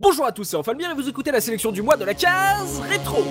Bonjour à tous, c'est Enfalmir et vous écoutez la sélection du mois de la case rétro.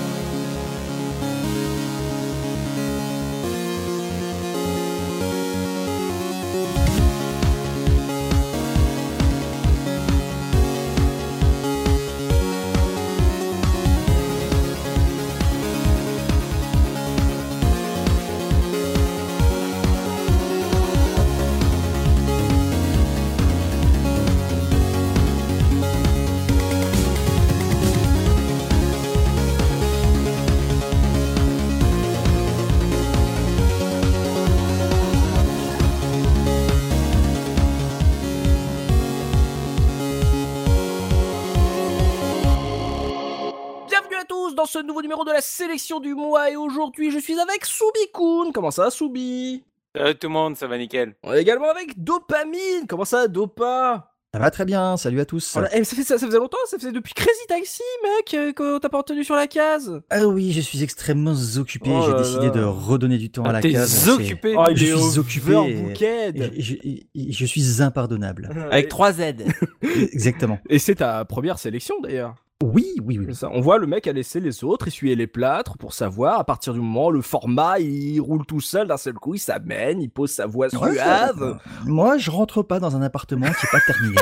Dans ce nouveau numéro de la sélection du mois et aujourd'hui je suis avec Soubi-kun. Comment ça Soubi? Salut tout le monde, ça va nickel. On est également avec Dopamine. Comment ça Dopa? Ça va très bien, salut à tous. Ça faisait longtemps, ça faisait depuis Crazy Taxi mec que t'as pas entendu sur la case. Ah oui, je suis extrêmement occupé, Oh j'ai là décidé là. de redonner du temps à la case. T'es occupé. Oh, Je suis occupé et je suis impardonnable. Avec 3 Z. Exactement. Et c'est ta première sélection d'ailleurs. Oui. C'est ça. On voit le mec a laissé les autres essuyer les plâtres pour savoir à partir du moment où le format il roule tout seul d'un seul coup, il s'amène, il pose sa voix suave. Moi, je rentre pas dans un appartement qui est pas terminé.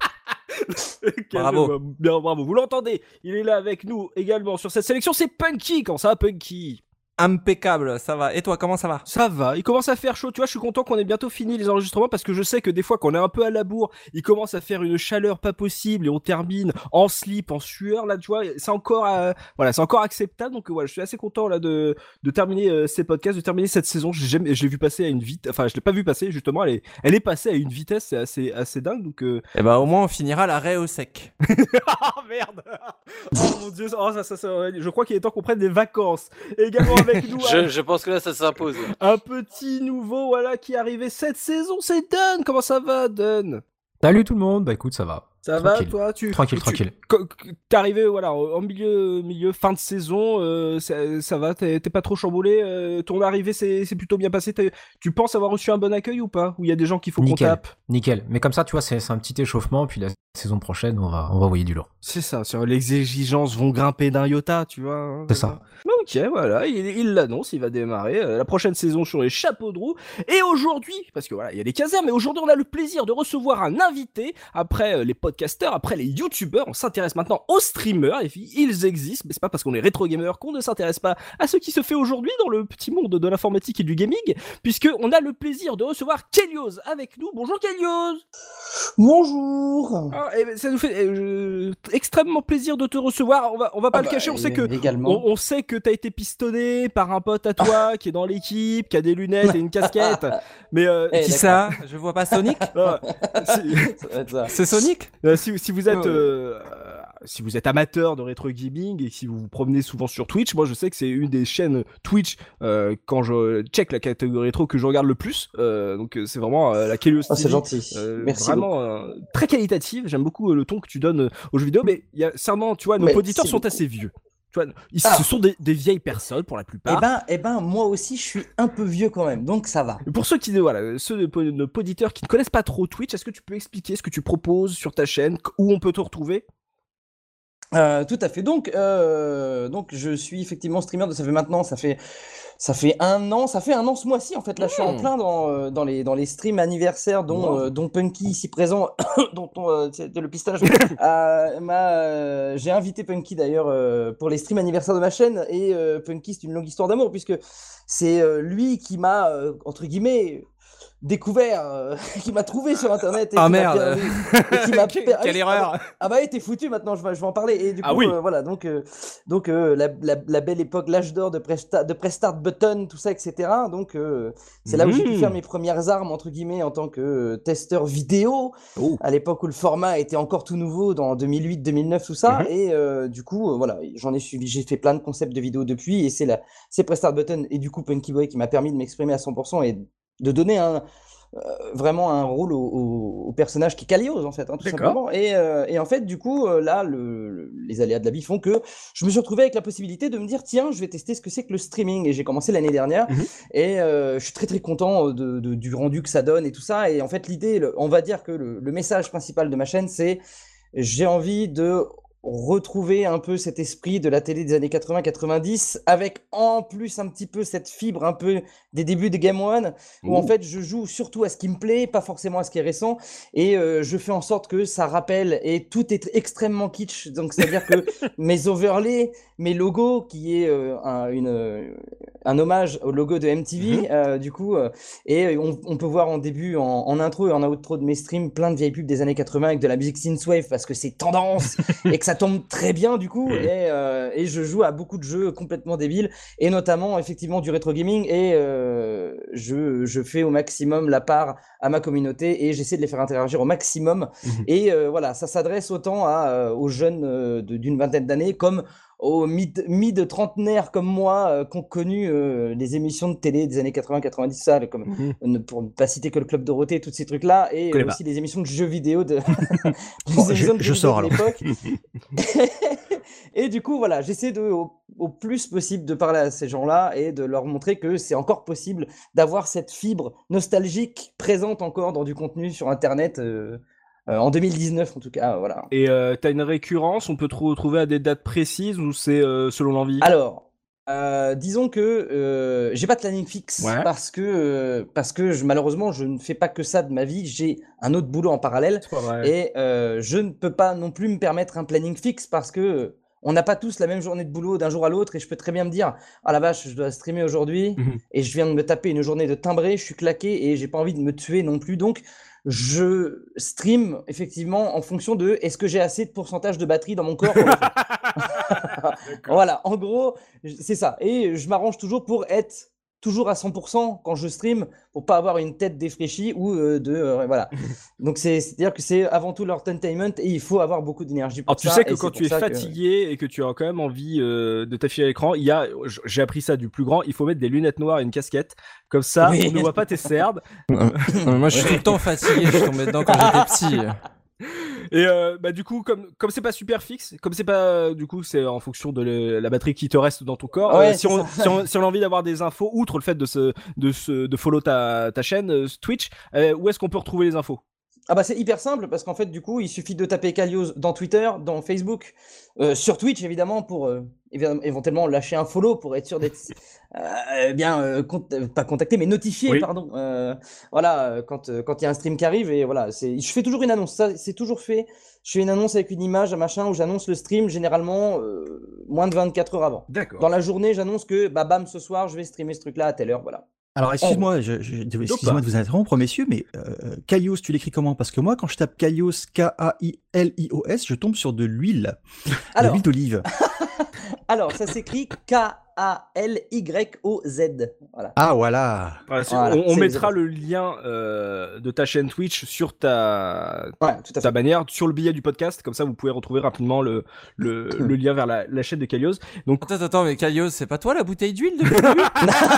Bravo. Bien, bravo. Vous l'entendez, il est là avec nous également sur cette sélection. C'est Punky. Comment ça, Punky? Impeccable, ça va. Et toi, comment ça va? Ça va, il commence à faire chaud, tu vois, je suis content qu'on ait bientôt fini les enregistrements parce que je sais que des fois qu'on est un peu à la bourre, il commence à faire une chaleur pas possible et on termine en slip, en sueur, là, tu vois, c'est encore, c'est encore acceptable, donc voilà, je suis assez content là de terminer ces podcasts, de terminer cette saison, je l'ai vu passer à une vitesse, enfin je l'ai pas vu passer justement, elle est passée à une vitesse, c'est assez dingue, donc Eh ben au moins on finira l'arrêt au sec. Ah merde. Oh mon dieu, je crois qu'il est temps qu'on prenne des vacances. Et également avec nous, Je pense que là ça s'impose. un petit nouveau voilà qui est arrivé cette saison, c'est Dun. Comment ça va Dun? Salut tout le monde, bah écoute ça va. Ça Tranquille. va toi Tranquille. T'es arrivé voilà en milieu fin de saison, ça va, t'es pas trop chamboulé, ton arrivée c'est plutôt bien passé, tu penses avoir reçu un bon accueil ou pas? Ou il y a des gens qu'il faut qu'on tape? Nickel. Mais comme ça tu vois c'est un petit échauffement puis la saison prochaine on va envoyer du lourd. C'est ça, les exigences vont grimper d'un iota, tu vois. Hein, C'est ça. Ok, voilà, il l'annonce, il va démarrer la prochaine saison sur les chapeaux de roue. Et aujourd'hui, parce que voilà, il y a les casernes, mais aujourd'hui on a le plaisir de recevoir un invité. Après les podcasteurs, après les youtubeurs, on s'intéresse maintenant aux streamers. Et puis ils existent, mais c'est pas parce qu'on est rétro gamer qu'on ne s'intéresse pas à ce qui se fait aujourd'hui dans le petit monde de l'informatique et du gaming, puisque on a le plaisir de recevoir Kelios avec nous. Bonjour Kelios. Bonjour. Ah, ça nous fait extrêmement plaisir de te recevoir. On va pas le cacher, on sait que on sait que t'as été pistonné par un pote à toi qui est dans l'équipe, qui a des lunettes et une casquette. Mais Qui ça? Je vois pas Sonic. C'est Sonic. Si vous êtes amateur de rétro gaming et si vous vous promenez souvent sur Twitch, moi je sais que c'est une des chaînes Twitch quand je check la catégorie rétro que je regarde le plus. Donc c'est vraiment la Kelios TV. C'est gentil. Merci. Vraiment très qualitative. J'aime beaucoup le ton que tu donnes aux jeux vidéo, mais il y a certainement, tu vois, nos auditeurs sont assez vieux. Tu vois, ce sont des vieilles personnes pour la plupart. Eh ben, moi aussi, je suis un peu vieux quand même, donc ça va. Pour ceux nos auditeurs qui ne connaissent pas trop Twitch, est-ce que tu peux expliquer ce que tu proposes sur ta chaîne, où on peut te retrouver? Tout à fait. Donc je suis effectivement streamer. Ça fait un an ce mois-ci en fait. Là, je suis en plein dans les streams anniversaires dont Punky ici présent, dont c'était le pistage. J'ai invité Punky d'ailleurs pour les streams anniversaires de ma chaîne et Punky c'est une longue histoire d'amour puisque c'est lui qui m'a entre guillemets découvert, qui m'a trouvé sur internet et Ah qui merde. Quelle erreur. Ah bah t'es foutu maintenant, je vais en parler et du coup oui. voilà donc la belle époque, l'âge d'or de Prestart Button, tout ça etc. Donc c'est là où j'ai pu faire mes premières armes entre guillemets en tant que testeur vidéo à l'époque où le format était encore tout nouveau dans 2008-2009 tout ça et du coup voilà j'ai fait plein de concepts de vidéos depuis et c'est Prestart Button et du coup Punky Boy qui m'a permis de m'exprimer à 100% et de donner vraiment un rôle au personnage qui est Kalios en fait, hein, tout simplement. Et en fait, du coup, là, les aléas de la vie font que je me suis retrouvé avec la possibilité de me dire tiens, je vais tester ce que c'est que le streaming. Et j'ai commencé l'année dernière et je suis très très content du rendu que ça donne et tout ça. Et en fait, l'idée, on va dire que le message principal de ma chaîne, c'est j'ai envie de retrouver un peu cet esprit de la télé des années 80-90 avec en plus un petit peu cette fibre un peu des débuts de Game One où en fait je joue surtout à ce qui me plaît, pas forcément à ce qui est récent et je fais en sorte que ça rappelle et tout est extrêmement kitsch, donc c'est-à-dire que mes overlays, mes logos qui est un hommage au logo de MTV du coup et on peut voir en début, en intro et en outro de mes streams plein de vieilles pubs des années 80 avec de la musique synthwave parce que c'est tendance et que ça tombe très bien du coup et je joue à beaucoup de jeux complètement débiles et notamment effectivement du rétro gaming et je fais au maximum la part à ma communauté et j'essaie de les faire interagir au maximum et voilà, ça s'adresse autant aux jeunes d'une vingtaine d'années comme aux mid-trentenaires comme moi qui ont connu les émissions de télé des années 80-90, ça, comme, pour ne pas citer que le Club Dorothée et tous ces trucs-là, et aussi les émissions de jeux vidéo de, je sors alors. l'époque. Et du coup, voilà, j'essaie au plus possible de parler à ces gens-là et de leur montrer que c'est encore possible d'avoir cette fibre nostalgique présente encore dans du contenu sur Internet. En 2019 en tout cas, voilà. Et t'as une récurrence, on peut te retrouver à des dates précises ou c'est selon l'envie? Alors, disons que j'ai pas de planning fixe parce que malheureusement je ne fais pas que ça de ma vie, j'ai un autre boulot en parallèle et je ne peux pas non plus me permettre un planning fixe parce que on n'a pas tous la même journée de boulot d'un jour à l'autre et je peux très bien me dire ah la vache je dois streamer aujourd'hui et je viens de me taper une journée de timbré, je suis claqué et j'ai pas envie de me tuer non plus, donc je stream effectivement en fonction de est-ce que j'ai assez de pourcentage de batterie dans mon corps pour le faire. Voilà, en gros, c'est ça. Et je m'arrange toujours pour être toujours à 100% quand je stream pour pas avoir une tête défraîchie ou voilà. Donc c'est-à-dire que c'est avant tout l'entertainment et il faut avoir beaucoup d'énergie pour ça. Alors tu sais que quand tu es fatigué et que tu as quand même envie de t'afficher à l'écran, j'ai appris ça du plus grand, il faut mettre des lunettes noires et une casquette. Comme ça, on ne voit pas tes cernes. Moi, je suis tout le temps fatigué. Je suis tombé dedans quand j'étais petit. Et du coup, comme c'est pas super fixe, comme c'est pas du coup c'est en fonction de la batterie qui te reste dans ton corps. Si on a envie d'avoir des infos, outre le fait de follow ta chaîne Twitch, où est-ce qu'on peut retrouver les infos? Ah bah c'est hyper simple parce qu'en fait du coup il suffit de taper Kalios dans Twitter, dans Facebook, sur Twitch évidemment pour éventuellement lâcher un follow pour être sûr d'être pas contacté mais notifié pardon. Voilà quand il y a un stream qui arrive et voilà je fais toujours une annonce, ça c'est toujours fait. Je fais une annonce avec une image, un machin où j'annonce le stream généralement moins de 24 heures avant. D'accord. Dans la journée j'annonce que bam ce soir je vais streamer ce truc là à telle heure, voilà. Alors, excuse-moi, excusez-moi de vous interrompre, messieurs, mais Kalios, tu l'écris comment? Parce que moi, quand je tape Kalios, K-A-I-L-I-O-S, je tombe sur de l'huile. De l'huile d'olive. Alors, ça s'écrit K-A-L-Y-O-Z. Voilà. Ah, voilà. On mettra le lien de ta chaîne Twitch sur ta bannière, sur le billet du podcast. Comme ça, vous pouvez retrouver rapidement le lien vers la chaîne de Kalios. Donc... Attends, mais Kalios, c'est pas toi la bouteille d'huile depuis le début?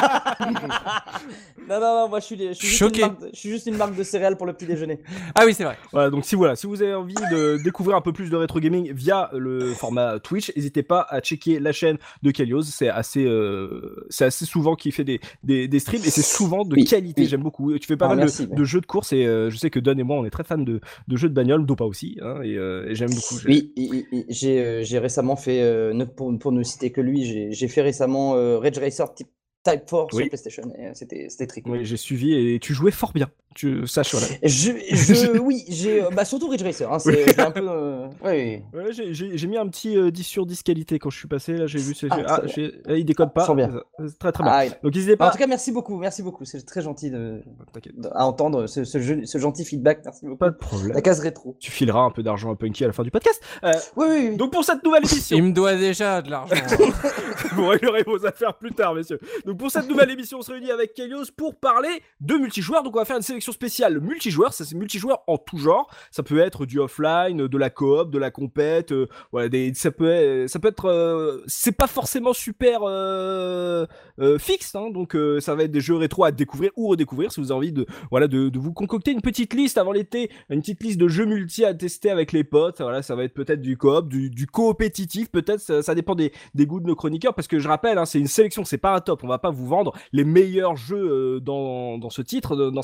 Non, moi je suis juste une marque de céréales pour le petit déjeuner. Ah oui, c'est vrai. Voilà, donc si vous avez envie de découvrir un peu plus de rétro gaming via le format Twitch, n'hésitez pas à checker la chaîne de Kalios. C'est assez souvent qu'il fait des streams et c'est souvent de qualité. J'aime beaucoup. Tu fais pas mal de jeux de course et je sais que Don et moi on est très fans de jeux de bagnole, Dopa aussi, hein, et j'aime beaucoup. Oui, j'ai récemment fait, pour ne citer que lui, j'ai fait récemment Ridge Racer Type 4 sur PlayStation et c'était très cool. Oui, j'ai suivi et tu jouais fort bien. Tu saches voilà. Oui, j'ai surtout Ridge Racer. Hein, c'est un peu. Ouais, j'ai mis un petit 10 sur 10 qualité quand je suis passé. Là, j'ai vu. Il décode pas. Bien. Très très bien. Donc n'hésitez pas. En tout cas, merci beaucoup. C'est très gentil à entendre ce gentil feedback. Merci beaucoup. Pas de problème. La case rétro. Tu fileras un peu d'argent à Punky à la fin du podcast. Oui. Donc pour cette nouvelle émission. Il me doit déjà de l'argent. Vous réglerez vos affaires plus tard, messieurs. Donc pour cette nouvelle émission, on se réunit avec Kalios pour parler de multijoueurs. Donc on va faire une sélection spéciale multijoueur. Ça c'est multijoueur en tout genre. Ça peut être du offline, de la coop, de la compète. Voilà, ça peut être. C'est pas forcément super fixe. Hein, donc ça va être des jeux rétro à découvrir ou redécouvrir si vous avez envie de vous concocter une petite liste avant l'été, une petite liste de jeux multi à tester avec les potes. Voilà, ça va être peut-être du coop, du coopétitif. Peut-être ça dépend des goûts de nos chroniqueurs parce que je rappelle, c'est une sélection, c'est pas un top. On va pas vous vendre les meilleurs jeux dans ce titre, dans cette catégorie.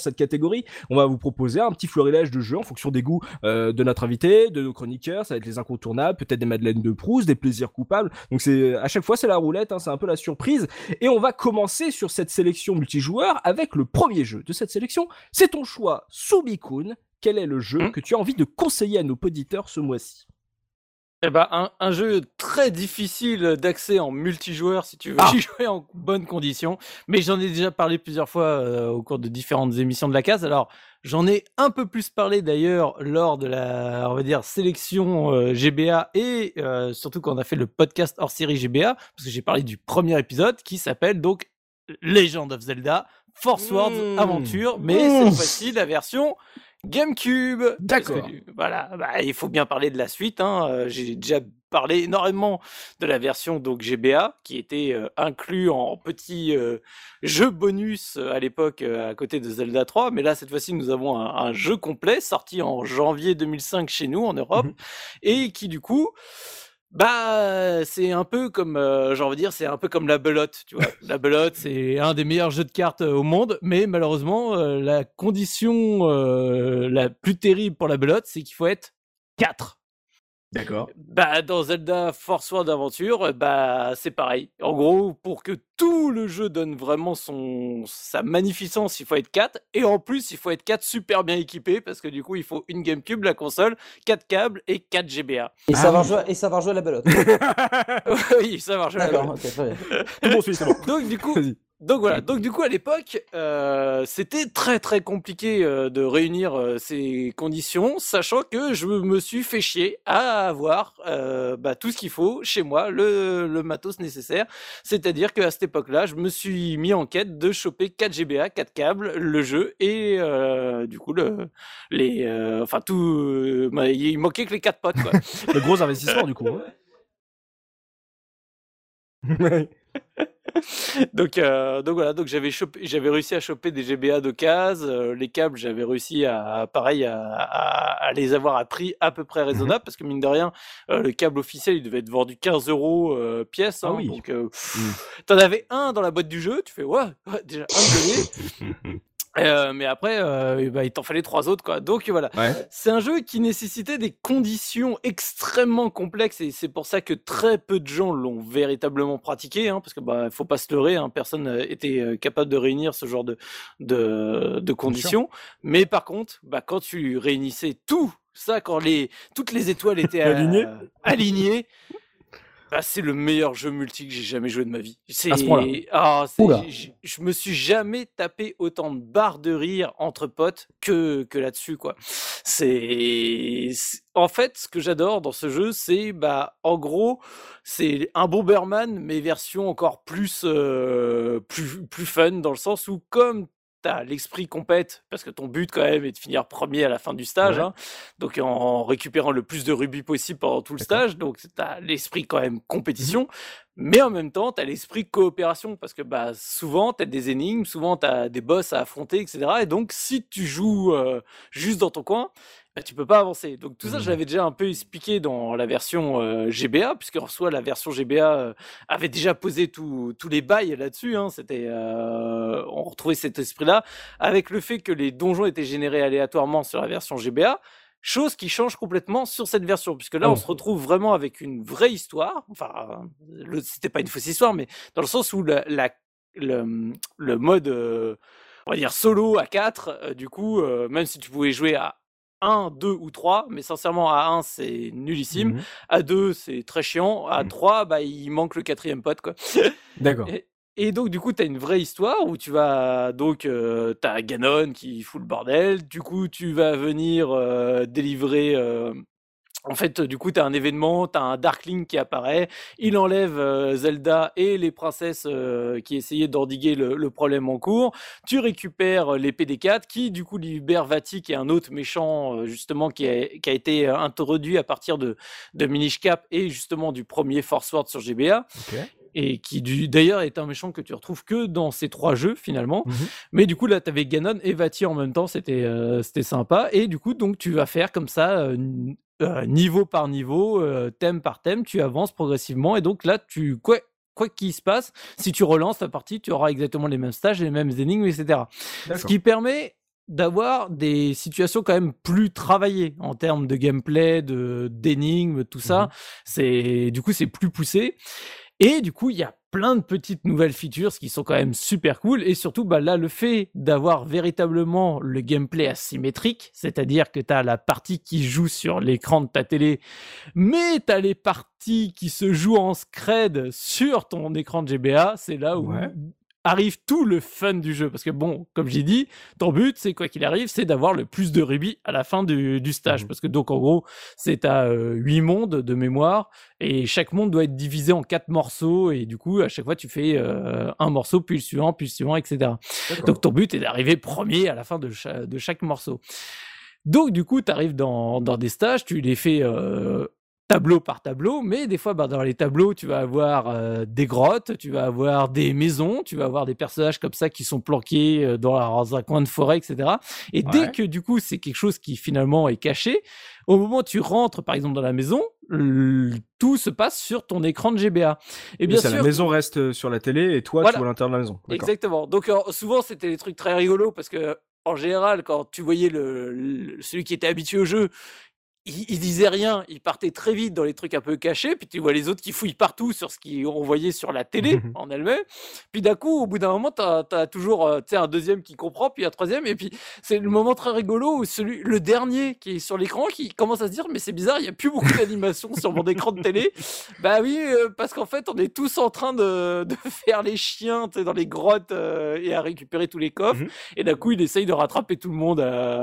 catégories. On va vous proposer un petit florilège de jeux en fonction des goûts de notre invité, de nos chroniqueurs. Ça va être les incontournables, peut-être des madeleines de Proust, des plaisirs coupables. Donc à chaque fois c'est la roulette, c'est un peu la surprise. Et on va commencer sur cette sélection multijoueur avec le premier jeu de cette sélection. C'est ton choix, Soubikoun. Quel est le jeu que tu as envie de conseiller à nos auditeurs ce mois-ci? Eh ben, un jeu très difficile d'accès en multijoueur si tu veux y jouer en bonnes conditions. Mais j'en ai déjà parlé plusieurs fois au cours de différentes émissions de la case. Alors, j'en ai un peu plus parlé d'ailleurs lors de la, on va dire, sélection GBA et surtout quand on a fait le podcast hors série GBA, parce que j'ai parlé du premier épisode qui s'appelle donc Legend of Zelda Force Words Aventure, mais cette fois-ci la version GameCube. D'accord. Voilà, il faut bien parler de la suite. J'ai déjà parlé énormément de la version donc GBA qui était inclus en petit jeu bonus à l'époque à côté de Zelda 3. Mais là, cette fois-ci, nous avons un jeu complet sorti en janvier 2005 chez nous en Europe et qui du coup... c'est un peu comme, j'ai envie de dire, c'est un peu comme la belote, tu vois. La belote, c'est un des meilleurs jeux de cartes au monde, mais malheureusement, la condition la plus terrible pour la belote, c'est qu'il faut être 4. D'accord. Dans Zelda Force World Adventure, c'est pareil. En gros, pour que tout le jeu donne vraiment sa magnificence, il faut être 4. Et en plus, il faut être 4 super bien équipés parce que du coup, il faut une GameCube, la console, 4 câbles et 4 GBA. Et savoir jouer à la belote. Oui, savoir jouer à la belote. D'accord, ok, très bien. Tout bon, c'est bon. Donc du coup, Vas-y. Donc du coup à l'époque c'était très très compliqué de réunir ces conditions, sachant que je me suis fait chier à avoir tout ce qu'il faut chez moi, le matos nécessaire. C'est-à-dire qu'à cette époque-là, je me suis mis en quête de choper 4 GBA, 4 câbles, le jeu et du coup il manquait que les 4 potes quoi. Le gros investissement du coup. Donc voilà, donc j'avais réussi à choper des GBA d'occasion, les câbles j'avais réussi à les avoir à prix à peu près raisonnable parce que mine de rien le câble officiel il devait être vendu 15 € pièce, oui. donc t'en avais un dans la boîte du jeu, tu fais ouais déjà un de gagné. Mais après, il t'en fallait 3 autres, quoi. Donc voilà, c'est un jeu qui nécessitait des conditions extrêmement complexes et c'est pour ça que très peu de gens l'ont véritablement pratiqué, parce que faut pas se leurrer, personne était capable de réunir ce genre de conditions. Mais par contre, quand tu réunissais tout ça, quand toutes les étoiles étaient alignées. C'est le meilleur jeu multi que j'ai jamais joué de ma vie. À ce point-là. Je me suis jamais tapé autant de barres de rire entre potes que là-dessus, quoi. En fait, ce que j'adore dans ce jeu, c'est, en gros, c'est un Bomberman, mais version encore plus fun, dans le sens où, comme t'as l'esprit compète, parce que ton but quand même est de finir premier à la fin du stage, donc en récupérant le plus de rubis possible pendant tout le stage, donc t'as l'esprit quand même compétition, mais en même temps t'as l'esprit coopération, parce que souvent t'as des énigmes, souvent t'as des boss à affronter, etc. Et donc si tu joues juste dans ton coin, tu peux pas avancer. Donc tout ça, je l'avais déjà un peu expliqué dans la version GBA, puisque en soi, la version GBA avait déjà posé tous les bails là-dessus. C'était, on retrouvait cet esprit-là, avec le fait que les donjons étaient générés aléatoirement sur la version GBA, chose qui change complètement sur cette version, puisque là, on se retrouve vraiment avec une vraie histoire. Enfin, c'était pas une fausse histoire, mais dans le sens où le mode, on va dire, solo à 4, du coup, même si tu pouvais jouer à 1, 2 ou 3, mais sincèrement à 1 c'est nullissime, à 2 c'est très chiant, à 3 il manque le 4e pote, quoi. D'accord. Et donc du coup t'as une vraie histoire où tu vas donc t'as Ganon qui fout le bordel, du coup tu vas venir délivrer en fait, du coup, tu as un événement, tu as un Darkling qui apparaît, il enlève Zelda et les princesses qui essayaient d'endiguer le problème en cours. Tu récupères l'épée des 4 qui, du coup, libère Vati, qui est un autre méchant, justement, qui a été introduit à partir de Minish Cap et justement du premier Force World sur GBA. Okay. Et qui d'ailleurs est un méchant que tu retrouves que dans ces 3 jeux finalement. Mais du coup là tu avais Ganon et Vati en même temps, c'était sympa. Et du coup donc tu vas faire comme ça niveau par niveau, thème par thème, tu avances progressivement. Et donc là quoi qu'il se passe, si tu relances la partie, tu auras exactement les mêmes stages, les mêmes énigmes, etc. Ce qui permet d'avoir des situations quand même plus travaillées en termes de gameplay, d'énigmes, tout ça. Du coup, c'est plus poussé. Et du coup, il y a plein de petites nouvelles features qui sont quand même super cool. Et surtout, là, le fait d'avoir véritablement le gameplay asymétrique, c'est-à-dire que tu as la partie qui joue sur l'écran de ta télé, mais tu as les parties qui se jouent en scred sur ton écran de GBA, c'est là où arrive tout le fun du jeu. Parce que bon, comme j'ai dit, ton but, c'est quoi qu'il arrive, c'est d'avoir le plus de rubis à la fin du stage. Parce que donc, en gros, c'est à 8 mondes de mémoire et chaque monde doit être divisé en 4 morceaux et du coup, à chaque fois, tu fais un morceau, puis le suivant, etc. Donc, ton but est d'arriver premier à la fin de chaque morceau. Donc, du coup, tu arrives dans des stages, tu les fais tableau par tableau, mais des fois, dans les tableaux, tu vas avoir des grottes, tu vas avoir des maisons, tu vas avoir des personnages comme ça qui sont planqués dans un coin de forêt, etc. Et dès que, du coup, c'est quelque chose qui, finalement, est caché, au moment où tu rentres, par exemple, dans la maison, tout se passe sur ton écran de GBA. Et bien sûr, la maison reste sur la télé et toi, tu vois à l'intérieur de la maison. D'accord. Exactement. Donc, souvent, c'était des trucs très rigolos parce que, en général, quand tu voyais celui qui était habitué au jeu, il disait rien, il partait très vite dans les trucs un peu cachés, puis tu vois les autres qui fouillent partout sur ce qu'on voyait sur la télé en elle-même. Puis d'un coup, au bout d'un moment, t'as toujours un deuxième qui comprend, puis un troisième, et puis c'est le moment très rigolo où le dernier qui est sur l'écran qui commence à se dire mais c'est bizarre, il n'y a plus beaucoup d'animation sur mon écran de télé. Bah oui, parce qu'en fait, on est tous en train de faire les chiens dans les grottes et à récupérer tous les coffres. Et d'un coup, il essaye de rattraper tout le monde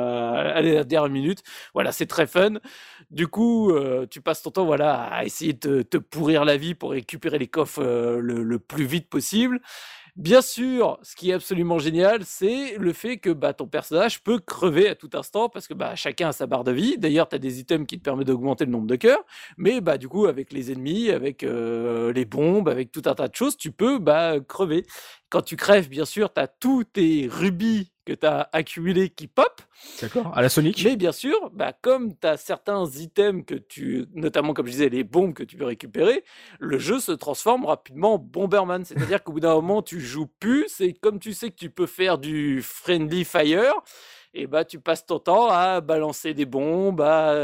à la dernière minute. Voilà, c'est très fun. Du coup, tu passes ton temps à essayer de te pourrir la vie pour récupérer les coffres le plus vite possible. Bien sûr, ce qui est absolument génial, c'est le fait que ton personnage peut crever à tout instant parce que chacun a sa barre de vie. D'ailleurs, tu as des items qui te permettent d'augmenter le nombre de cœurs. Mais du coup, avec les ennemis, avec les bombes, avec tout un tas de choses, tu peux crever. Quand tu crèves, bien sûr, tu as tous tes rubis que tu as accumulés qui pop. D'accord, à la Sonic. Mais bien sûr, comme tu as certains items notamment comme je disais, les bombes que tu peux récupérer, le jeu se transforme rapidement en Bomberman. C'est-à-dire qu'au bout d'un moment, tu joues plus. C'est comme tu sais que tu peux faire du friendly fire. Et tu passes ton temps à balancer des bombes.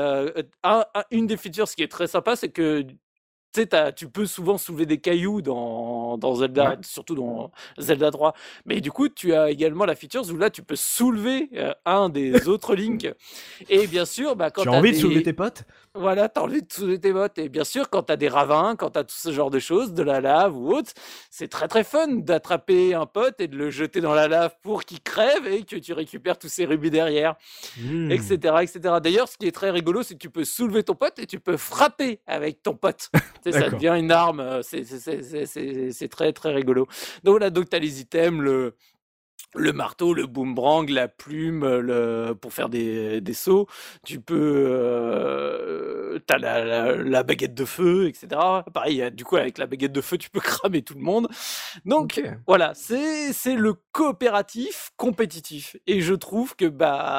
Une des features, ce qui est très sympa, c'est que tu peux souvent soulever des cailloux dans Zelda, surtout dans Zelda 3. Mais du coup, tu as également la feature où là, tu peux soulever un des autres Link. Et bien sûr, quand tu as envie de soulever tes potes. Voilà, tu as envie de soulever tes potes. Et bien sûr, quand tu as des ravins, quand tu as tout ce genre de choses, de la lave ou autre, c'est très très fun d'attraper un pote et de le jeter dans la lave pour qu'il crève et que tu récupères tous ses rubis derrière, etc., etc. D'ailleurs, ce qui est très rigolo, c'est que tu peux soulever ton pote et tu peux frapper avec ton pote. Ça devient une arme, c'est très très rigolo. Donc voilà, donc tu as les items, le marteau, le boomerang, la plume, pour faire des sauts. Tu peux, t'as la baguette de feu, etc. Pareil, du coup avec la baguette de feu, tu peux cramer tout le monde. Donc voilà, c'est le coopératif compétitif. Et je trouve que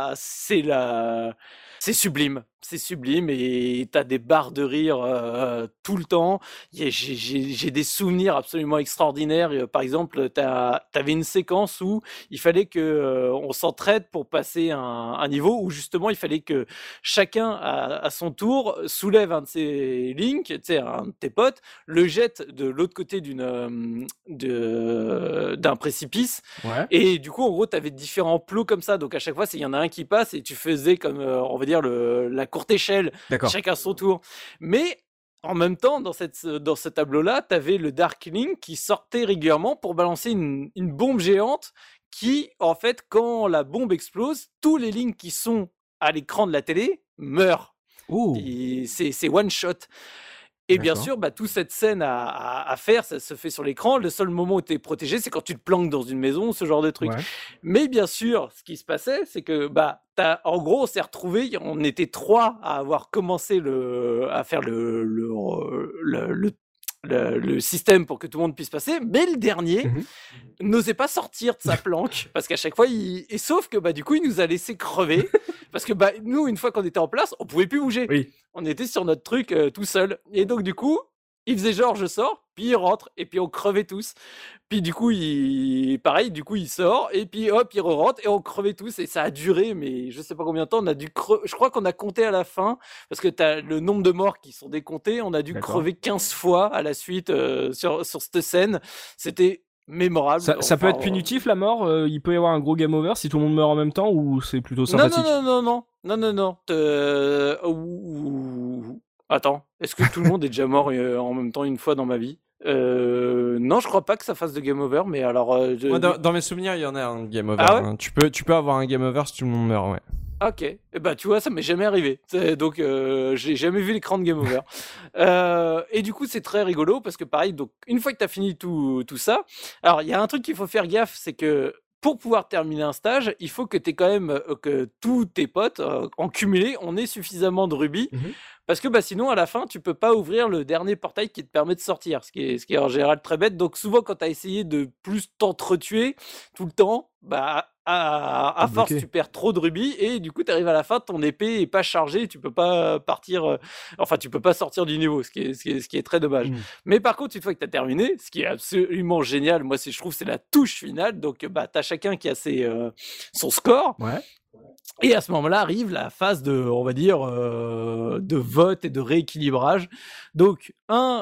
c'est sublime. C'est sublime et t'as des barres de rire tout le temps. J'ai des souvenirs absolument extraordinaires. Par exemple, t'avais une séquence où il fallait que on s'entraide pour passer un niveau où justement il fallait que chacun à son tour soulève un de ses Link, un de tes potes, le jette de l'autre côté d'un précipice. Et du coup, en gros, t'avais différents plots comme ça. Donc à chaque fois, il y en a un qui passe et tu faisais comme on va dire la courte échelle, chacun son tour. Mais en même temps, dans ce tableau-là, tu avais le Dark Link qui sortait régulièrement pour balancer une bombe géante qui, en fait, quand la bombe explose, tous les Links qui sont à l'écran de la télé meurent. C'est one shot. Et bien sûr, toute cette scène à faire, ça se fait sur l'écran. Le seul moment où tu es protégé, c'est quand tu te planques dans une maison, ce genre de truc. Mais bien sûr, ce qui se passait, c'est que, en gros, on s'est retrouvés, on était 3 à avoir commencé à faire le système pour que tout le monde puisse passer, mais le dernier n'osait pas sortir de sa planque parce qu'à chaque fois, sauf que du coup, il nous a laissé crever parce que nous, une fois qu'on était en place, on pouvait plus bouger. On était sur notre truc tout seul. Et donc, du coup, il faisait genre, je sors. puis il rentre, et puis on crevait tous. Puis du coup, il sort, et puis hop, il re-rentre, et on crevait tous, et ça a duré, mais je sais pas combien de temps, je crois qu'on a compté à la fin, parce que t'as le nombre de morts qui sont décomptés, on a dû crever 15 fois à la suite sur cette scène. C'était mémorable. Ça peut être punitif la mort, il peut y avoir un gros game over si tout le monde meurt en même temps, ou c'est plutôt sympathique? Non. Attends, est-ce que tout le monde est déjà mort en même temps une fois dans ma vie? Non, je crois pas que ça fasse de game over, mais alors. Moi, dans mes souvenirs, il y en a un game over. Ah ouais, hein. Tu peux avoir un game over si tout le monde meurt, ouais. Ok, et bah tu vois, ça m'est jamais arrivé. Donc j'ai jamais vu l'écran de game over. Et du coup, c'est très rigolo parce que pareil, donc une fois que tu as fini tout ça, alors il y a un truc qu'il faut faire gaffe, c'est que pour pouvoir terminer un stage, il faut que tu aies quand même que tous tes potes en cumulé, on ait suffisamment de rubis. Parce que bah, sinon, à la fin, tu peux pas ouvrir le dernier portail qui te permet de sortir, ce qui est en général très bête. Donc souvent, quand tu as essayé de plus t'entretuer tout le temps, bah, à force, tu perds trop de rubis et du coup, tu arrives à la fin, ton épée est pas chargée, tu peux pas partir, enfin, tu peux pas sortir du niveau, ce qui est très dommage. Mais par contre, une fois que tu as terminé, ce qui est absolument génial, moi, je trouve, c'est la touche finale. Donc, bah, tu as chacun qui a son score. Ouais. Et à ce moment-là arrive la phase de, on va dire, de vote et de rééquilibrage. Donc,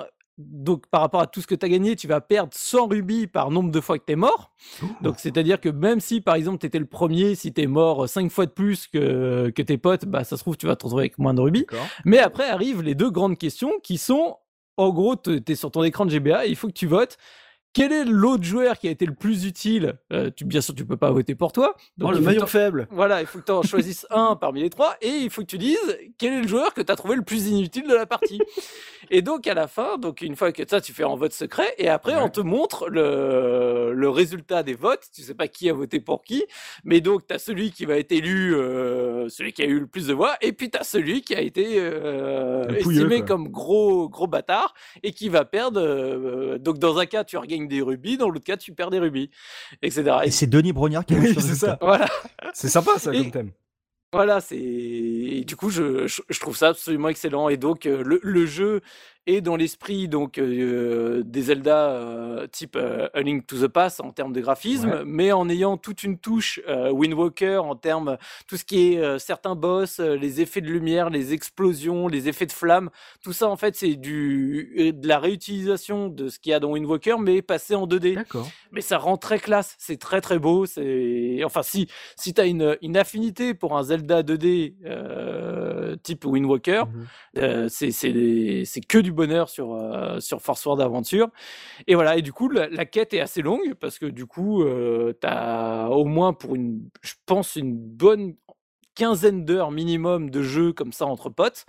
par rapport à tout ce que tu as gagné, tu vas perdre 100 rubis par nombre de fois que tu es mort. Donc, c'est-à-dire que même si, par exemple, tu étais le premier, si tu es mort 5 fois de plus que tes potes, bah, ça se trouve, tu vas te retrouver avec moins de rubis. Mais après arrivent les deux grandes questions qui sont, en gros, tu es sur ton écran de GBA et il faut que tu votes. Quel est l'autre joueur qui a été le plus utile? Bien sûr, tu peux pas voter pour toi. Donc le maillon faible. Voilà, il faut que tu en choisisses un parmi les trois et il faut que tu dises quel est le joueur que tu as trouvé le plus inutile de la partie. Et donc, à la fin, une fois que ça, tu fais en vote secret et après, on te montre le résultat des votes. Tu sais pas qui a voté pour qui, mais donc, tu as celui qui va être élu, celui qui a eu le plus de voix, et puis tu as celui qui a été estimé comme gros bâtard et qui va perdre. Donc, dans un cas, tu regagnes des rubis, dans l'autre cas tu perds des rubis, etc. Et c'est Denis Brognard qui a oui, c'est ça. Voilà. C'est sympa ça comme thème. Voilà, et du coup je trouve ça absolument excellent. Et donc le jeu est dans l'esprit donc des Zelda type A Link to the Past en termes de graphisme, mais en ayant toute une touche Wind Walker en termes tout ce qui est certains boss, les effets de lumière, les explosions, les effets de flammes, tout ça en fait c'est de la réutilisation de ce qu'il y a dans Wind Walker mais passé en 2D. D'accord. Mais ça rend très classe, c'est très très beau, enfin si tu as une affinité pour un Zelda 2D type Wind Walker, c'est que du bonheur sur Force World Adventure. Et voilà, et du coup la quête est assez longue parce que du coup t'as au moins pour je pense une bonne quinzaine d'heures minimum de jeu comme ça entre potes.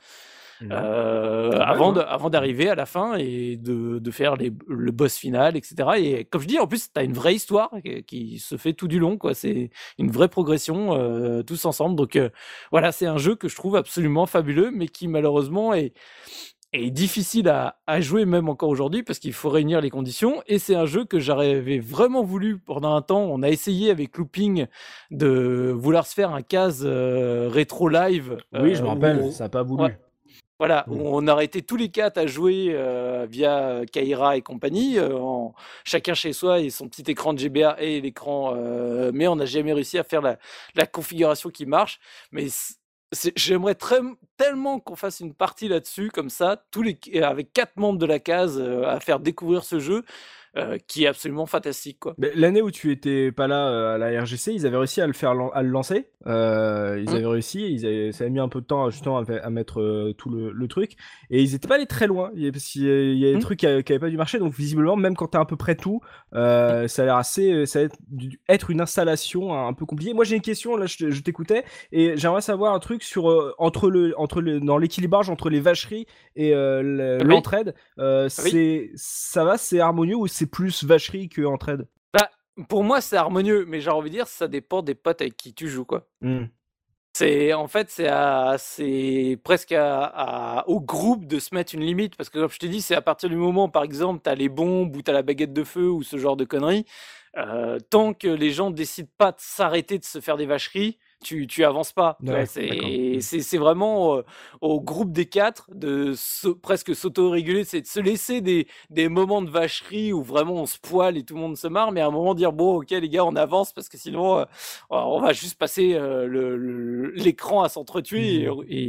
Avant d'arriver à la fin et de faire le boss final, etc. Et comme je dis, en plus, t'as une vraie histoire qui se fait tout du long, quoi. C'est une vraie progression tous ensemble. Donc voilà, c'est un jeu que je trouve absolument fabuleux, mais qui malheureusement est difficile à jouer même encore aujourd'hui parce qu'il faut réunir les conditions. Et c'est un jeu que j'avais vraiment voulu pendant un temps. On a essayé avec Looping de vouloir se faire un case rétro live. Oui, je me rappelle, ça n'a pas voulu. Ouais. Voilà, où on aurait été tous les quatre à jouer via Kaira et compagnie, chacun chez soi et son petit écran de GBA et l'écran, mais on n'a jamais réussi à faire la configuration qui marche. Mais j'aimerais tellement qu'on fasse une partie là-dessus, comme ça, avec 4 membres de la case à faire découvrir ce jeu. Qui est absolument fantastique, quoi. Mais l'année où tu étais pas là à la RGC, ils avaient réussi à le lancer. Ils avaient réussi, ça avait mis un peu de temps justement à mettre tout le truc. Et ils étaient pas allés très loin. Parce qu'il y a des trucs qui avaient pas dû marcher. Donc visiblement, même quand t'es à peu près tout, ça a l'air ça va être une installation un peu compliquée. Moi j'ai une question, là je t'écoutais et j'aimerais savoir un truc sur dans l'équilibrage entre les vacheries et l'entraide. C'est harmonieux ou c'est plus vacherie que entraide? Bah, pour moi, c'est harmonieux, mais j'ai envie de dire, ça dépend des potes avec qui tu joues, quoi. C'est presque au groupe de se mettre une limite, parce que comme je te dis, c'est à partir du moment, par exemple, t'as les bombes ou t'as la baguette de feu ou ce genre de conneries, tant que les gens décident pas de s'arrêter de se faire des vacheries, tu avances pas. Ouais, C'est vraiment au groupe des 4 de presque s'auto-réguler, c'est de se laisser des moments de vacherie où vraiment on se poile et tout le monde se marre, mais à un moment dire bon ok les gars on avance parce que sinon on va juste passer l'écran à s'entretuer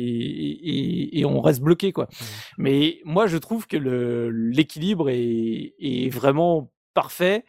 et on reste bloqué quoi. Mais moi je trouve que l'équilibre est vraiment parfait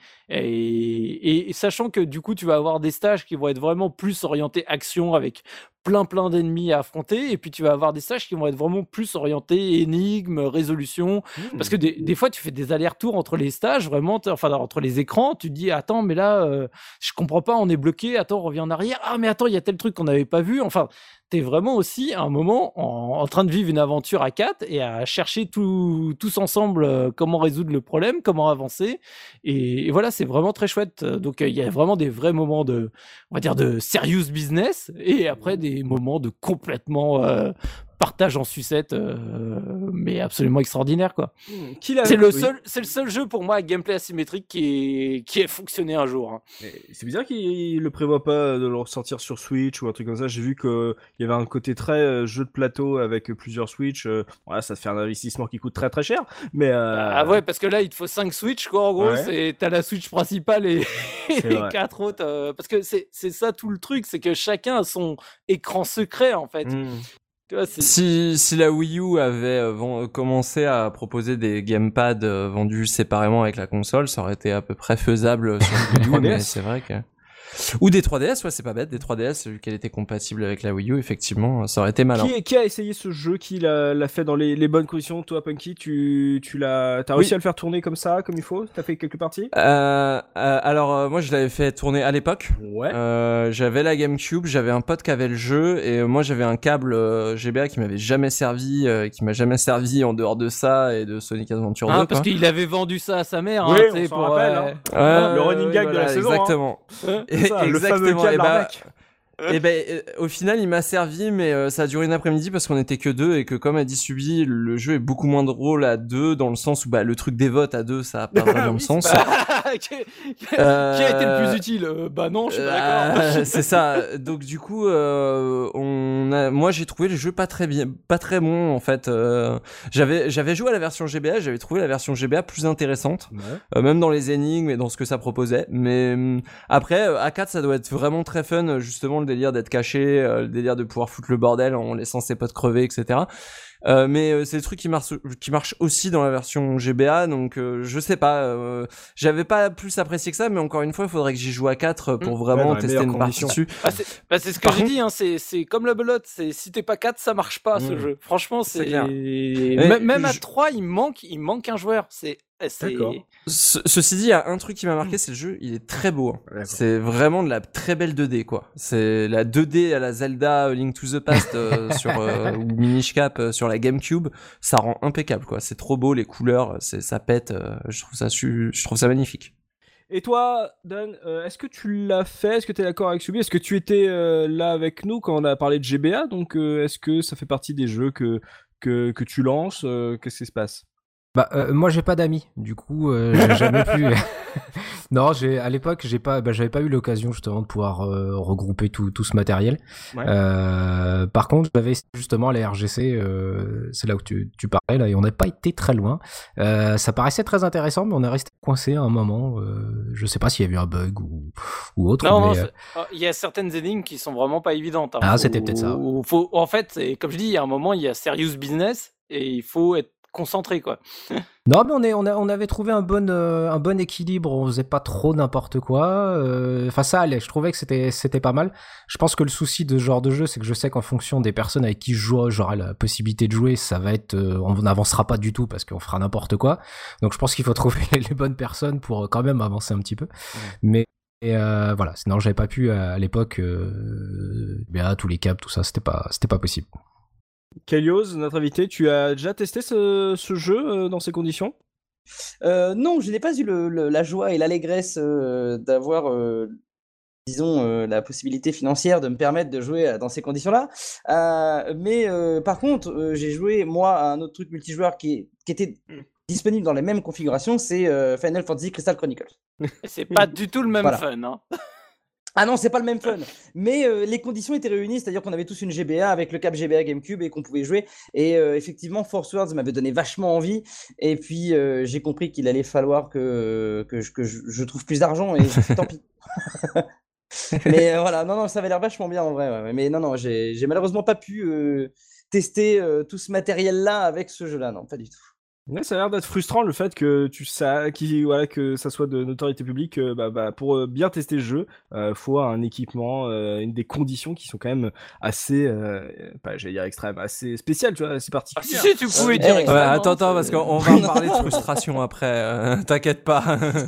et sachant que du coup tu vas avoir des stages qui vont être vraiment plus orientés action avec plein d'ennemis à affronter et puis tu vas avoir des stages qui vont être vraiment plus orientés énigmes, résolution parce que des fois tu fais des allers-retours entre les stages vraiment entre les écrans, tu te dis attends mais là je comprends pas, on est bloqué, attends on revient en arrière, ah mais attends il y a tel truc qu'on n'avait pas vu, enfin t'es vraiment aussi à un moment en train de vivre une aventure à 4 et à chercher tous ensemble comment résoudre le problème, comment avancer et voilà c'est vraiment très chouette. Donc il y a vraiment des vrais moments de on va dire de serious business et après des moments de complètement partage en sucette mais absolument extraordinaire quoi. C'est le seul jeu pour moi à gameplay asymétrique qui a fonctionné un jour. C'est bizarre qu'il le prévoit pas de le ressortir sur Switch ou un truc comme ça. J'ai vu qu'il y avait un côté très jeu de plateau avec plusieurs Switch. Voilà, ça te fait un investissement qui coûte très très cher. Mais ah ouais, parce que là il te faut 5 Switch quoi. En gros, t'as la Switch principale et les 4 autres. Parce que c'est ça tout le truc, c'est que chacun a son écran secret en fait. Si la Wii U avait commencé à proposer des gamepads vendus séparément avec la console, ça aurait été à peu près faisable sur le Wii U, mais c'est vrai que... Ou des 3DS, ouais, c'est pas bête, des 3DS, vu qu'elle était compatible avec la Wii U, effectivement, ça aurait été malin. Qui a essayé ce jeu, qui l'a fait dans les bonnes conditions? Toi, Punky, t'as réussi à le faire tourner comme ça, comme il faut? T'as fait quelques parties? Alors, moi, je l'avais fait tourner à l'époque. Ouais. J'avais la GameCube, j'avais un pote qui avait le jeu, et moi, j'avais un câble GBA qui m'avait jamais servi, qui m'a jamais servi en dehors de ça et de Sonic Adventure 2. Parce qu'il avait vendu ça à sa mère, oui, on s'en rappelle, le running gag de la saison. Exactement. Ça, le fameux câble arnaque. Au final, il m'a servi, mais ça a duré une après-midi parce qu'on était que 2 et que comme a dit Subi, le jeu est beaucoup moins drôle à 2 dans le sens où le truc des votes à 2, ça a pas vraiment de sens. Qui a été le plus utile? Non, je suis pas d'accord. C'est ça. Donc du coup, moi j'ai trouvé le jeu pas très bon en fait. J'avais joué à la version GBA, j'avais trouvé la version GBA plus intéressante, même dans les énigmes et dans ce que ça proposait. Mais après, à 4, ça doit être vraiment très fun, justement le délire d'être caché, le délire de pouvoir foutre le bordel en laissant ses potes crever, etc. Mais c'est des trucs qui marchent aussi dans la version GBA, donc je sais pas, j'avais pas plus apprécié que ça, mais encore une fois, il faudrait que j'y joue à 4 pour vraiment tester une partie dessus. C'est ce que j'ai dit, hein, c'est comme la belote, si t'es pas 4, ça marche pas ce jeu. Franchement, c'est même à 3, il manque un joueur. D'accord. Ceci dit, il y a un truc qui m'a marqué, c'est le jeu, il est très beau. Hein. C'est vraiment de la très belle 2D, quoi. C'est la 2D à la Zelda Link to the Past ou Minish Cap sur la GameCube, ça rend impeccable, quoi. C'est trop beau, les couleurs, ça pète. Je trouve ça magnifique. Et toi, Dan, est-ce que tu l'as fait? Est-ce que tu es d'accord avec Subi? Est-ce que tu étais là avec nous quand on a parlé de GBA? Donc, est-ce que ça fait partie des jeux que tu lances? Qu'est-ce qui se passe? Moi j'ai pas d'amis, du coup j'ai jamais pu. Non, à l'époque j'avais pas eu l'occasion justement de pouvoir regrouper tout ce matériel. Ouais. Par contre j'avais justement les RGC, c'est là où tu parlais là, et on n'a pas été très loin. Ça paraissait très intéressant, mais on est resté coincé à un moment. Je sais pas s'il y a eu un bug ou autre. Non, il y a certaines énigmes qui sont vraiment pas évidentes. Hein. C'était peut-être ça. En fait, comme je dis, il y a un moment il y a serious business et il faut être concentré quoi. Non mais on avait trouvé un bon équilibre, on faisait pas trop n'importe quoi, enfin ça allait, je trouvais que c'était pas mal. Je pense que le souci de ce genre de jeu, c'est que je sais qu'en fonction des personnes avec qui je joue, j'aurai la possibilité de jouer, ça va être on n'avancera pas du tout parce qu'on fera n'importe quoi. Donc je pense qu'il faut trouver les bonnes personnes pour quand même avancer un petit peu. Mais voilà, sinon j'avais pas pu à l'époque tous les câbles, tout ça, c'était pas possible. Kalios, notre invité, tu as déjà testé ce jeu dans ces conditions? Non, je n'ai pas eu la joie et l'allégresse d'avoir, disons, la possibilité financière de me permettre de jouer dans ces conditions-là. Mais par contre, j'ai joué, moi, à un autre truc multijoueur qui était disponible dans les mêmes configurations, c'est Final Fantasy Crystal Chronicles. C'est pas du tout le même fun, hein. Ah non, c'est pas le même fun. Mais les conditions étaient réunies, c'est-à-dire qu'on avait tous une GBA avec le câble GBA GameCube et qu'on pouvait jouer. Et effectivement, Force Words m'avait donné vachement envie. Et puis j'ai compris qu'il allait falloir que je trouve plus d'argent et j'ai fait tant pis. Mais voilà, non, ça avait l'air vachement bien en vrai. Ouais. Mais non, j'ai malheureusement pas pu tester tout ce matériel-là avec ce jeu-là. Non, pas du tout. Ouais, ça a l'air d'être frustrant le fait que que ça soit de notoriété publique. Pour bien tester le jeu, faut un équipement, des conditions qui sont quand même assez, j'allais dire extrêmes, assez spéciales, tu vois, assez particulières. Si tu pouvais dire extrême. Attends, parce qu'on va en parler de frustration après. T'inquiète pas.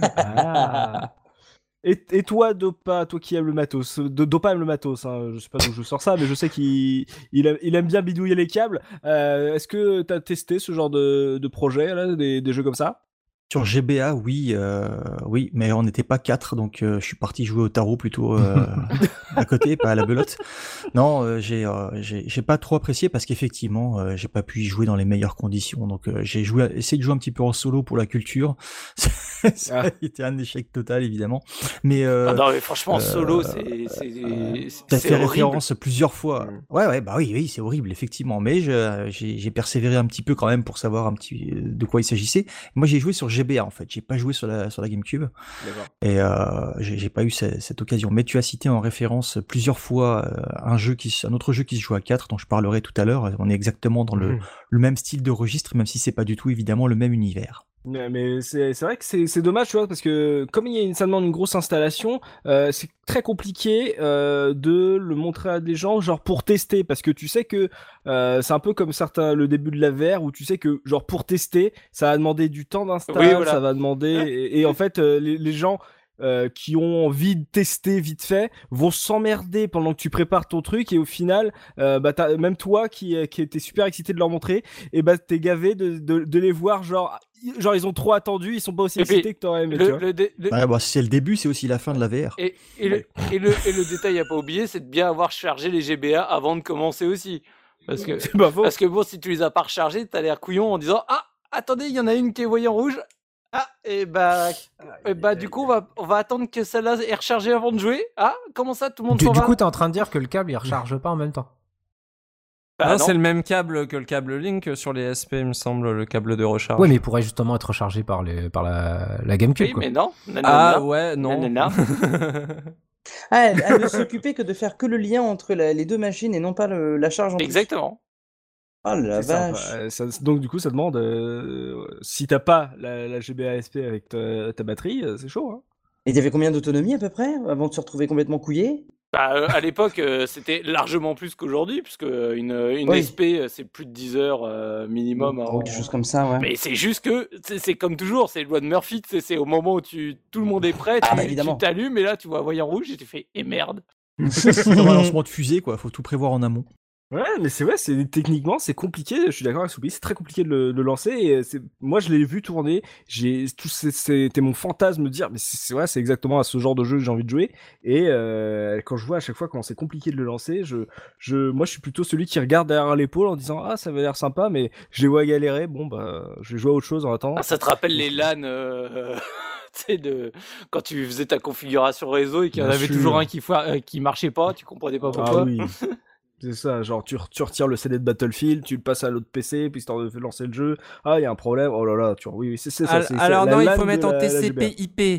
Et toi, Dopa, toi qui aimes le matos, Dopa aime le matos, hein, je sais pas d'où je sors ça, mais je sais qu'il aime bien bidouiller les câbles. Est-ce que t'as testé ce genre de projet, là, des jeux comme ça? Sur GBA, oui, mais on n'était pas 4, donc je suis parti jouer au tarot plutôt à côté, pas à la belote. Non, j'ai pas trop apprécié parce qu'effectivement, j'ai pas pu y jouer dans les meilleures conditions. Donc j'ai essayé de jouer un petit peu en solo pour la culture. Ça a été un échec total, évidemment. Mais non, mais franchement, solo, c'est t'as fait référence plusieurs fois. Ouais, bah oui, c'est horrible, effectivement. Mais j'ai persévéré un petit peu quand même pour savoir un petit de quoi il s'agissait. Moi, j'ai joué sur GBA en fait, j'ai pas joué sur la GameCube. D'accord. Et j'ai pas eu cette occasion. Mais tu as cité en référence plusieurs fois un autre jeu qui se joue à 4 dont je parlerai tout à l'heure. On est exactement dans le même style de registre, même si c'est pas du tout évidemment le même univers. Mais c'est vrai que c'est dommage, tu vois, parce que comme ça demande une grosse installation, c'est très compliqué de le montrer à des gens, genre pour tester, parce que tu sais que c'est un peu comme le début de la VR, où tu sais que genre pour tester, ça va demander du temps d'install, oui, voilà. Ça va demander, et en fait les gens qui ont envie de tester vite fait vont s'emmerder pendant que tu prépares ton truc, et au final même toi qui était super excité de leur montrer, et t'es gavé de les voir genre ils ont trop attendu, ils sont pas aussi excités que t'aurais aimé. C'est le début, c'est aussi la fin de la VR. Et le détail à pas oublier, c'est de bien avoir chargé les GBA avant de commencer aussi, parce que bon, si tu les as pas rechargés, t'as l'air couillon en disant attendez, il y en a une qui est voyant rouge. Du coup, on va attendre que celle-là est rechargée avant de jouer. Comment ça, tout le monde s'en va ? Du coup, t'es en train de dire que le câble, il recharge pas en même temps ? Non, c'est le même câble que le câble Link sur les SP, il me semble, le câble de recharge. Oui, mais il pourrait justement être rechargé par la GameCube. Oui, mais non. Non. Elle ne s'occupait que de faire que le lien entre les deux machines et non pas la charge en plus. Exactement. Oh la vache. Donc du coup ça demande si t'as pas la GBA SP avec ta batterie, c'est chaud, hein. Et t'avais combien d'autonomie à peu près avant de se retrouver complètement couillé ? À l'époque c'était largement plus qu'aujourd'hui, puisque une SP c'est plus de 10 heures minimum. Quelque chose comme ça, ouais. Mais c'est juste que c'est comme toujours, c'est le loi de Murphy, c'est au moment où tout le monde est prêt, tu t'allumes et là tu vois voyant rouge et tu fais merde. C'est comme un lancement de fusée, quoi, faut tout prévoir en amont. Ouais, mais techniquement c'est compliqué. Je suis d'accord avec Soubi, c'est très compliqué de le lancer. Et moi je l'ai vu tourner. C'était mon fantasme de dire, mais c'est exactement à ce genre de jeu que j'ai envie de jouer. Et quand je vois à chaque fois comment c'est compliqué de le lancer, moi je suis plutôt celui qui regarde derrière l'épaule en disant ça avait l'air sympa, mais je les vois galérer. Bon je vais jouer à autre chose en attendant. Ça te rappelle les LAN quand tu faisais ta configuration réseau et qu'il y en avait toujours un qui marchait pas, tu comprenais pas pourquoi. Ah oui. C'est ça, genre tu retires le CD de Battlefield, tu le passes à l'autre PC, puis histoire de lancer le jeu. Il y a un problème. Oh là là, oui, c'est ça. Alors non, il faut mettre en TCP/IP.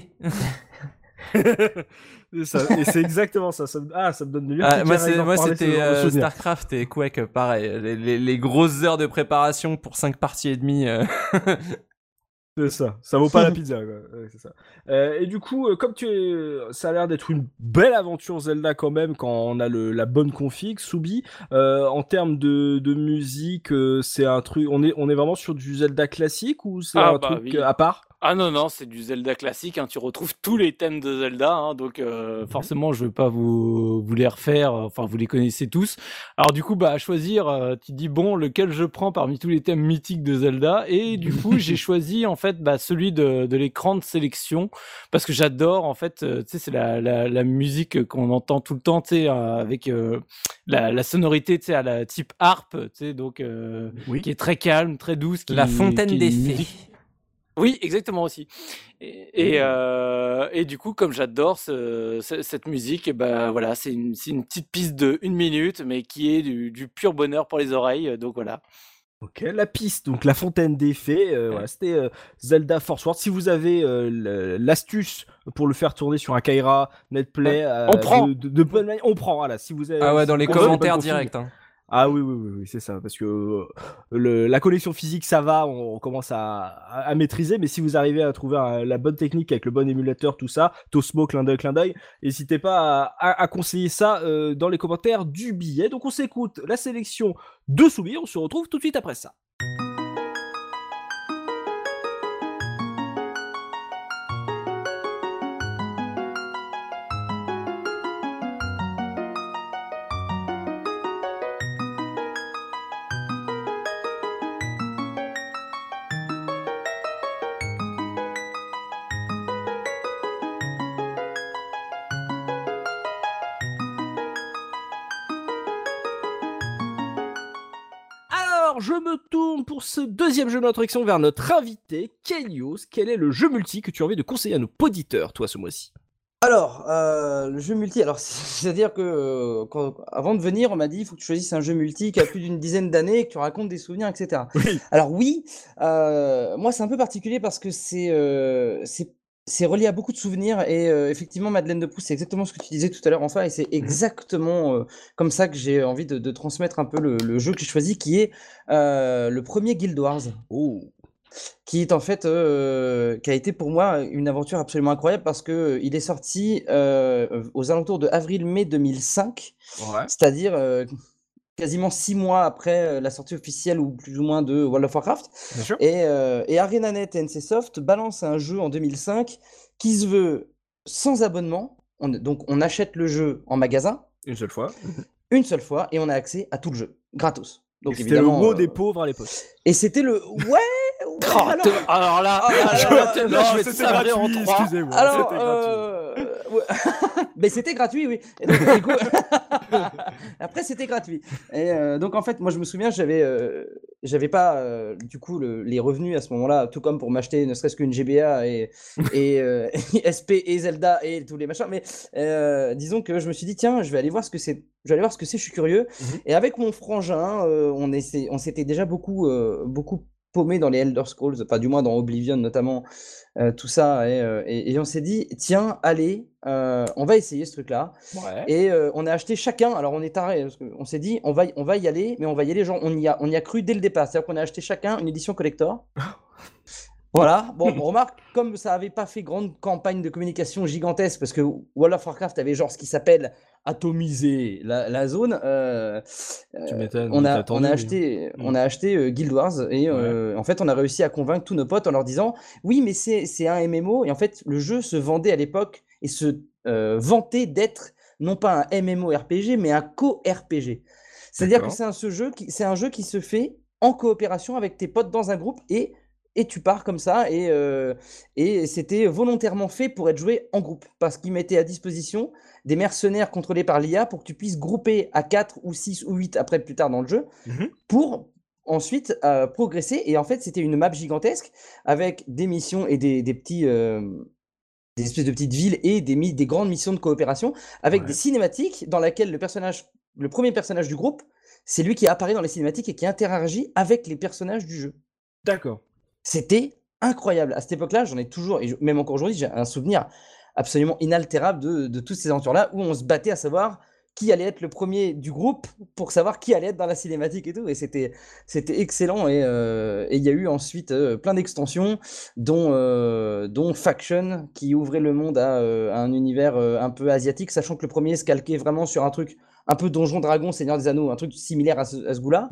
C'est ça, et c'est exactement ça. Ça me donne de l'huile. Moi, c'était StarCraft et Quake, pareil. Les grosses heures de préparation pour 5 parties et demie. C'est ça vaut pas la pizza, quoi. C'est ça. Et du coup, ça a l'air d'être une belle aventure Zelda quand même quand on a la bonne config. Soubi, en termes de musique, c'est un truc. On est vraiment sur du Zelda classique ou c'est un truc à part? Ah non, c'est du Zelda classique, hein. Tu retrouves tous les thèmes de Zelda, hein, donc forcément je vais pas vous les refaire, enfin vous les connaissez tous. Alors du coup à choisir, tu dis bon lequel je prends parmi tous les thèmes mythiques de Zelda, et du coup j'ai choisi en fait celui de l'écran de sélection, parce que j'adore en fait, tu sais c'est la musique qu'on entend tout le temps, tu sais avec la sonorité, tu sais à la type harpe, tu sais donc qui est très calme, très douce, la fontaine des fées. Oui, exactement aussi. Et du coup, comme j'adore cette musique, et ben voilà, c'est une petite piste de 1 minute, mais qui est du pur bonheur pour les oreilles. Donc voilà. Ok, la piste, donc la fontaine des fées, voilà, c'était Zelda Force Wars. Si vous avez l'astuce pour le faire tourner sur un Kaira, Netplay, On prend. de bonne manière, on prend. Voilà, si vous avez, Ah ouais, dans les vous avez commentaires pas de config. directs. Hein. Ah oui, c'est ça, parce que la connexion physique, ça va, on commence à maîtriser, mais si vous arrivez à trouver la bonne technique avec le bon émulateur, tout ça, Tosmo, clin d'œil, n'hésitez pas à conseiller ça dans les commentaires du billet. Donc on s'écoute la sélection de Soubi, on se retrouve tout de suite après ça. Alors, je me tourne pour ce deuxième jeu de notre action vers notre invité, Kelios. Quel est le jeu multi que tu as envie de conseiller à nos auditeurs, toi, ce mois-ci? Alors, le jeu multi, alors c'est-à-dire que avant de venir, on m'a dit il faut que tu choisisses un jeu multi qui a plus d'une dizaine d'années et que tu racontes des souvenirs, etc. Oui. Alors oui, moi c'est un peu particulier parce que c'est relié à beaucoup de souvenirs et effectivement Madeleine de Proust, c'est exactement ce que tu disais tout à l'heure enfin et c'est exactement comme ça que j'ai envie de transmettre un peu le jeu que j'ai choisi qui est le premier Guild Wars. Oh. Qui est en fait, qui a été pour moi une aventure absolument incroyable parce que il est sorti aux alentours de avril-mai 2005, Ouais. c'est-à-dire quasiment 6 mois après la sortie officielle ou plus ou moins de World of Warcraft. Bien sûr. Et ArenaNet et NCSoft balancent un jeu en 2005 qui se veut sans abonnement. Donc on achète le jeu en magasin. Une seule fois. Une seule fois et on a accès à tout le jeu, gratos. Donc c'était le WoW des pauvres à l'époque. Et c'était le... Ouais alors là, je vais te sabrer en 3. Excusez-moi, alors, c'était gratuit. ouais. Mais c'était gratuit, oui. Et donc, du coup... Après, c'était gratuit. Et donc, en fait, moi, je me souviens, j'avais pas, du coup, les revenus à ce moment-là, tout comme pour m'acheter ne serait-ce qu'une GBA et SP et Zelda et tous les machins. Mais disons que je me suis dit, tiens, je vais aller voir ce que c'est. Je suis curieux. Et avec mon frangin, on s'était déjà beaucoup paumé dans les Elder Scrolls, enfin du moins dans Oblivion notamment, tout ça, et on s'est dit, tiens, allez, on va essayer ce truc-là. Ouais. Et on a acheté chacun, alors on est tarés, parce qu'on s'est dit, on va y aller, mais on va y aller, genre, on y a cru dès le départ, c'est-à-dire qu'on a acheté chacun une édition collector. Voilà, bon, on remarque, comme ça avait pas fait grande campagne de communication gigantesque, parce que World of Warcraft avait genre ce qui s'appelle atomiser la zone, Tu m'étonnes, on a acheté Guild Wars, et en fait on a réussi à convaincre tous nos potes en leur disant oui mais c'est un MMO, et en fait le jeu se vendait à l'époque et se vantait d'être non pas un MMORPG mais un co-RPG. C'est-à-dire que c'est un jeu qui se fait en coopération avec tes potes dans un groupe et tu pars comme ça, et c'était volontairement fait pour être joué en groupe, parce qu'ils mettaient à disposition des mercenaires contrôlés par l'IA pour que tu puisses grouper à 4 ou 6 ou 8 après plus tard dans le jeu, pour ensuite progresser. Et en fait, c'était une map gigantesque avec des missions et des petits... des espèces de petites villes et des grandes missions de coopération, avec des cinématiques dans lesquelles le premier personnage du groupe, c'est lui qui apparaît dans les cinématiques et qui interagit avec les personnages du jeu. D'accord. C'était incroyable. À cette époque-là, j'en ai toujours, et même encore aujourd'hui, j'ai un souvenir absolument inaltérable de toutes ces aventures-là où on se battait à savoir qui allait être le premier du groupe pour savoir qui allait être dans la cinématique et tout. Et c'était excellent. Et il y a eu ensuite plein d'extensions, dont Faction, qui ouvrait le monde à un univers un peu asiatique, sachant que le premier se calquait vraiment sur un truc un peu Donjon Dragon, Seigneur des Anneaux, un truc similaire à ce goût-là.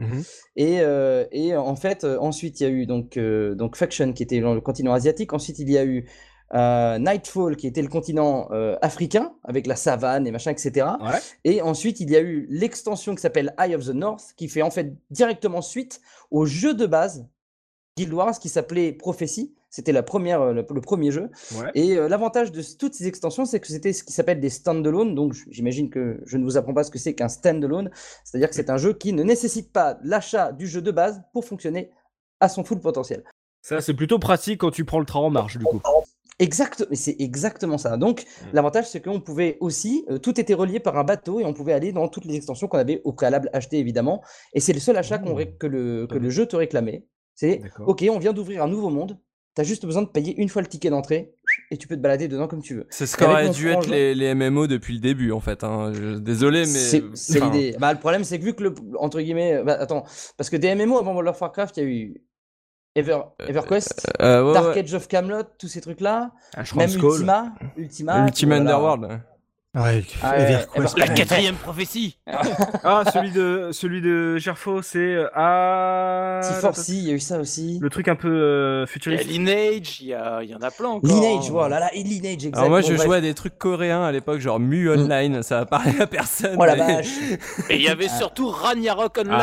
Et en fait, ensuite, il y a eu donc Faction, qui était dans le continent asiatique. Ensuite, il y a eu Nightfall, qui était le continent africain, avec la savane et machin, etc. Ouais. Et ensuite, il y a eu l'extension qui s'appelle Eye of the North, qui fait en fait directement suite au jeu de base Guild Wars, qui s'appelait Prophecy. C'était le premier jeu. Ouais. Et l'avantage de toutes ces extensions, c'est que c'était ce qui s'appelle des standalone. Donc j'imagine que je ne vous apprends pas ce que c'est qu'un standalone. C'est-à-dire que c'est un jeu qui ne nécessite pas l'achat du jeu de base pour fonctionner à son full potentiel. Ça, c'est plutôt pratique quand tu prends le train en marche, du coup. Exact, mais c'est exactement ça. Donc, l'avantage, c'est qu'on pouvait aussi, tout était relié par un bateau et on pouvait aller dans toutes les extensions qu'on avait au préalable achetées, évidemment. Et c'est le seul achat que le jeu te réclamait. C'est, ok, on vient d'ouvrir un nouveau monde, t'as juste besoin de payer une fois le ticket d'entrée et tu peux te balader dedans comme tu veux. C'est ce qu'aurait dû être les MMO depuis le début, en fait. Hein. Désolé, mais... C'est l'idée. Bah, le problème, c'est que vu que, entre guillemets... attends, parce que des MMO avant World of Warcraft, il y a eu... EverQuest, Dark Age of Camelot, tous ces trucs-là, même Ultima Underworld. Ouais, EverQuest. La 4ème prophétie. Celui de Gerfo, c'est T4C, il y a eu ça aussi. Le truc un peu futuriste. Il y a Lineage, il y en a plein encore. Lineage, voilà, et Lineage, exactement. Alors moi, je jouais à des trucs coréens à l'époque, genre Mu Online, ça va parler à personne. Oh la vache. Et il y avait surtout Ragnarok Online.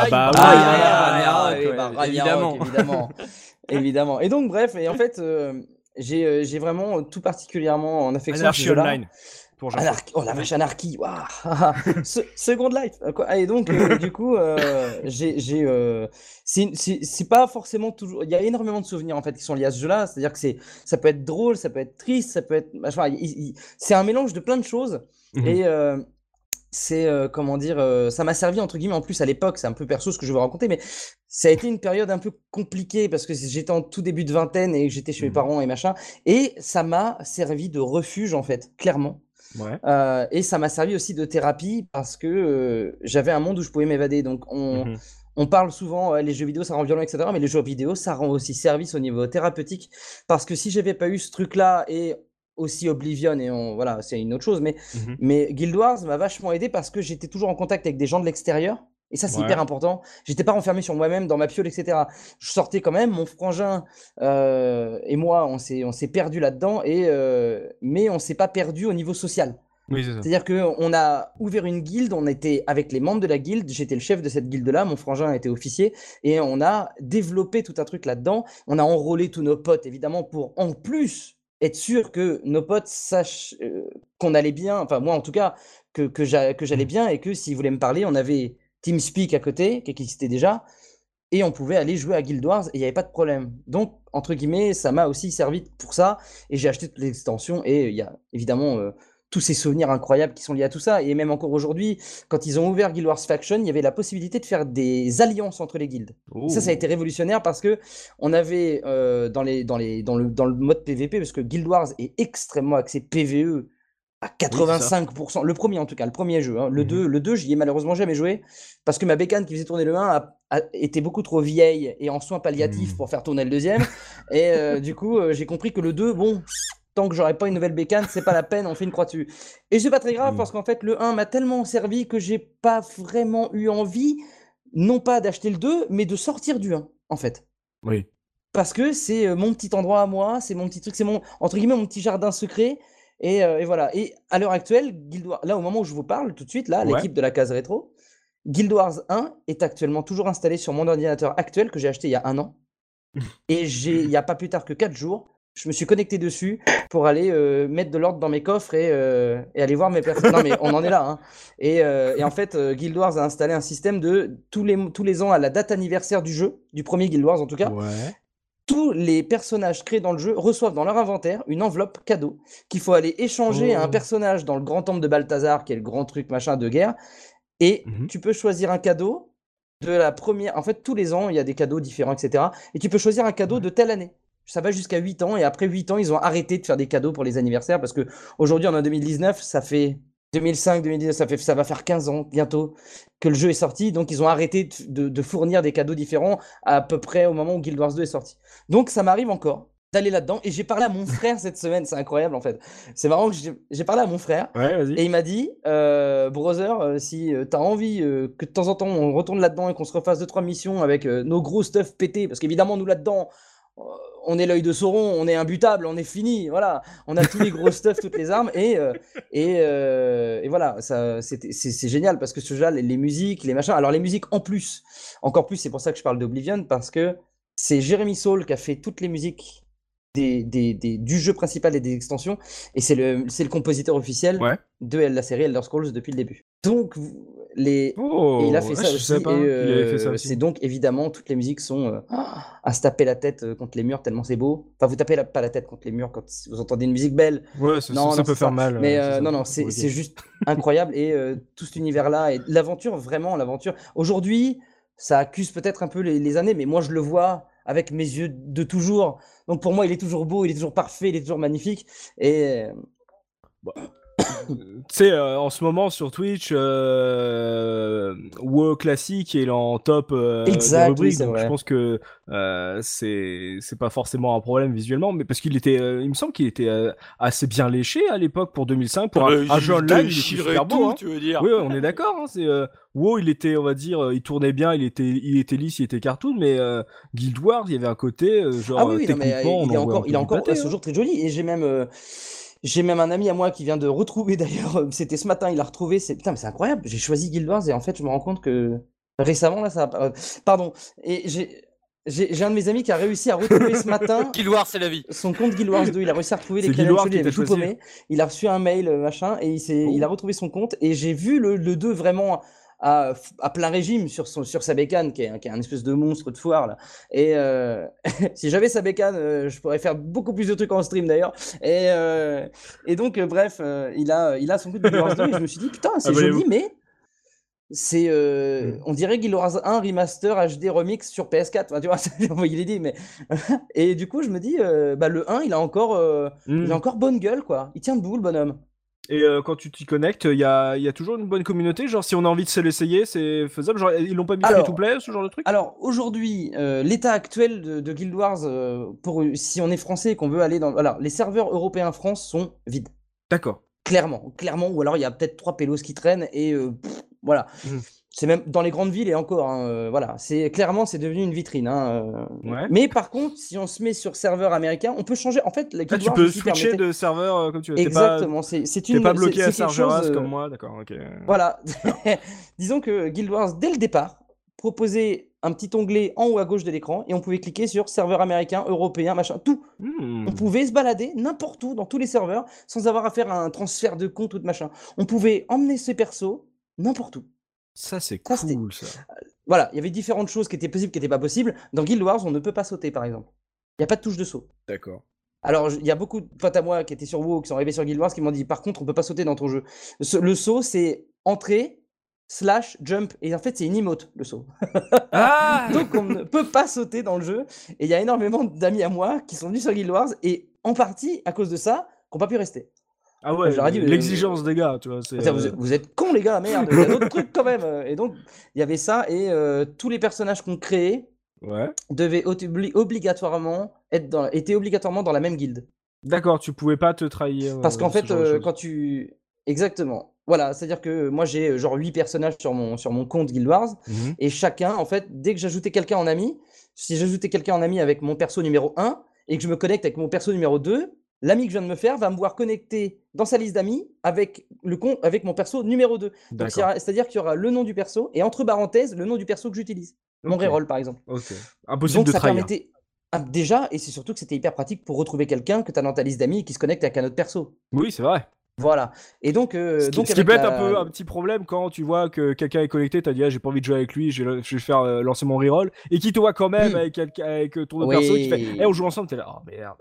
Évidemment. Et donc, bref, et en fait, j'ai vraiment tout particulièrement en affection. Anarchy Online. Oh la vache, Anarchy, waouh. Second Life, quoi. Et donc, du coup, c'est pas forcément toujours. Il y a énormément de souvenirs en fait qui sont liés à ce jeu-là. C'est-à-dire que ça peut être drôle, ça peut être triste, ça peut être. Enfin, c'est un mélange de plein de choses. Et c'est comment dire, ça m'a servi entre guillemets en plus à l'époque. C'est un peu perso ce que je veux raconter, mais ça a été une période un peu compliquée parce que j'étais en tout début de vingtaine et j'étais chez mes parents et machin. Et ça m'a servi de refuge en fait, clairement. Ouais. Et ça m'a servi aussi de thérapie parce que j'avais un monde où je pouvais m'évader. Donc on parle souvent, les jeux vidéo ça rend violent, etc. Mais les jeux vidéo ça rend aussi service au niveau thérapeutique. Parce que si j'avais pas eu ce truc-là et aussi Oblivion, et voilà, c'est une autre chose, mais Guild Wars m'a vachement aidé parce que j'étais toujours en contact avec des gens de l'extérieur. Et ça, c'est hyper important. J'étais pas renfermé sur moi-même, dans ma piole, etc. Je sortais quand même, mon frangin et moi, on s'est perdu là-dedans, mais on s'est pas perdu au niveau social. Oui, c'est ça. C'est-à-dire qu'on a ouvert une guilde, on était avec les membres de la guilde, j'étais le chef de cette guilde-là, mon frangin était officier, et on a développé tout un truc là-dedans. On a enrôlé tous nos potes, évidemment, pour en plus être sûr que nos potes sachent qu'on allait bien, enfin moi en tout cas, que j'allais bien, et que s'ils voulaient me parler, on avait TeamSpeak à côté, qui existait déjà, et on pouvait aller jouer à Guild Wars, et il n'y avait pas de problème. Donc, entre guillemets, ça m'a aussi servi pour ça, et j'ai acheté toutes les extensions, et il y a évidemment tous ces souvenirs incroyables qui sont liés à tout ça, et même encore aujourd'hui, quand ils ont ouvert Guild Wars Faction, il y avait la possibilité de faire des alliances entre les guildes. Ça a été révolutionnaire parce que on avait dans le mode PVP, parce que Guild Wars est extrêmement axé PVE, à 85%, le premier en tout cas, le premier jeu. Hein. Le 2, j'y ai malheureusement jamais joué, parce que ma bécane qui faisait tourner le 1 était beaucoup trop vieille et en soins palliatifs pour faire tourner le deuxième. Et du coup, j'ai compris que le 2, bon, tant que j'aurais pas une nouvelle bécane, c'est pas la peine, on fait une croix dessus. Et c'est pas très grave, parce qu'en fait, le 1 m'a tellement servi que j'ai pas vraiment eu envie, non pas d'acheter le 2, mais de sortir du 1, en fait. Oui. Parce que c'est mon petit endroit à moi, c'est mon petit truc, c'est mon, entre guillemets, mon petit jardin secret. Et voilà. Et à l'heure actuelle, Guild Wars, là au moment où je vous parle tout de suite, là, l'équipe de la case rétro, Guild Wars 1 est actuellement toujours installé sur mon ordinateur actuel que j'ai acheté il y a 1 an. Et il n'y a pas plus tard que 4 jours, je me suis connecté dessus pour aller mettre de l'ordre dans mes coffres et aller voir mes personnes. Non mais on en est là. Hein. Et en fait, Guild Wars a installé un système de tous les ans à la date anniversaire du jeu, du premier Guild Wars en tout cas. Tous les personnages créés dans le jeu reçoivent dans leur inventaire une enveloppe cadeau qu'il faut aller échanger à un personnage dans le grand temple de Balthazar, qui est le grand truc machin de guerre. Et tu peux choisir un cadeau de la première. En fait, tous les ans, il y a des cadeaux différents, etc. Et tu peux choisir un cadeau de telle année. Ça va jusqu'à 8 ans. Et après 8 ans, ils ont arrêté de faire des cadeaux pour les anniversaires. Parce qu'aujourd'hui, on est en 2019, ça fait 2005, 2019, ça va faire 15 ans bientôt que le jeu est sorti. Donc, ils ont arrêté de fournir des cadeaux différents à peu près au moment où Guild Wars 2 est sorti. Donc, ça m'arrive encore d'aller là-dedans. Et j'ai parlé à mon frère cette semaine. C'est incroyable, en fait. C'est marrant que j'ai parlé à mon frère. Et il m'a dit, brother, si t'as envie que de temps en temps, on retourne là-dedans et qu'on se refasse 2-3 missions avec nos gros stuff pétés. Parce qu'évidemment, nous, là-dedans, on est l'œil de Sauron, on est imbutable, on est fini, voilà, on a tous les gros stuff, toutes les armes, et voilà, c'est génial parce que ce jeu-là, les musiques, les machins, alors les musiques en plus, encore plus, c'est pour ça que je parle d'Oblivion, parce que c'est Jeremy Soule qui a fait toutes les musiques du jeu principal et des extensions, et c'est le compositeur officiel de la série Elder Scrolls depuis le début. Donc, Et il a fait ça aussi. Et c'est donc évidemment, toutes les musiques sont à se taper la tête contre les murs tellement c'est beau. Enfin, vous tapez pas la tête contre les murs quand vous entendez une musique belle. Ouais, ça peut faire mal. Mais non, c'est juste incroyable. Et tout cet univers-là, et l'aventure, vraiment, l'aventure. Aujourd'hui, ça accuse peut-être un peu les années, mais moi, je le vois avec mes yeux de toujours. Donc pour moi, il est toujours beau, il est toujours parfait, il est toujours magnifique. Et... Tu sais, en ce moment sur Twitch, WoW classique il est en top des rubriques, donc je pense que c'est pas forcément un problème visuellement, mais parce qu'il était, il me semble qu'il était assez bien léché à l'époque pour 2005 pour un jeu online, il était super beau. Hein. Tu veux dire. Oui, on est d'accord. Hein, c'est WoW, il était, on va dire, il tournait bien, il était lisse, il était cartoon, mais Guild Wars, il y avait un côté genre techniquement, il est encore à ce jour très joli, et j'ai même un ami à moi qui vient de retrouver, d'ailleurs, c'était ce matin, il a retrouvé, putain, mais c'est incroyable, j'ai choisi Guild Wars et en fait, je me rends compte que récemment, là, ça pardon, et j'ai un de mes amis qui a réussi à retrouver ce matin Guild Wars, c'est la vie. Son compte Guild Wars 2, il a réussi à retrouver les credentials, il avait tout paumé, il a reçu un mail, machin, et il a retrouvé son compte, et j'ai vu le 2 vraiment à plein régime sur sa bécane, qui est un espèce de monstre de foire là. Et si j'avais sa bécane, je pourrais faire beaucoup plus de trucs en stream d'ailleurs. Et donc bref, il a son compte de Guild Wars 2 et je me suis dit putain, c'est joli, mais c'est on dirait Guild Wars 1 remaster HD remix sur PS4. Enfin, tu vois, j'ai envoyé l'idée, mais et du coup je me dis le 1 il a encore bonne gueule quoi. Il tient debout le bonhomme. Et quand tu t'y connectes, il y a toujours une bonne communauté. Genre, si on a envie de se l'essayer, c'est faisable. Genre, ils l'ont pas mis free to play, ce genre de truc. Alors aujourd'hui, l'état actuel de Guild Wars, si on est français et qu'on veut aller dans, alors les serveurs européens France sont vides. D'accord. Clairement. Ou alors il y a peut-être 3 pélos qui traînent et voilà. C'est même dans les grandes villes et encore. Voilà, c'est devenu une vitrine. Ouais. Mais par contre, si on se met sur serveur américain, on peut changer. En fait, la Guild Wars, tu peux switcher de serveur comme tu veux. Exactement. T'es pas bloqué à serveur comme moi, d'accord. Ok. Voilà. Disons que Guild Wars, dès le départ, proposait un petit onglet en haut à gauche de l'écran et on pouvait cliquer sur serveur américain, européen, machin, tout. On pouvait se balader n'importe où dans tous les serveurs sans avoir à faire un transfert de compte ou de machin. On pouvait emmener ses persos n'importe où. Ça, c'est cool, ça. Voilà, il y avait différentes choses qui étaient possibles, qui n'étaient pas possibles. Dans Guild Wars, on ne peut pas sauter, par exemple. Il n'y a pas de touche de saut. D'accord. Alors, il y a beaucoup de potes à moi qui étaient sur WoW, qui sont arrivés sur Guild Wars, qui m'ont dit, par contre, on peut pas sauter dans ton jeu. Le saut, c'est entrer, / jump, et en fait, c'est une emote, le saut. Donc, on ne peut pas sauter dans le jeu. Et il y a énormément d'amis à moi qui sont venus sur Guild Wars, et en partie, à cause de ça, qui n'ont pas pu rester. Ah ouais, l'exigence des gars, tu vois. Vous êtes cons, les gars, merde, il y a d'autres trucs quand même. Et donc, il y avait ça, et tous les personnages qu'on créait devaient obligatoirement étaient obligatoirement dans la même guilde. D'accord, tu pouvais pas te trahir. Parce qu'en fait, quand tu... Exactement. Voilà, c'est-à-dire que moi, j'ai genre 8 personnages sur mon compte Guild Wars, et chacun, en fait, dès que j'ajoutais quelqu'un en ami, si j'ajoutais quelqu'un en ami avec mon perso numéro 1, et que je me connecte avec mon perso numéro 2, l'ami que je viens de me faire va me voir connecter dans sa liste d'amis avec mon perso numéro 2. Donc, c'est-à-dire qu'il y aura le nom du perso et entre parenthèses le nom du perso que j'utilise. Mon reroll par exemple. Impossible de trahir. Déjà, et c'est surtout que c'était hyper pratique pour retrouver quelqu'un que tu as dans ta liste d'amis et qui se connecte avec un autre perso. Oui, c'est vrai. Voilà. Et donc, ce qui peut être un petit problème quand tu vois que quelqu'un est connecté, t'as dit j'ai pas envie de jouer avec lui, je vais faire lancer mon reroll, et qui te voit quand même avec ton autre perso qui fait on joue ensemble, t'es là, oh merde.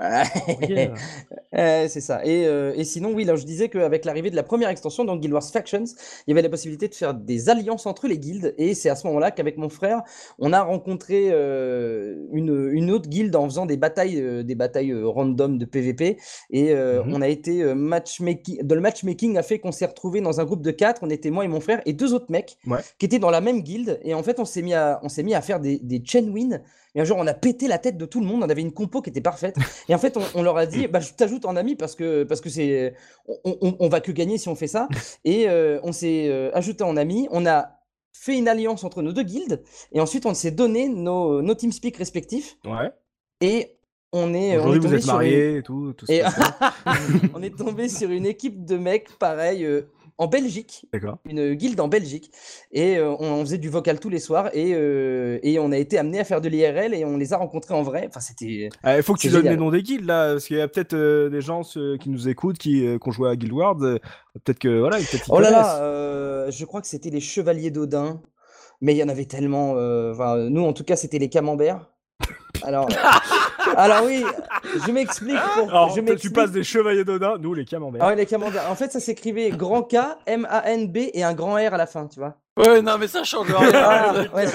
C'est ça. Et sinon, oui, là je disais qu'avec l'arrivée de la première extension, donc Guild Wars Factions, il y avait la possibilité de faire des alliances entre les guildes, et c'est à ce moment-là qu'avec mon frère, on a rencontré une autre guilde en faisant des batailles random de PVP, et on a été matchmaking. Le matchmaking a fait qu'on s'est retrouvés dans un groupe de 4, on était moi et mon frère et 2 autres mecs qui étaient dans la même guilde, et en fait on s'est mis à faire des chain wins. Et un jour, on a pété la tête de tout le monde. On avait une compo qui était parfaite. Et en fait, on leur a dit, je t'ajoute en ami parce que c'est, on va que gagner si on fait ça. Et on s'est ajouté en ami. On a fait une alliance entre nos 2 guildes. Et ensuite, on s'est donné nos TeamSpeak respectifs. Ouais. Et aujourd'hui, vous êtes mariés et tout. On est tombé sur une équipe de mecs, pareil, en Belgique. D'accord. Une guilde en Belgique. Et on faisait du vocal tous les soirs. Et on a été amené à faire de l'IRL et on les a rencontrés en vrai. Enfin, c'était. Il faut que tu donnes génial. les noms des guildes là, parce qu'il y a peut-être des gens qui nous écoutent qui ont joué à Guild Wars. Peut-être que voilà, peut-être qu'ils Oh là connaissent. là, je crois que c'était les Chevaliers d'Odin. Mais il y en avait tellement. Nous, en tout cas, c'était les Camemberts. Alors oui, je m'explique. Alors, tu passes des Chevaliers d'Odin, nous les Camemberts. Ah ouais, les Camemberts. En fait, ça s'écrivait grand K, M-A-N-B et un grand R à la fin, tu vois. Ouais, non, mais ça change rien. Ouais.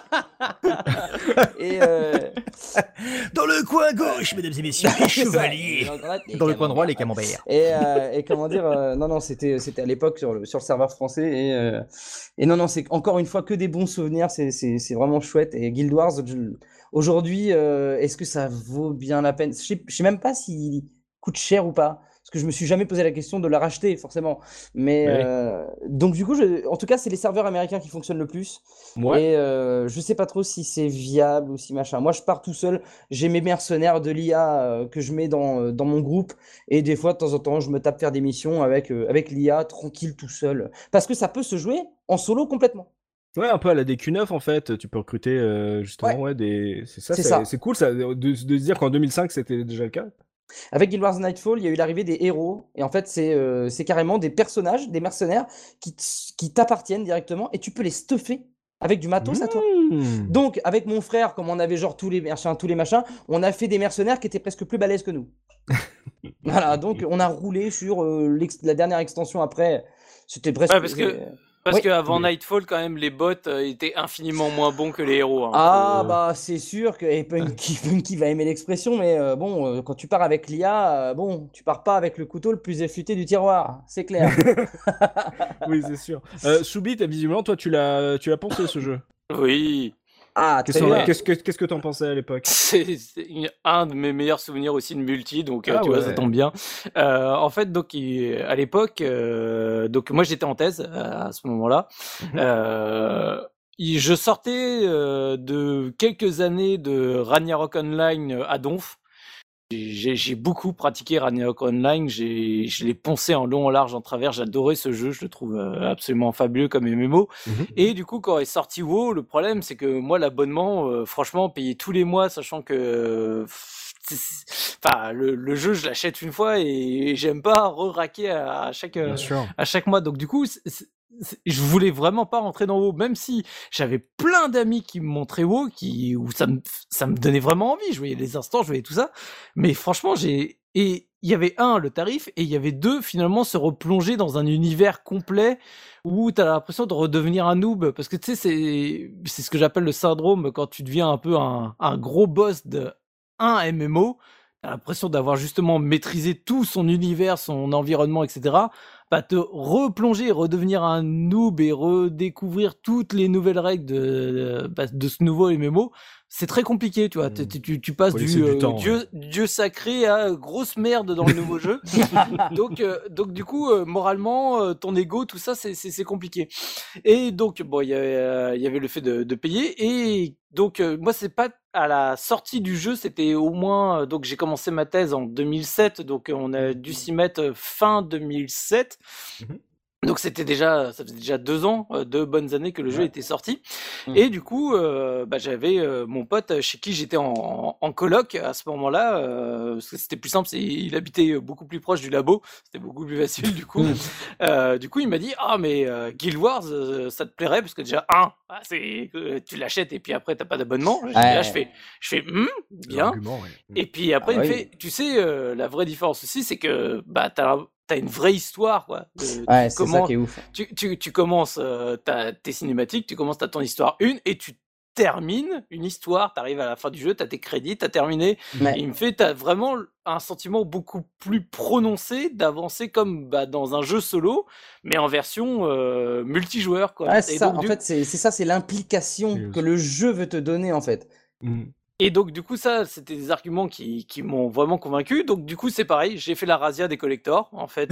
Et Dans le coin gauche, mesdames et messieurs, les chevaliers. Dans le coin droit, les camemberts. Et comment dire, non, c'était à l'époque sur le serveur français. Et non, c'est encore une fois que des bons souvenirs. C'est vraiment chouette. Et Guild Wars, aujourd'hui, est-ce que ça vaut bien la peine? Je sais même pas s'il coûte cher ou pas. Parce que je me suis jamais posé la question de la racheter, forcément. Mais donc du coup, en tout cas, c'est les serveurs américains qui fonctionnent le plus. Ouais. Et je sais pas trop si c'est viable ou si machin. Moi, je pars tout seul. J'ai mes mercenaires de l'IA que je mets dans mon groupe. Et des fois, de temps en temps, je me tape faire des missions avec l'IA, tranquille, tout seul. Parce que ça peut se jouer en solo complètement. Ouais, un peu à la DQ9 en fait. Tu peux recruter justement C'est ça. C'est cool ça, de se dire qu'en 2005 c'était déjà le cas. Avec Guild Wars Nightfall, il y a eu l'arrivée des héros. Et en fait, c'est carrément des personnages, des mercenaires qui t'appartiennent directement. Et tu peux les stuffer avec du matos à toi. Donc, avec mon frère, comme on avait genre tous les machins, on a fait des mercenaires qui étaient presque plus balèzes que nous. Voilà, donc on a roulé sur la dernière extension après. C'était presque. Ouais, parce qu'avant Nightfall, quand même, les bots étaient infiniment moins bons que les héros. Bah c'est sûr que Punky va aimer l'expression, mais quand tu pars avec l'IA, tu pars pas avec le couteau le plus affûté du tiroir, c'est clair. Oui, c'est sûr. Soubit, visiblement, toi, tu l'as pensé ce jeu. Oui. Ah, très bien. Qu'est-ce que t'en pensais à l'époque? C'est un de mes meilleurs souvenirs aussi de multi, donc tu vois, ça tombe bien. En fait, donc à l'époque, donc moi j'étais en thèse à ce moment-là. Je sortais de quelques années de Ragnarok Online à Donf. J'ai beaucoup pratiqué Ragnarok Online, je l'ai poncé en long, en large, en travers, j'adorais ce jeu, je le trouve absolument fabuleux comme MMO. Et du coup, quand est sorti WoW, le problème c'est que moi l'abonnement, franchement, payer tous les mois, sachant que le jeu je l'achète une fois et j'aime pas re-raquer à chaque mois, donc du coup je voulais vraiment pas rentrer dans WoW, même si j'avais plein d'amis qui me montraient WoW, où ça me donnait vraiment envie. Je voyais les instants, je voyais tout ça, mais franchement et il y avait le tarif, et il y avait deux, finalement, se replonger dans un univers complet où t'as l'impression de redevenir un noob, parce que tu sais, c'est ce que j'appelle le syndrome quand tu deviens un peu un gros boss de un MMO. T'as l'impression d'avoir justement maîtrisé tout son univers, son environnement, etc. Te replonger, redevenir un noob et redécouvrir toutes les nouvelles règles de ce nouveau MMO, c'est très compliqué, tu vois. Tu passes du dieu sacré à grosse merde dans le nouveau jeu. Donc du coup, moralement, ton ego, tout ça, c'est compliqué. Et donc, il y avait le fait de payer. Et donc, moi, c'est pas à la sortie du jeu, c'était au moins... donc, j'ai commencé ma thèse en 2007, donc on a dû s'y mettre fin 2007. Donc ça faisait déjà 2 ans, 2 bonnes années que le jeu était sorti. Et du coup, j'avais mon pote chez qui j'étais en coloc à ce moment-là, parce que c'était plus simple, il habitait beaucoup plus proche du labo, c'était beaucoup plus facile du coup. Du coup, il m'a dit mais Guild Wars, ça te plairait, parce que déjà tu l'achètes et puis après t'as pas d'abonnement. Là, je fais bien. Et puis après il me fait, tu sais, la vraie différence aussi, c'est que t'as une vraie histoire, quoi. C'est ça qui est ouf. Tu commences tes cinématiques, tu commences ton histoire 1 et tu termines une histoire, t'arrives à la fin du jeu, t'as tes crédits, t'as terminé. Et il me fait, t'as vraiment un sentiment beaucoup plus prononcé d'avancer comme dans un jeu solo, mais en version multijoueur, quoi. C'est ça, en fait, c'est ça, c'est l'implication que le jeu veut te donner, en fait. Et donc du coup ça c'était des arguments qui m'ont vraiment convaincu. Donc du coup c'est pareil, j'ai fait la razzia des collectors en fait.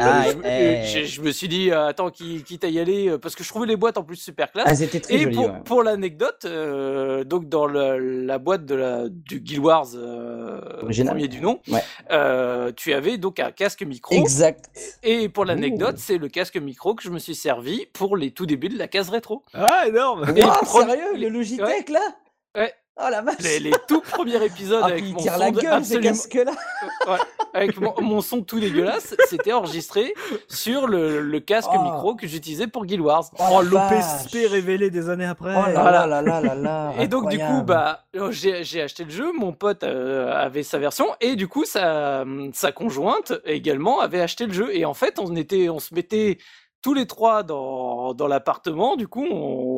Je me suis dit attends quitte à y aller parce que je trouvais les boîtes en plus super classe. C'était très joli. Pour l'anecdote, donc dans la boîte du Guild Wars premier du nom, tu avais donc un casque micro. Exact. Et pour l'anecdote, c'est le casque micro que je me suis servi pour les tout débuts de la case rétro. Ah énorme. Sérieux, le Logitech là. Ouais. Oh la vache. Les tout premiers épisodes avec mon son la gueule, absolument... ces casques-là. avec mon son tout dégueulasse, c'était enregistré sur le casque micro que j'utilisais pour Guild Wars. L'OPSP révélé des années après. Oh là là. Et donc du coup, j'ai acheté le jeu, mon pote avait sa version, et du coup sa conjointe également avait acheté le jeu. Et en fait, on se mettait tous les trois dans l'appartement, du coup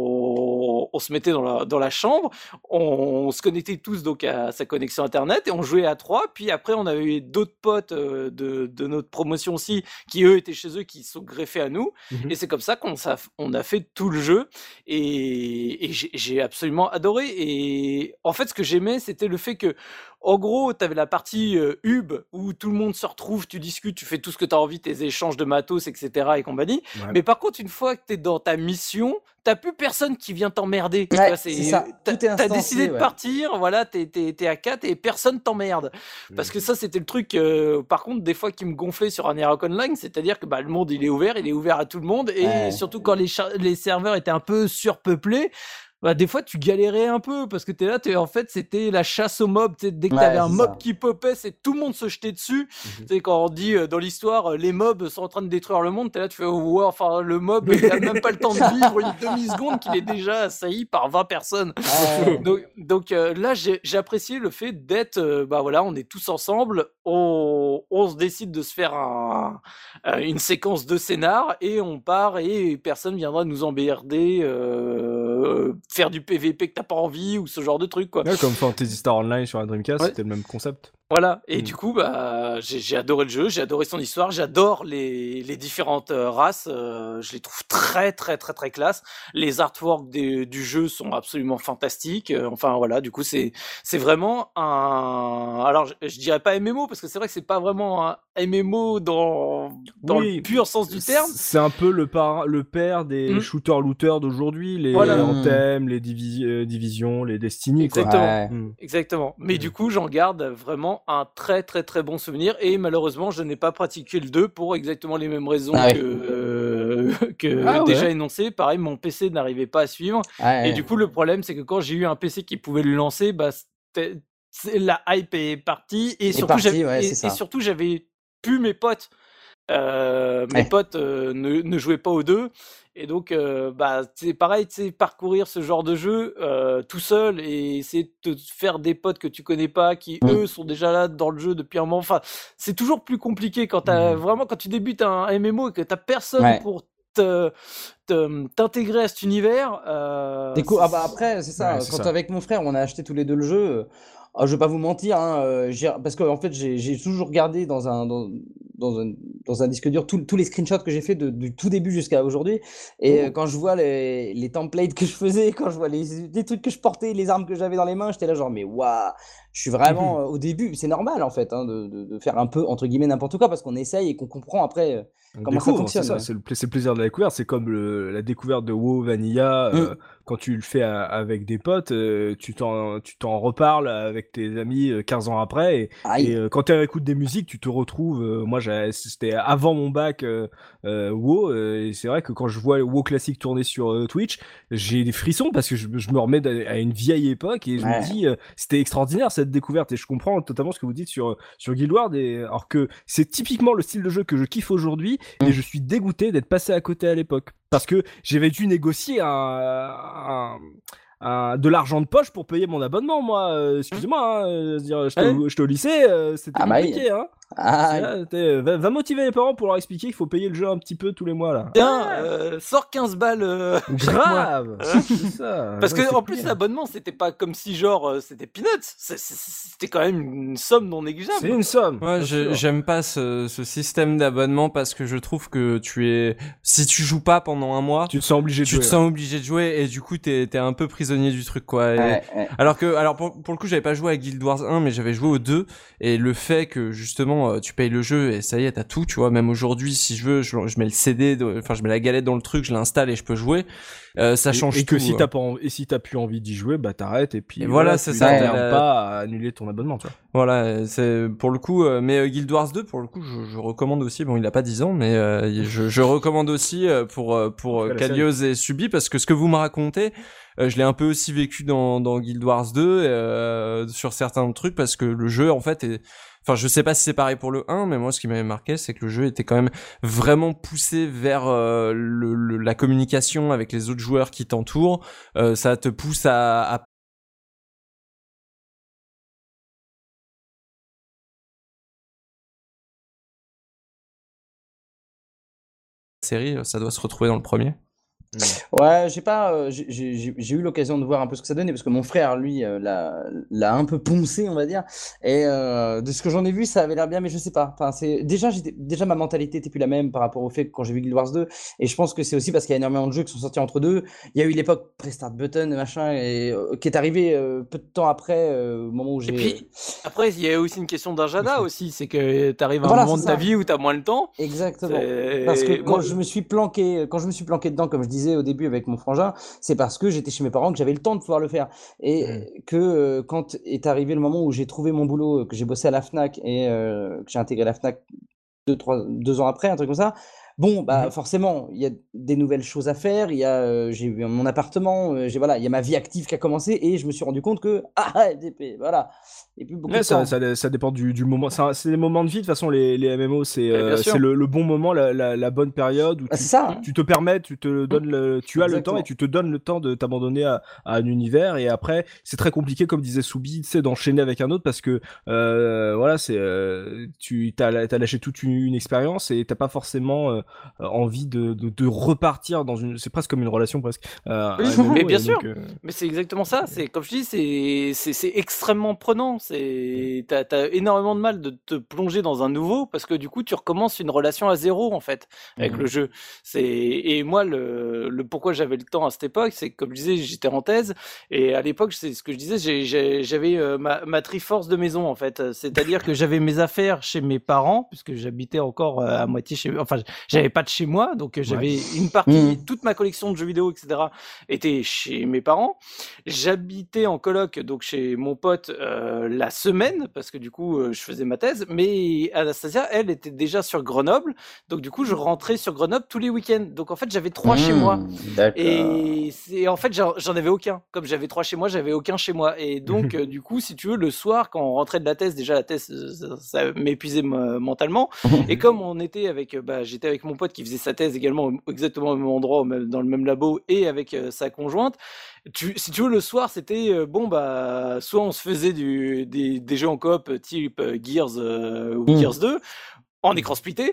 on se mettait dans la chambre, on se connectait tous donc à sa connexion internet et on jouait à 3, puis après on avait eu d'autres potes de notre promotion aussi qui eux étaient chez eux, qui se sont greffés à nous, et c'est comme ça qu'on a fait tout le jeu, et j'ai absolument adoré. Et en fait ce que j'aimais c'était le fait que en gros, t'avais la partie hub où tout le monde se retrouve, tu discutes, tu fais tout ce que t'as envie, tes échanges de matos, etc. et compagnie. Ouais. Mais par contre, une fois que t'es dans ta mission, t'as plus personne qui vient t'emmerder. Ouais, c'est ça. T'as décidé de partir, voilà, t'es à 4 et personne t'emmerde. Parce que ça, c'était le truc, par contre, des fois qui me gonflait sur un Heroic Online, c'est-à-dire que le monde, il est ouvert à tout le monde, et surtout quand les serveurs étaient un peu surpeuplés, des fois tu galérais un peu parce que t'es là, en fait c'était la chasse aux mobs, dès que t'avais un mob qui popait, c'est tout le monde se jetait dessus. Quand on dit dans l'histoire les mobs sont en train de détruire le monde, t'es là, tu fais enfin le mob il a même pas le temps de vivre une demi-seconde qu'il est déjà assailli par 20 personnes. Donc là j'ai apprécié le fait d'être on est tous ensemble, on se décide de se faire une séquence de scénar et on part et personne viendra nous emmerder, faire du PVP que t'as pas envie ou ce genre de truc quoi. Ouais, comme Fantasy Star Online sur la Dreamcast, c'était le même concept. Voilà, et du coup j'ai adoré le jeu, j'ai adoré son histoire, j'adore les différentes races, je les trouve très très très très classe. Les artworks du jeu sont absolument fantastiques. Enfin voilà, du coup c'est vraiment alors je dirais pas MMO parce que c'est vrai que c'est pas vraiment un MMO dans le pur sens du terme. C'est un peu le père des shooters-looters d'aujourd'hui, les Anthem, les Division, les Destiny. Exactement. Quoi. Exactement. Mais du coup j'en garde vraiment un très très très bon souvenir, et malheureusement je n'ai pas pratiqué le 2 pour exactement les mêmes raisons que déjà énoncé. Pareil, mon PC n'arrivait pas à suivre, et du coup le problème c'est que quand j'ai eu un PC qui pouvait le lancer, la hype est partie, et surtout j'avais plus mes potes. Mes potes ne jouaient pas aux 2, et donc c'est pareil, parcourir ce genre de jeu tout seul et essayer de te faire des potes que tu connais pas, qui eux sont déjà là dans le jeu depuis un moment. Enfin, c'est toujours plus compliqué quand vraiment quand tu débutes un MMO et que t'as personne pour t'intégrer à cet univers. C'est cool. Après c'est ça. Quand avec mon frère on a acheté tous les deux le jeu. Je vais pas vous mentir, parce que en fait j'ai toujours gardé dans un disque dur tous les screenshots que j'ai fait du tout début jusqu'à aujourd'hui, et quand je vois les templates que je faisais, quand je vois les trucs que je portais, les armes que j'avais dans les mains, j'étais là genre mais waouh, je suis vraiment au début, c'est normal en fait de faire un peu entre guillemets n'importe quoi parce qu'on essaye et qu'on comprend après comment ça fonctionne. C'est le plaisir de la découverte, c'est comme la découverte de WoW Vanilla. Quand tu le fais avec des potes, tu t'en reparles avec tes amis 15 ans après, et quand tu écoutes des musiques, tu te retrouves. Moi, c'était avant mon bac WoW, et c'est vrai que quand je vois WoW classique tourner sur Twitch, j'ai des frissons parce que je me remets à une vieille époque, et je me dis c'était extraordinaire cette découverte, et je comprends totalement ce que vous dites sur Guild Wars, alors que c'est typiquement le style de jeu que je kiffe aujourd'hui, et je suis dégoûté d'être passé à côté à l'époque. Parce que j'avais dû négocier de l'argent de poche pour payer mon abonnement, moi. Excusez-moi, j'étais au lycée, c'était compliqué. Va motiver les parents pour leur expliquer qu'il faut payer le jeu un petit peu tous les mois là. Tiens, sors 15 balles. Grave. C'est ça. Parce que en plus l'abonnement c'était pas comme si genre c'était peanuts, c'était quand même une somme non négligeable. C'est une somme. Ouais, j'aime pas ce système d'abonnement parce que je trouve que si tu joues pas pendant un mois, tu te sens obligé de jouer et du coup t'es un peu prisonnier du truc quoi. Alors pour le coup j'avais pas joué à Guild Wars 1 mais j'avais joué au 2 et le fait que justement tu payes le jeu et ça y est t'as tout, tu vois, même aujourd'hui si je veux je mets le CD, je mets la galette dans le truc, je l'installe et je peux jouer. Ça change tout. Et que si t'as plus envie d'y jouer, bah t'arrêtes et puis voilà c'est ça. T'as pas à annuler ton abonnement, tu vois. Voilà, c'est pour le coup mais Guild Wars 2 pour le coup je recommande aussi. Bon, il a pas 10 ans mais je recommande aussi pour Kalios et Subi parce que ce que vous me racontez je l'ai un peu aussi vécu dans Guild Wars 2 sur certains trucs parce que le jeu en fait enfin je sais pas si c'est pareil pour le 1 mais moi ce qui m'avait marqué c'est que le jeu était quand même vraiment poussé vers la communication avec les autres joueurs qui t'entourent. Ça te pousse à série, ça doit se retrouver dans le premier. Ouais, j'ai eu l'occasion de voir un peu ce que ça donnait parce que mon frère lui l'a un peu poncé on va dire et de ce que j'en ai vu ça avait l'air bien mais je sais pas, enfin c'est déjà ma mentalité était plus la même par rapport au fait que quand j'ai vu Guild Wars 2 et je pense que c'est aussi parce qu'il y a énormément de jeux qui sont sortis entre deux. Il y a eu l'époque Prestart Button machin et qui est arrivé peu de temps après au moment où j'ai. Et puis après il y a aussi une question d'agenda aussi, c'est que t'arrives à un moment de ta vie où t'as moins le temps. Exactement. Parce que quand je me suis planqué dedans comme je disais au début avec mon frangin, c'est parce que j'étais chez mes parents que j'avais le temps de pouvoir le faire et que quand est arrivé le moment où j'ai trouvé mon boulot, que j'ai bossé à la Fnac et que j'ai intégré la Fnac 2 ans après, un truc comme ça. Bon, bah forcément, il y a des nouvelles choses à faire. J'ai eu mon appartement, il y a ma vie active qui a commencé et je me suis rendu compte que voilà, et plus beaucoup de temps. Ça dépend du moment. C'est des moments de vie. De toute façon, les MMO, c'est le bon moment, la bonne période où tu te permets, tu te donnes tu as le temps et tu te donnes le temps de t'abandonner à un univers. Et après, c'est très compliqué, comme disait Soubi, d'enchaîner avec un autre parce que tu t'as lâché toute une expérience et t'as pas forcément envie de repartir dans c'est presque comme une relation presque. Mais bien sûr, mais c'est exactement ça. C'est comme je dis, c'est extrêmement prenant. T'as énormément de mal de te plonger dans un nouveau parce que du coup tu recommences une relation à zéro en fait avec le jeu. Et moi le pourquoi j'avais le temps à cette époque, c'est que comme je disais j'étais en thèse et à l'époque c'est ce que je disais, j'avais ma Triforce de maison en fait. C'est-à-dire que j'avais mes affaires chez mes parents puisque j'habitais encore à moitié j'avais pas de chez moi, donc j'avais une partie, toute ma collection de jeux vidéo, etc. était chez mes parents. J'habitais en coloc, donc chez mon pote la semaine, parce que du coup je faisais ma thèse, mais Anastasia, elle, était déjà sur Grenoble, donc du coup je rentrais sur Grenoble tous les week-ends. Donc en fait j'avais 3 chez moi. Et en fait j'en avais aucun. Comme j'avais 3 chez moi, j'avais aucun chez moi. Et donc du coup, si tu veux, le soir, quand on rentrait de la thèse, déjà la thèse, ça m'épuisait mentalement. Et comme on était j'étais avec mon pote qui faisait sa thèse également exactement au même endroit, dans le même labo, et avec sa conjointe. Si tu veux, le soir, c'était soit on se faisait des jeux en coop type Gears ou Gears 2 en écran splitté,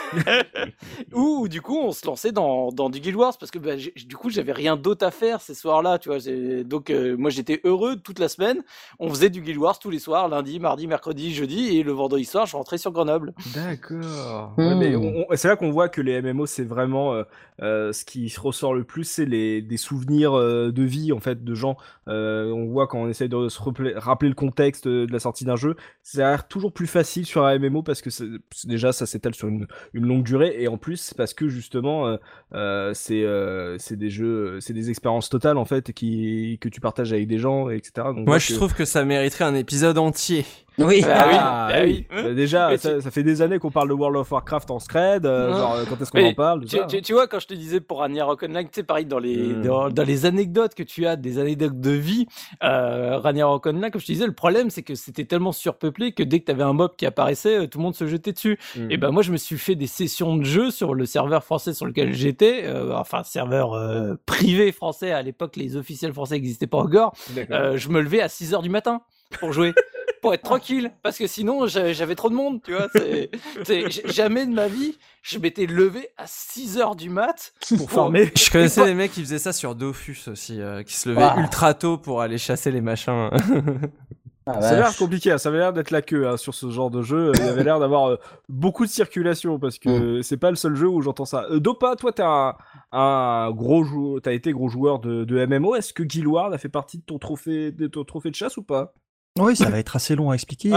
ou du coup on se lançait dans du Guild Wars parce que du coup j'avais rien d'autre à faire ces soirs-là, tu vois. Donc moi j'étais heureux toute la semaine. On faisait du Guild Wars tous les soirs, lundi, mardi, mercredi, jeudi, et le vendredi soir je rentrais sur Grenoble. D'accord. Ouais, mais c'est là qu'on voit que les MMO c'est vraiment ce qui ressort le plus, c'est des souvenirs de vie en fait de gens. On voit quand on essaye de se rappeler le contexte de la sortie d'un jeu, ça a l'air toujours plus facile sur un MMO parce que déjà ça s'étale sur une longue durée et en plus parce que justement c'est des jeux, c'est des expériences totales en fait que tu partages avec des gens, etc. Donc, moi je trouve que ça mériterait un épisode entier. Oui. Oui. Déjà, ça fait des années qu'on parle de World of Warcraft en scred. Genre, quand est-ce qu'on en parle tu vois, quand je te disais pour Ragnarok Online, tu sais, pareil, dans les anecdotes que tu as, des anecdotes de vie, Ragnarok Online, comme je te disais, le problème, c'est que c'était tellement surpeuplé que dès que tu avais un mob qui apparaissait, tout le monde se jetait dessus. Et moi, je me suis fait des sessions de jeu sur le serveur français sur lequel j'étais, serveur privé français. À l'époque, les officiels français n'existaient pas encore. Je me levais à 6h du matin pour jouer. pour être tranquille, parce que sinon j'avais trop de monde, tu vois. Jamais de ma vie, je m'étais levé à 6h du mat pour farmer. Je connaissais des mecs qui faisaient ça sur Dofus aussi, qui se levaient ultra tôt pour aller chasser les machins. Ça avait l'air compliqué, ça avait l'air d'être la queue sur ce genre de jeu. Il y avait l'air d'avoir beaucoup de circulation parce que c'est pas le seul jeu où j'entends ça. Dopa, toi t'es un gros joueur, t'as été gros joueur de MMO. Est-ce que Guild Wars a fait partie de ton trophée de chasse ou pas? Oui, ça va être assez long à expliquer.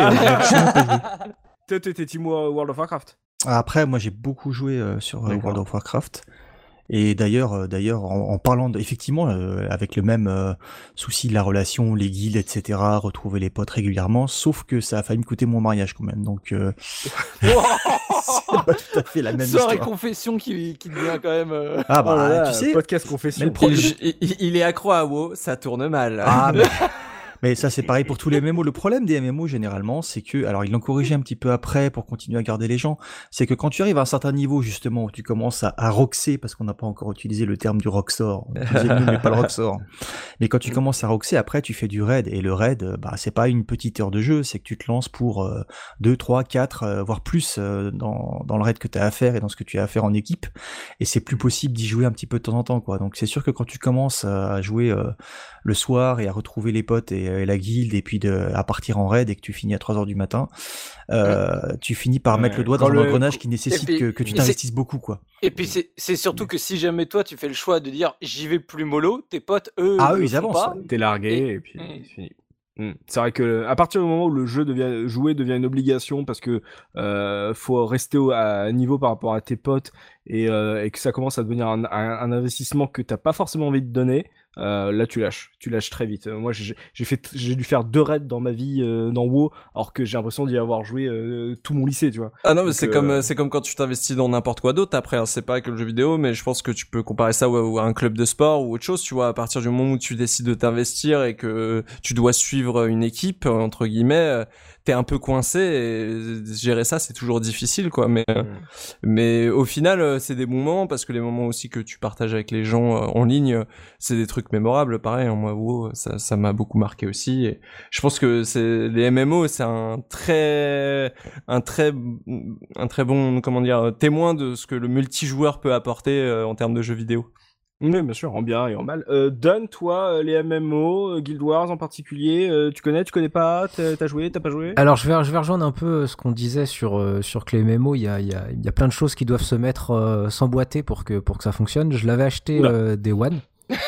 T'étais team World of Warcraft. Après, moi j'ai beaucoup joué sur World of Warcraft. Et d'ailleurs, en parlant effectivement, avec le même souci de la relation, les guildes, etc., retrouver les potes régulièrement, sauf que ça a failli me coûter mon mariage quand même, donc c'est pas tout à fait la même histoire. Soirée confession qui devient quand même... Ah bah, tu sais, podcast confession. Il est accro à WoW, ça tourne mal. Ah, mais ça c'est pareil pour tous les MMO. Le problème des MMO généralement, c'est que, alors ils l'ont corrigé un petit peu après pour continuer à garder les gens, c'est que quand tu arrives à un certain niveau justement où tu commences à roxer, parce qu'on n'a pas encore utilisé le terme du roxor, on disait nous mais pas le roxor, mais quand tu commences à roxer, après tu fais du raid, et le raid, bah c'est pas une petite heure de jeu, c'est que tu te lances pour 2, 3, 4, voire plus dans le raid que tu as à faire et dans ce que tu as à faire en équipe, et c'est plus possible d'y jouer un petit peu de temps en temps, quoi. Donc c'est sûr que quand tu commences à jouer le soir et à retrouver les potes et la guilde et puis à partir en raid et que tu finis à 3h du matin, tu finis par mettre le doigt dans un engrenage qui nécessite que tu t'investisses beaucoup, quoi. Et puis c'est surtout que si jamais toi tu fais le choix de dire j'y vais plus mollo, tes potes eux ils avancent, t'es largué et puis c'est fini. C'est vrai que à partir du moment où le jeu devient une obligation parce que faut rester à niveau par rapport à tes potes et que ça commence à devenir un investissement que t'as pas forcément envie de donner, là tu lâches très vite. Moi j'ai dû faire 2 raids dans ma vie dans WoW alors que j'ai l'impression d'y avoir joué tout mon lycée, tu vois. Ah non, mais c'est comme quand tu t'investis dans n'importe quoi d'autre après, hein, c'est pas que le jeu vidéo, mais je pense que tu peux comparer ça à un club de sport ou autre chose, tu vois. À partir du moment où tu décides de t'investir et que tu dois suivre une équipe entre guillemets, t'es un peu coincé et gérer ça c'est toujours difficile, quoi. Mais au final c'est des bons moments parce que les moments aussi que tu partages avec les gens en ligne, c'est des trucs mémorables. Pareil, hein, moi WoW ça m'a beaucoup marqué aussi, et je pense que les MMO c'est un très bon, comment dire, témoin de ce que le multijoueur peut apporter en termes de jeux vidéo. Oui, bien sûr, en bien et en mal. Don, toi, les MMO, Guild Wars en particulier, tu connais pas, t'as joué, t'as pas joué? Alors je vais rejoindre un peu ce qu'on disait sur que les MMO, il y a plein de choses qui doivent se mettre s'emboîter pour que ça fonctionne. Je l'avais acheté Day One.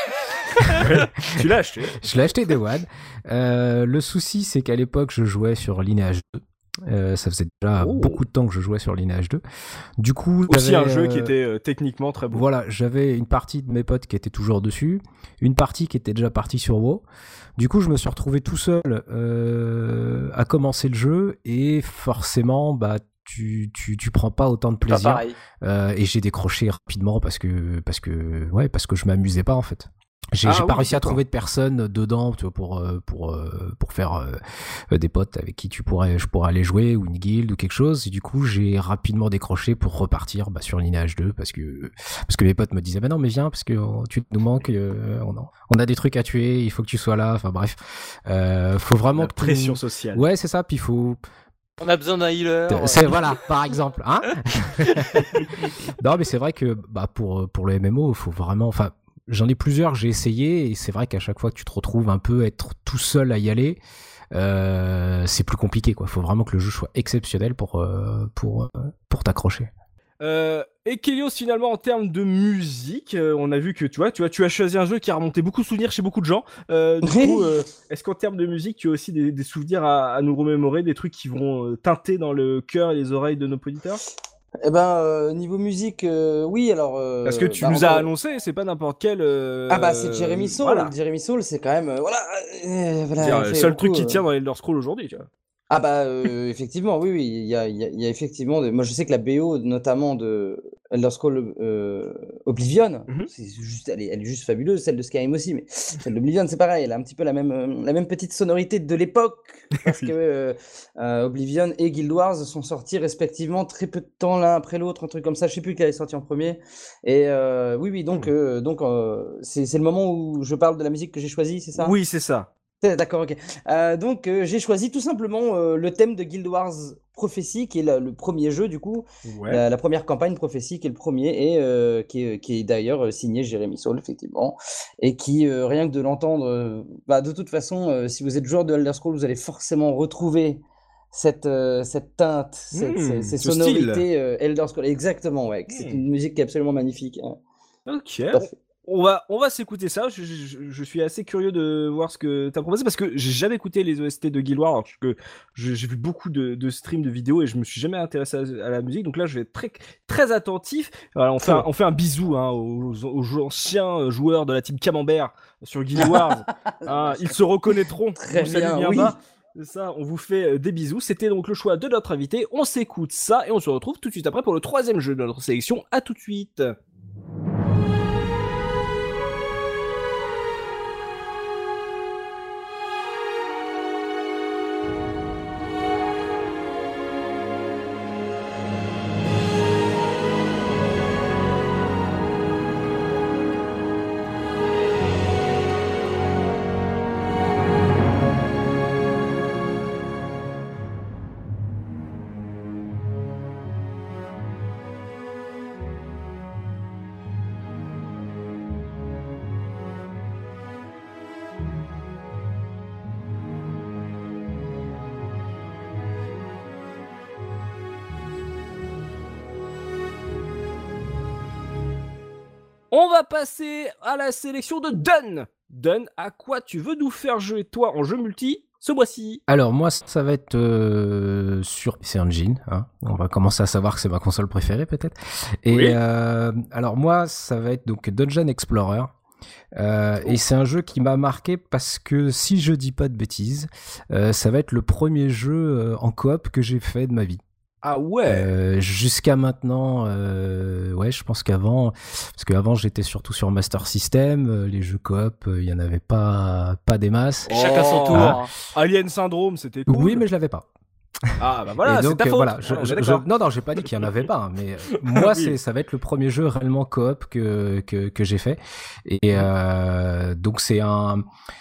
Tu l'as acheté? Je l'ai acheté Day One. Le souci, c'est qu'à l'époque, je jouais sur Lineage 2. Ça faisait déjà beaucoup de temps que je jouais sur Lineage 2. Du coup, aussi un jeu qui était techniquement très beau. Voilà, j'avais une partie de mes potes qui étaient toujours dessus, une partie qui était déjà partie sur WoW. Du coup, je me suis retrouvé tout seul à commencer le jeu, et forcément, bah tu prends pas autant de plaisir. Et j'ai décroché rapidement parce que je m'amusais pas en fait. J'ai pas réussi à trouver de personnes dedans, tu vois, pour faire des potes avec qui je pourrais aller jouer, ou une guilde ou quelque chose. Et du coup, j'ai rapidement décroché pour repartir sur Lineage 2 parce que mes potes me disaient non mais viens parce que tu nous manques, on a des trucs à tuer, il faut que tu sois là. Enfin bref, faut vraiment la pression sociale. Ouais, c'est ça. Puis on a besoin d'un healer. Voilà, par exemple, hein. Non mais c'est vrai que pour le MMO, il faut vraiment, enfin. J'en ai plusieurs que j'ai essayé, et c'est vrai qu'à chaque fois que tu te retrouves un peu être tout seul à y aller, c'est plus compliqué, quoi. Faut vraiment que le jeu soit exceptionnel pour t'accrocher. Et Kelios, finalement, en termes de musique, on a vu que tu as choisi un jeu qui a remonté beaucoup de souvenirs chez beaucoup de gens. Du coup, est-ce qu'en termes de musique, tu as aussi des souvenirs à nous remémorer, des trucs qui vont teinter dans le cœur et les oreilles de nos auditeurs? Eh ben, niveau musique, oui, alors... Parce que tu nous as annoncé, c'est pas n'importe quel... c'est Jeremy Soule. Voilà. Jeremy Soule, c'est quand même... Le seul truc qui tient dans Elder Scrolls aujourd'hui, tu vois. Effectivement, oui, il y a effectivement... Moi, je sais que la BO, notamment de Elder Scrolls Oblivion, elle est juste fabuleuse, celle de Skyrim aussi, mais celle d'Oblivion, c'est pareil, elle a un petit peu la même petite sonorité de l'époque, parce que Oblivion et Guild Wars sont sortis respectivement très peu de temps l'un après l'autre, un truc comme ça, je sais plus quel est sorti en premier, et donc c'est le moment où je parle de la musique que j'ai choisie, c'est ça? Oui, c'est ça. D'accord, ok. Donc j'ai choisi tout simplement le thème de Guild Wars Prophecy, qui est le premier jeu du coup, Ouais. la première campagne Prophecy, qui est le premier et qui est d'ailleurs signé Jérémy Saul, effectivement, et qui, rien que de l'entendre, de toute façon, si vous êtes joueur de Elder Scrolls, vous allez forcément retrouver cette teinte, ces ce sonorités Elder Scrolls. Exactement, ouais. C'est une musique qui est absolument magnifique. Hein. Ok. Tout à fait. On va s'écouter ça. Je suis assez curieux de voir ce que tu as proposé parce que j'ai jamais écouté les OST de Guild Wars. Alors que j'ai vu beaucoup de streams de vidéos et je me suis jamais intéressé à la musique. Donc là, je vais être très, très attentif. Voilà, on fait un bisou hein, aux anciens joueurs de la team Camembert sur Guild Wars. Hein, ils se reconnaîtront. Très bien, bien oui. bas. C'est ça, on vous fait des bisous. C'était donc le choix de notre invité. On s'écoute ça et on se retrouve tout de suite après pour le troisième jeu de notre sélection. À tout de suite. On va passer à la sélection de Dun. Dun, à quoi tu veux nous faire jouer toi en jeu multi ce mois-ci? Alors moi, ça va être sur PC Engine. Hein. On va commencer à savoir que c'est ma console préférée peut-être. Et oui. Alors moi, ça va être donc Dungeon Explorer. Et c'est un jeu qui m'a marqué parce que si je dis pas de bêtises, ça va être le premier jeu en coop que j'ai fait de ma vie. Ah ouais. Jusqu'à maintenant, ouais, je pense parce qu'avant j'étais surtout sur Master System, les jeux coop, il y en avait pas des masses. Chacun son tour. Hein. Alien Syndrome, c'était cool. Oui, mais je l'avais pas. Ah bah voilà, c'est ta faute. Voilà, non, j'ai pas dit qu'il y en avait pas, mais moi oui. ça va être le premier jeu réellement coop que j'ai fait. Et donc c'est un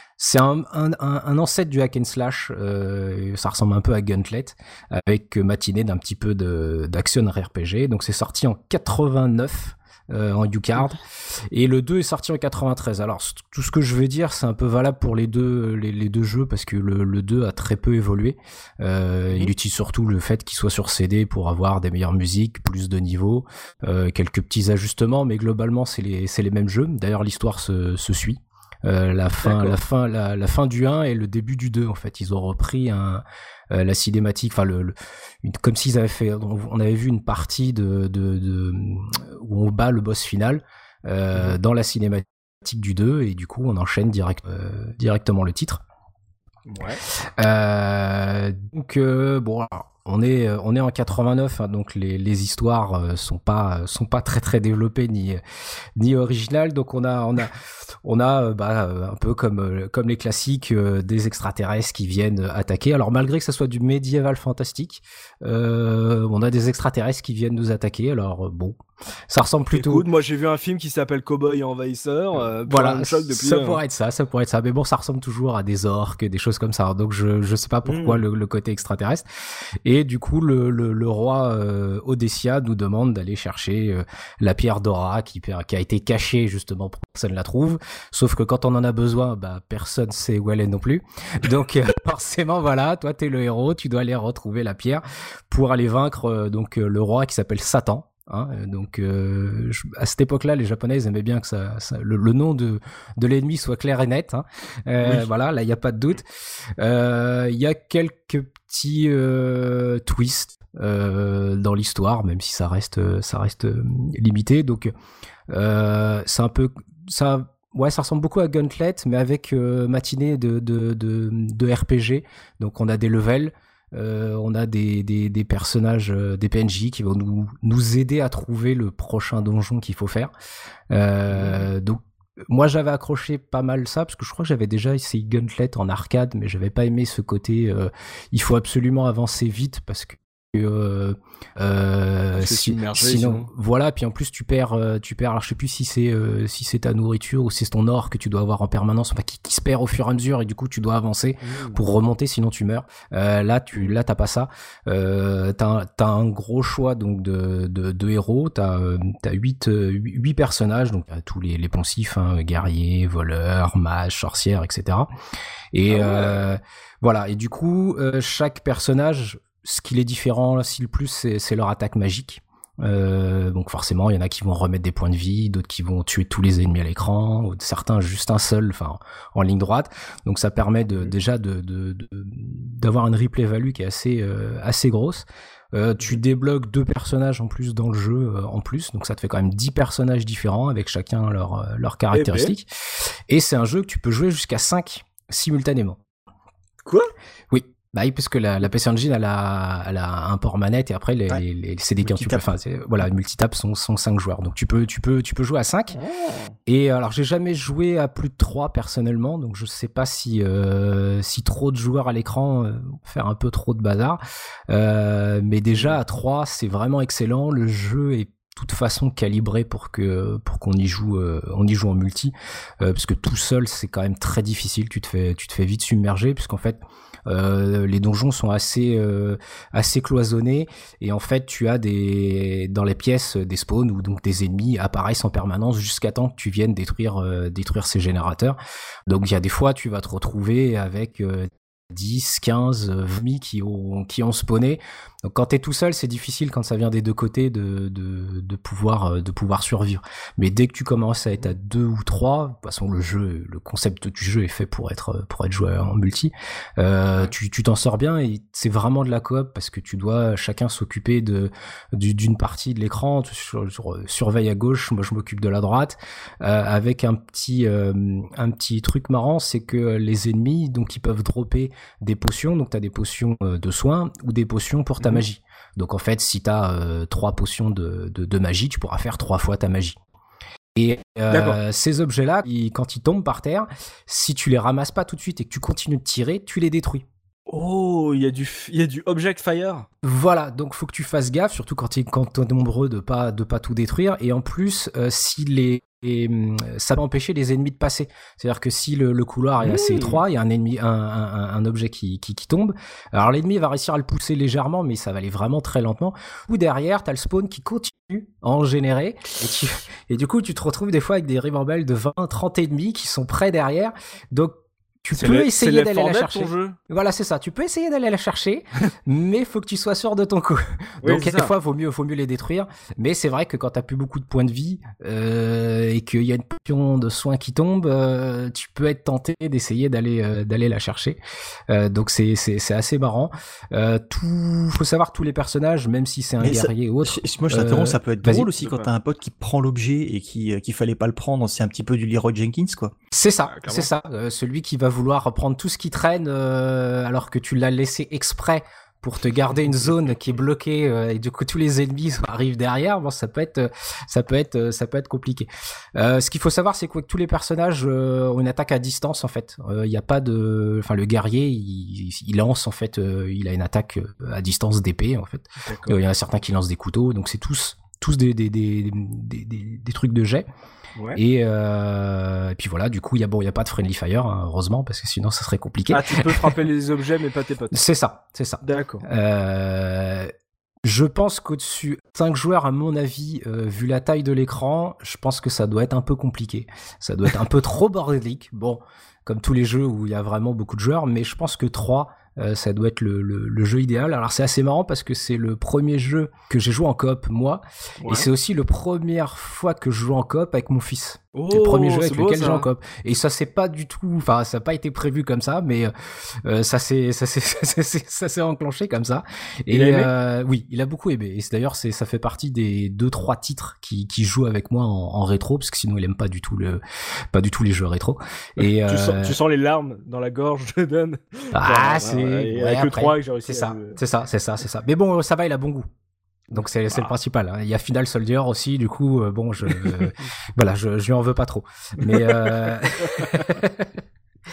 ancêtre du hack and slash, ça ressemble un peu à Gauntlet, avec matinée d'un petit peu d'action RPG. Donc c'est sorti en 89 en U-Card, et le 2 est sorti en 93. Alors tout ce que je vais dire, c'est un peu valable pour les deux jeux, parce que le 2 a très peu évolué. Il utilise surtout le fait qu'il soit sur CD pour avoir des meilleures musiques, plus de niveaux, quelques petits ajustements, mais globalement c'est les mêmes jeux. D'ailleurs l'histoire se suit. La fin du 1 et le début du 2, en fait, ils ont repris la cinématique, enfin comme s'ils avaient fait, on avait vu une partie où on bat le boss final dans la cinématique du 2, et du coup on enchaîne directement le titre. Ouais. Donc bon, alors, on est en 89, hein, donc les histoires sont pas très très développées ni originales. Donc on a un peu comme les classiques, des extraterrestres qui viennent attaquer. Alors malgré que ça soit du médiéval fantastique, on a des extraterrestres qui viennent nous attaquer. Alors bon, ça ressemble plutôt. Écoute, moi j'ai vu un film qui s'appelle Cowboy et Envahisseur. Voilà, ça pourrait être ça. Mais bon, ça ressemble toujours à des orques, des choses comme ça. Donc je sais pas pourquoi le côté extraterrestre. Et du coup, le roi Odessia nous demande d'aller chercher la pierre d'Aura qui a été cachée justement pour que personne la trouve. Sauf que quand on en a besoin, personne sait où elle est non plus. Donc forcément, voilà, toi t'es le héros, tu dois aller retrouver la pierre pour aller vaincre le roi qui s'appelle Satan. Hein, donc à cette époque-là, les Japonais ils aimaient bien que le nom de l'ennemi soit clair et net. Hein. Oui. Voilà, là il y a pas de doute. Il y a quelques petits twists dans l'histoire, même si ça reste limité. Donc c'est un peu ça. Ouais, ça ressemble beaucoup à Gauntlet, mais avec matinée de RPG. Donc on a des levels. On a des personnages, des PNJ qui vont nous aider à trouver le prochain donjon qu'il faut faire. Donc moi j'avais accroché pas mal ça, parce que je crois que j'avais déjà essayé Gauntlet en arcade, mais j'avais pas aimé ce côté il faut absolument avancer vite, parce que sinon voilà, puis en plus tu perds alors je sais plus si c'est ta nourriture ou si c'est ton or que tu dois avoir en permanence, enfin qui se perd au fur et à mesure, et du coup tu dois avancer pour remonter, sinon tu meurs. Là t'as pas ça. T'as un gros choix donc de héros. T'as 8 personnages, donc t'as tous les poncifs, hein, guerriers, voleurs, mages, sorcières, etc. Et voilà, et du coup chaque personnage, ce qui est différent si le plus, c'est leur attaque magique. Donc forcément, il y en a qui vont remettre des points de vie, d'autres qui vont tuer tous les ennemis à l'écran, ou certains juste un seul, enfin en ligne droite. Donc ça permet déjà d'avoir une replay value qui est assez grosse. Tu débloques 2 personnages en plus dans le jeu en plus, donc ça te fait quand même 10 personnages différents avec chacun leurs caractéristiques. Et c'est un jeu que tu peux jouer jusqu'à 5 simultanément. Quoi ? Oui. Bah oui, parce que la PC Engine, elle a un port manette, et après les CD qui tu peux, enfin voilà, multitap sont 5 joueurs. Donc tu peux jouer à 5. Et alors j'ai jamais joué à plus de 3 personnellement, donc je sais pas si trop de joueurs à l'écran faire un peu trop de bazar. Mais déjà à 3, c'est vraiment excellent. Le jeu est de toute façon calibré pour qu'on y joue en multi, parce que tout seul c'est quand même très difficile. Tu te fais vite submerger, puisqu'en fait les donjons sont assez cloisonnés, et en fait tu as dans les pièces des spawns où donc des ennemis apparaissent en permanence jusqu'à temps que tu viennes détruire ces générateurs. Donc il y a des fois tu vas te retrouver avec 10, 15 ennemis qui ont spawné. Donc quand t'es tout seul, c'est difficile quand ça vient des deux côtés de pouvoir survivre. Mais dès que tu commences à être à 2 ou 3, de toute façon le concept du jeu est fait pour être joué en multi. Tu t'en sors bien, et c'est vraiment de la coop, parce que tu dois chacun s'occuper d'une partie de l'écran. Surveille à gauche, moi je m'occupe de la droite, avec un petit truc marrant, c'est que les ennemis, donc ils peuvent dropper des potions. Donc t'as des potions de soins ou des potions pour ta magie. Donc en fait, si t'as 3 potions de magie, tu pourras faire 3 fois ta magie. Et ces objets-là, quand ils tombent par terre, si tu les ramasses pas tout de suite et que tu continues de tirer, tu les détruis. Oh, il y a du object fire. Voilà, donc faut que tu fasses gaffe, surtout quand t'es nombreux, de pas tout détruire. Et en plus, ça va empêcher les ennemis de passer. C'est-à-dire que si le couloir est assez étroit, il y a un ennemi, un objet qui tombe. Alors l'ennemi va réussir à le pousser légèrement, mais ça va aller vraiment très lentement. Ou derrière, t'as le spawn qui continue à en générer. Et du coup, tu te retrouves des fois avec des ribambelles de 20, 30 ennemis qui sont près derrière. Donc tu peux essayer d'aller la chercher. Voilà, c'est ça. Tu peux essayer d'aller la chercher, mais faut que tu sois sûr de ton coup. Donc, des fois, vaut mieux les détruire. Mais c'est vrai que quand t'as plus beaucoup de points de vie, et qu'il y a une potion de soin qui tombe, tu peux être tenté d'essayer d'aller la chercher. Donc, c'est assez marrant. Faut savoir tous les personnages, même si c'est un guerrier ou autre. Moi, je t'interromps, ça peut être drôle aussi quand t'as un pote qui prend l'objet et qu'il fallait pas le prendre. C'est un petit peu du Leroy Jenkins, quoi. C'est ça, c'est ça. Celui qui va vouloir prendre tout ce qui traîne, alors que tu l'as laissé exprès pour te garder une zone qui est bloquée, et du coup tous les ennemis arrivent derrière. Bon, ça peut être compliqué. Ce qu'il faut savoir, c'est que tous les personnages ont une attaque à distance, en fait. Il y a pas le guerrier, il lance, en fait, il a une attaque à distance d'épée, en fait. Il y en a certains qui lancent des couteaux, donc c'est tous des trucs de jet. Ouais. Et puis voilà, du coup, il y a pas de friendly fire, hein, heureusement, parce que sinon ça serait compliqué. Ah, tu peux frapper les objets, mais pas tes potes. C'est ça. D'accord. Je pense qu'au-dessus 5 joueurs, à mon avis, vu la taille de l'écran, je pense que ça doit être un peu compliqué. Ça doit être un peu trop bordélique. Bon, comme tous les jeux où il y a vraiment beaucoup de joueurs, mais je pense que 3, ça doit être le jeu idéal. Alors c'est assez marrant parce que c'est le premier jeu que j'ai joué en coop, moi, et c'est aussi la première fois que je joue en coop avec mon fils. C'est le premier jeu avec lequel j'ai en coop. Et ça c'est pas du tout, enfin ça n'a pas été prévu comme ça, mais ça s'est enclenché comme ça. Et oui, il a beaucoup aimé. Et d'ailleurs ça fait partie des 2-3 titres qui jouent avec moi en rétro, parce que sinon il aime pas du tout les jeux rétro. Et tu sens les larmes dans la gorge de Dan. Ah, c'est avec le 3 que j'ai réussi. C'est ça. Mais bon, ça va, il a bon goût. Donc c'est le principal, hein. Il y a Final Soldier aussi, du coup bon je lui en veux pas trop. Mais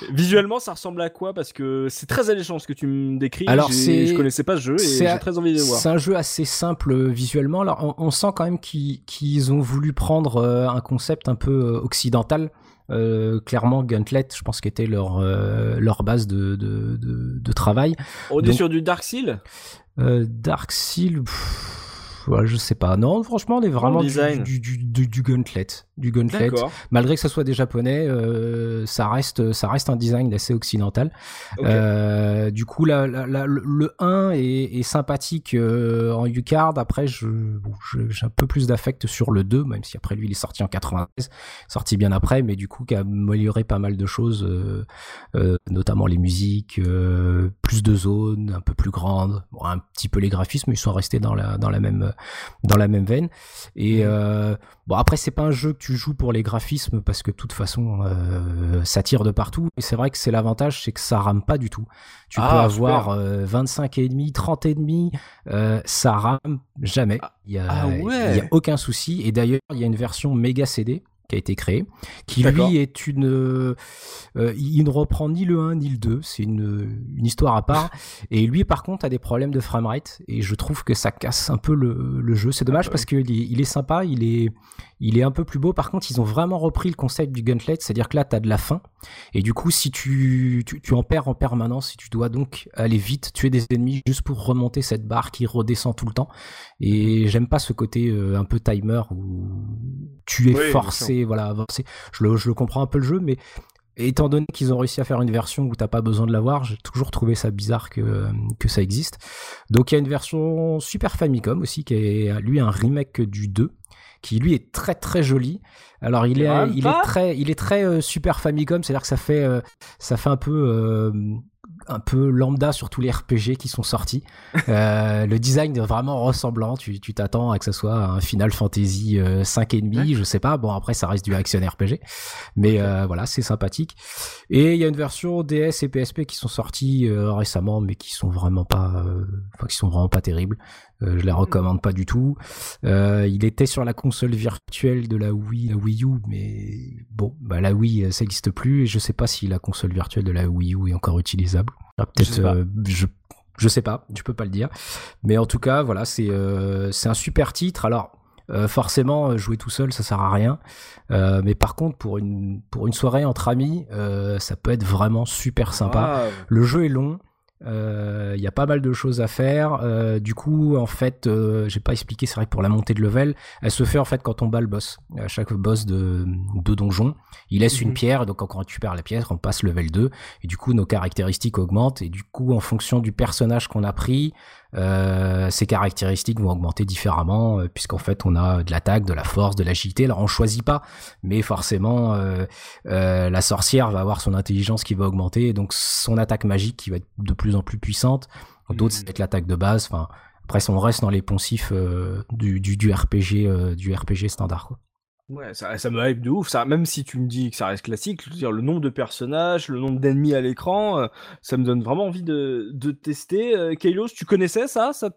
Visuellement, ça ressemble à quoi? Parce que c'est très alléchant ce que tu me décris. Alors, je connaissais pas ce jeu et j'ai très envie de le voir. C'est un jeu assez simple visuellement. Alors, on sent quand même qu'ils ont voulu prendre un concept un peu occidental. Clairement, Gauntlet, je pense qu'était leur base de travail. On est sur du Dark Seal? Dark Seal, ouais, je sais pas. Non, franchement, on est vraiment du Gauntlet. Du Gauntlet. D'accord. Malgré que ça soit des japonais, ça reste un design assez occidental. Okay. Du coup, le 1 est sympathique en U-Card. Après, j'ai un peu plus d'affect sur le 2, même si après lui, il est sorti en 93, sorti bien après, mais du coup, qui a amélioré pas mal de choses, notamment les musiques, plus de zones, un peu plus grandes, bon, un petit peu les graphismes, ils sont restés dans la même veine. Et bon, après, c'est pas un jeu que tu joues pour les graphismes parce que de toute façon, ça tire de partout. Et c'est vrai que c'est l'avantage, c'est que ça rame pas du tout. Tu peux avoir 25 et demi, 30 et demi, ça rame jamais. Il y a aucun souci. Et d'ailleurs, il y a une version méga CD qui a été créée, qui lui est il ne reprend ni le 1 ni le 2, c'est une histoire à part, et lui par contre a des problèmes de framerate, et je trouve que ça casse un peu le jeu, c'est dommage parce qu'il est sympa, il est un peu plus beau. Par contre, ils ont vraiment repris le concept du Gauntlet, c'est-à-dire que là t'as de la faim, et du coup si tu en perds en permanence, si tu dois donc aller vite, tuer des ennemis juste pour remonter cette barre qui redescend tout le temps, et j'aime pas ce côté un peu timer où tu es forcé, voilà, avancer. Je le comprends un peu le jeu, mais étant donné qu'ils ont réussi à faire une version où t'as pas besoin de l'avoir, j'ai toujours trouvé ça bizarre que ça existe. Donc il y a une version Super Famicom aussi qui est lui un remake du 2, qui lui est très très joli. Alors il est très Super Famicom, c'est-à-dire que ça fait un peu lambda sur tous les RPG qui sont sortis. Le design est vraiment ressemblant. Tu t'attends à que ça soit un Final Fantasy 5,5, je sais pas. Bon, après, ça reste du action RPG. Mais voilà, c'est sympathique. Et il y a une version DS et PSP qui sont sortis récemment, mais qui sont vraiment pas terribles. Je les recommande pas du tout. Il était sur la console virtuelle de la Wii U, mais bon, la Wii, ça n'existe plus, et je sais pas si la console virtuelle de la Wii U est encore utilisable. Peut-être, je sais pas, je peux pas le dire. Mais en tout cas, voilà, c'est un super titre. Alors, forcément, jouer tout seul, ça sert à rien. Mais par contre, pour une soirée entre amis, ça peut être vraiment super sympa. Wow. Le jeu est long. Il y a pas mal de choses à faire. Du coup, en fait, j'ai pas expliqué, c'est vrai que pour la montée de level, elle se fait en fait quand on bat le boss. À chaque boss de donjon, il laisse une pierre, donc quand on récupère la pierre, on passe level 2, et du coup nos caractéristiques augmentent, et du coup en fonction du personnage qu'on a pris, ces caractéristiques vont augmenter différemment, puisqu'en fait on a de l'attaque, de la force, de l'agilité. Alors on choisit pas, mais forcément la sorcière va avoir son intelligence qui va augmenter, et donc son attaque magique qui va être de plus en plus puissante. D'autres c'est l'attaque de base. Enfin, après on reste dans les poncifs du RPG standard, quoi. Ouais, ça me hype de ouf, ça, même si tu me dis que ça reste classique, je veux dire, le nombre de personnages, le nombre d'ennemis à l'écran, ça me donne vraiment envie de tester. Kailos, tu connaissais ça? Ça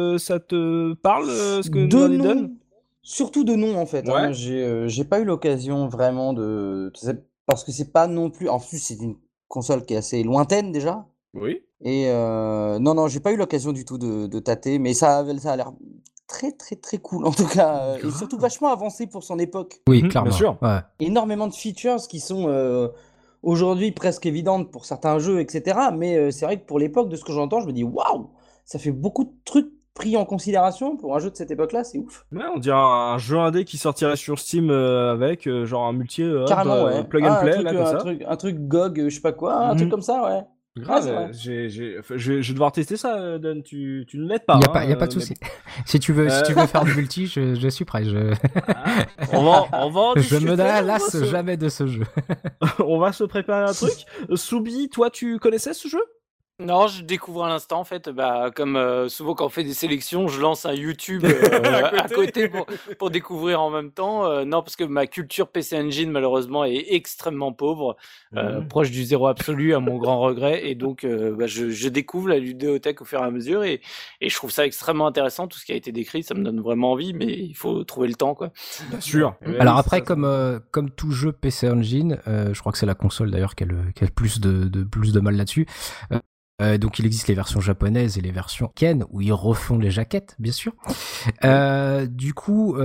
te parle, ce que nous en donne? Surtout de nom, en fait. Ouais. Hein. J'ai pas eu l'occasion vraiment parce que c'est pas non plus... En plus, c'est une console qui est assez lointaine, déjà. Oui. Et non, j'ai pas eu l'occasion du tout de tâter, mais ça a l'air très très très cool en tout cas, et surtout vachement avancé pour son époque. Oui, clairement. Bien sûr. Ouais. Énormément de features qui sont aujourd'hui presque évidentes pour certains jeux, etc. Mais c'est vrai que pour l'époque, de ce que j'entends, je me dis waouh, ça fait beaucoup de trucs pris en considération pour un jeu de cette époque-là, c'est ouf. Ouais, on dirait un jeu indé qui sortirait sur Steam avec genre un multi carrément, ouais. plug and play, là, comme ça. Un truc GOG, je sais pas quoi, un truc comme ça, ouais. Grave, je vais devoir tester ça, Don. Tu ne m'aides pas. Il y a pas de souci. Si tu veux faire du multi, je suis prêt. On va je me lasse jamais de ce jeu. On va se préparer un truc. Soubi, toi, tu connaissais ce jeu? Non, je découvre à l'instant en fait. Bah, comme souvent quand on fait des sélections, je lance un YouTube à côté pour découvrir en même temps. Non, parce que ma culture PC Engine malheureusement est extrêmement pauvre, proche du zéro absolu à mon grand regret. Et donc, je découvre la ludéothèque au fur et à mesure et je trouve ça extrêmement intéressant. Tout ce qui a été décrit, ça me donne vraiment envie, mais il faut trouver le temps, quoi. Bien sûr. Alors après, comme tout jeu PC Engine, je crois que c'est la console d'ailleurs qui a le plus de mal là-dessus. Donc il existe les versions japonaises et les versions Ken où ils refont les jaquettes, bien sûr. Du coup,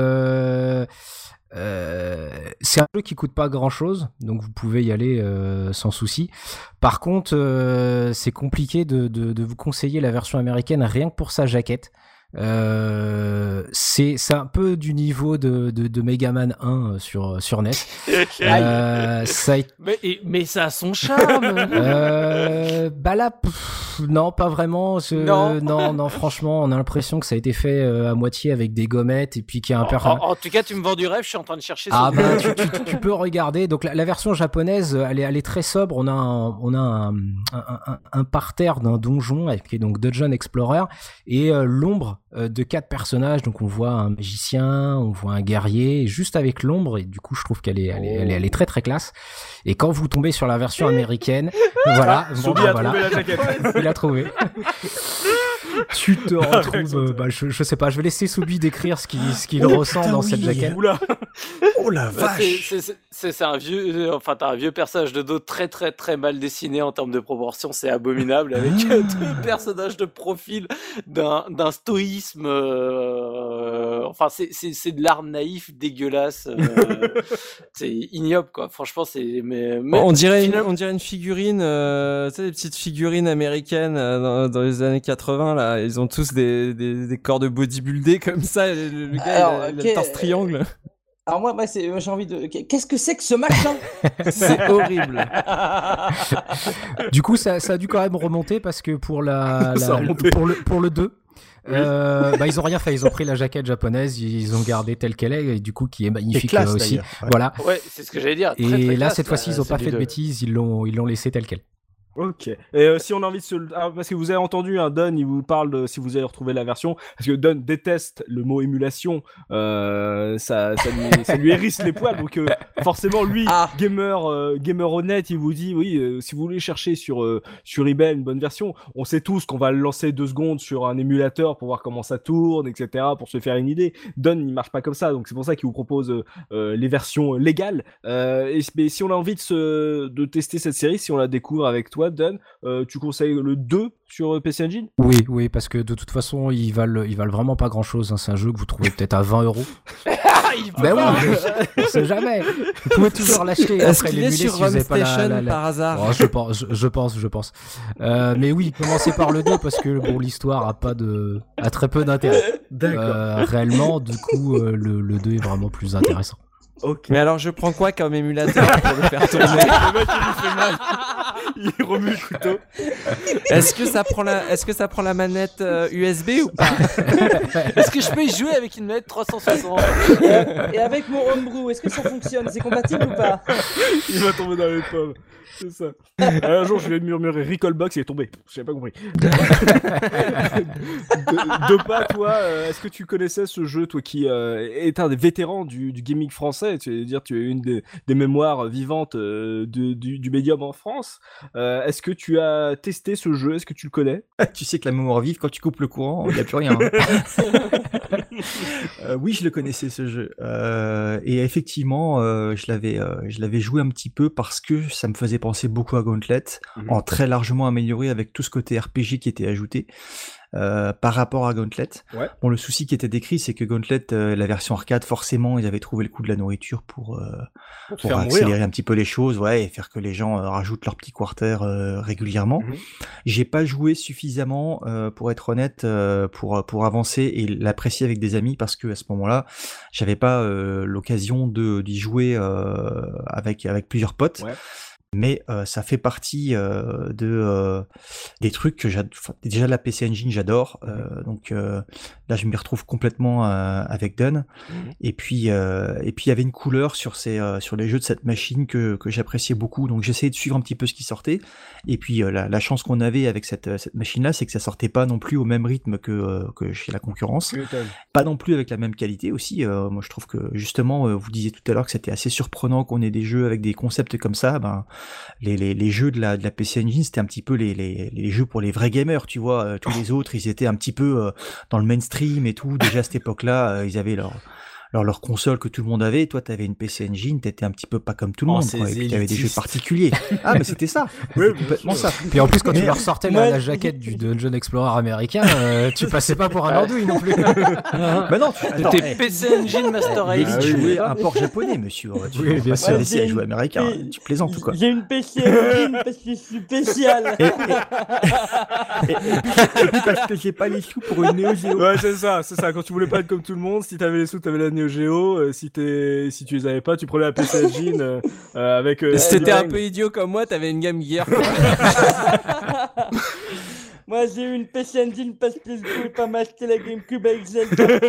c'est un jeu qui coûte pas grand-chose, donc vous pouvez y aller sans souci. Par contre, c'est compliqué de vous conseiller la version américaine rien que pour sa jaquette. C'est un peu du niveau de Mega Man 1 sur NES. Mais ça a son charme. Bah là, non, pas vraiment. Non, franchement, on a l'impression que ça a été fait à moitié avec des gommettes et puis qu'il y a un en tout cas, tu me vends du rêve. Je suis en train de chercher. Tu peux regarder. Donc la version japonaise, elle est très sobre. On a un parterre d'un donjon qui est donc Dungeon Explorer et l'ombre de 4 personnages. Donc on voit un magicien, on voit un guerrier, juste avec l'ombre. Et du coup, je trouve qu'elle est très très classe. Et quand vous tombez sur la version américaine, voilà, Soubi a trouvé la jaquette. Il a trouvé. Tu te retrouves. Je sais pas. Je vais laisser Soubi décrire ce qu'il ressent dans cette jaquette. Oh la vache. C'est un vieux. Enfin, t'as un vieux personnage de dos très très très mal dessiné en termes de proportions. C'est abominable avec 2 personnages de profil d'un stoïsme. Enfin, c'est de l'art naïf dégueulasse. C'est ignoble, quoi. Franchement, c'est. On dirait une figurine. Tu sais, des petites figurines américaines dans les années 80 là. Ils ont tous des corps de bodybuildés comme ça. Le gars, il a le torse triangle. Alors moi j'ai envie de... Qu'est-ce que c'est que ce machin? C'est horrible. Du coup, ça a dû quand même remonter parce que pour le 2, ils ont rien fait. Ils ont pris la jaquette japonaise, ils ont gardé telle qu'elle est, et du coup qui est magnifique classe, aussi. Ouais. Voilà. Ouais, c'est ce que j'allais dire. Et très, très là, classe, cette fois-ci, ils ont pas fait de bêtises. Ils l'ont laissé tel quel. Ok. Et si on a envie de parce que vous avez entendu, Don, il vous parle de si vous avez retrouvé la version, parce que Don déteste le mot émulation, ça lui hérisse les poils, donc forcément lui, gamer honnête, il vous dit oui, si vous voulez chercher sur eBay une bonne version, on sait tous qu'on va le lancer 2 secondes sur un émulateur pour voir comment ça tourne, etc., pour se faire une idée. Don, il marche pas comme ça, donc c'est pour ça qu'il vous propose les versions légales. Mais si on a envie de tester cette série, si on la découvre avec toi, Don, tu conseilles le 2 sur PC Engine? Oui, parce que de toute façon, ils valent vraiment pas grand chose. Hein. C'est un jeu que vous trouvez peut-être à 20€. Ben oui, on sait jamais. Vous pouvez toujours l'acheter. Est-ce qu'il est sur RunStation par hasard? Oh, je pense. Mais oui, commencez par le 2 parce que bon, l'histoire a très peu d'intérêt. D'accord. Réellement, du coup, le 2 est vraiment plus intéressant. Okay. Mais alors je prends quoi comme émulateur pour le faire tourner? Le mec il lui fait mal. Il remue le couteau. Est-ce que ça prend la manette USB ou pas? Est-ce que je peux y jouer avec une manette 360? Et avec mon homebrew, est-ce que ça fonctionne? C'est compatible ou pas? Il va tomber dans les pommes. C'est ça. Un jour, je vais murmurer Recallbox, il est tombé. J'ai pas compris. De pas, toi, est-ce que tu connaissais ce jeu, toi qui est un des vétérans du gaming français? Tu veux dire, tu es une des mémoires vivantes du médium en France. Est-ce que tu as testé ce jeu? Est-ce que tu le connais? Tu sais que la mémoire vive, quand tu coupes le courant, il n'y a plus rien. Oui, je le connaissais ce jeu. Et effectivement, je l'avais joué un petit peu parce que ça me faisait penser beaucoup à Gauntlet, en très largement amélioré avec tout ce côté RPG qui était ajouté. Par rapport à Gauntlet. Ouais. Bon, le souci qui était décrit, c'est que Gauntlet, la version arcade, forcément, ils avaient trouvé le coup de la nourriture pour accélérer un petit peu les choses, ouais, et faire que les gens rajoutent leur petit quarter régulièrement. J'ai pas joué suffisamment, pour être honnête, pour avancer et l'apprécier avec des amis, parce que à ce moment-là, j'avais pas l'occasion d'y jouer avec plusieurs potes. Ouais. mais ça fait partie des trucs que j'adore. Déjà la PC Engine j'adore, donc là je m'y retrouve complètement avec Dun. Et puis il y avait une couleur sur les jeux de cette machine que j'appréciais beaucoup, donc j'essayais de suivre un petit peu ce qui sortait. Et puis la chance qu'on avait avec cette machine là, c'est que ça sortait pas non plus au même rythme que chez la concurrence, pas non plus avec la même qualité aussi. Moi je trouve que justement vous disiez tout à l'heure que c'était assez surprenant qu'on ait des jeux avec des concepts comme ça. Les jeux de la PC Engine, c'était un petit peu les jeux pour les vrais gamers, tu vois. Tous les autres, ils étaient un petit peu dans le mainstream et tout. Déjà à cette époque-là, ils avaient leur console que tout le monde avait. Toi, t'avais une PC Engine, t'étais un petit peu pas comme tout le monde, quoi. Et puis t'avais des jeux particuliers. Ah, mais c'était ça. C'était complètement ça. Puis en plus, quand tu leur sortais la jaquette du Dungeon Explorer américain, tu passais pas pour un andouille non plus. Bah non, t'es PC Engine Master Race. Tu jouais un port japonais, monsieur. Tu vas pas laisser à jouer américain. Tu plaisantes ou quoi? J'ai une PC Engine parce que je suis spécial. Et puis parce que j'ai pas les sous pour une Neo Geo. Ouais, c'est ça. Quand tu voulais pas être comme tout le monde, si t'avais les sous, t'avais la Neo Geo. Si tu les avais pas, tu prenais la PC Engine avec. Si t'étais un peu idiot comme moi, t'avais une Game Gear. Moi, j'ai eu une PC Engine parce que je pouvais pas m'acheter la GameCube avec Zelda.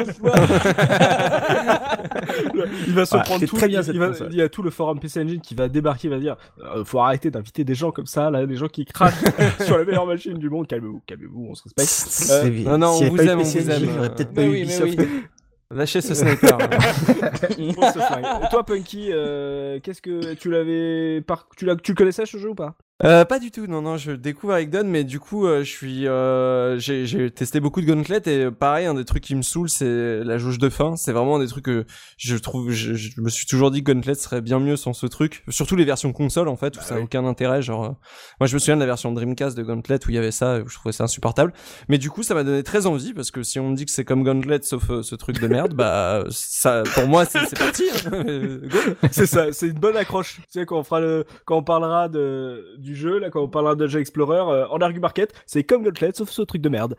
Il va se prendre tout. Très bien il y a tout le forum PC Engine qui va débarquer, il va dire faut arrêter d'inviter des gens comme ça, là, des gens qui crachent sur les meilleures machines du monde. Calmez-vous, on se respecte. Non, on vous aime, J'aurais peut-être pas eu Ubisoft. Lâchez ce sniper. Et toi, Punky, qu'est-ce que tu l'avais tu le connaissais ce jeu ou pas? Pas du tout, non, je le découvre avec Dun, mais du coup, j'ai testé beaucoup de Gauntlet et pareil, un des trucs qui me saoule, c'est la jauge de faim. C'est vraiment un des trucs que je trouve, je me suis toujours dit que Gauntlet serait bien mieux sans ce truc. Surtout les versions console, en fait, où ça a aucun intérêt. Genre, moi, je me souviens de la version Dreamcast de Gauntlet où il y avait ça, où je trouvais ça insupportable. Mais du coup, ça m'a donné très envie parce que si on me dit que c'est comme Gauntlet sauf ce truc de merde, bah, ça, pour moi, c'est parti. Hein. C'est ça, c'est une bonne accroche. Tu sais, quand on parlera du jeu, là, quand on parlera de Dungeon Explorer, en Argu Market, c'est comme Gauntlet, sauf ce truc de merde.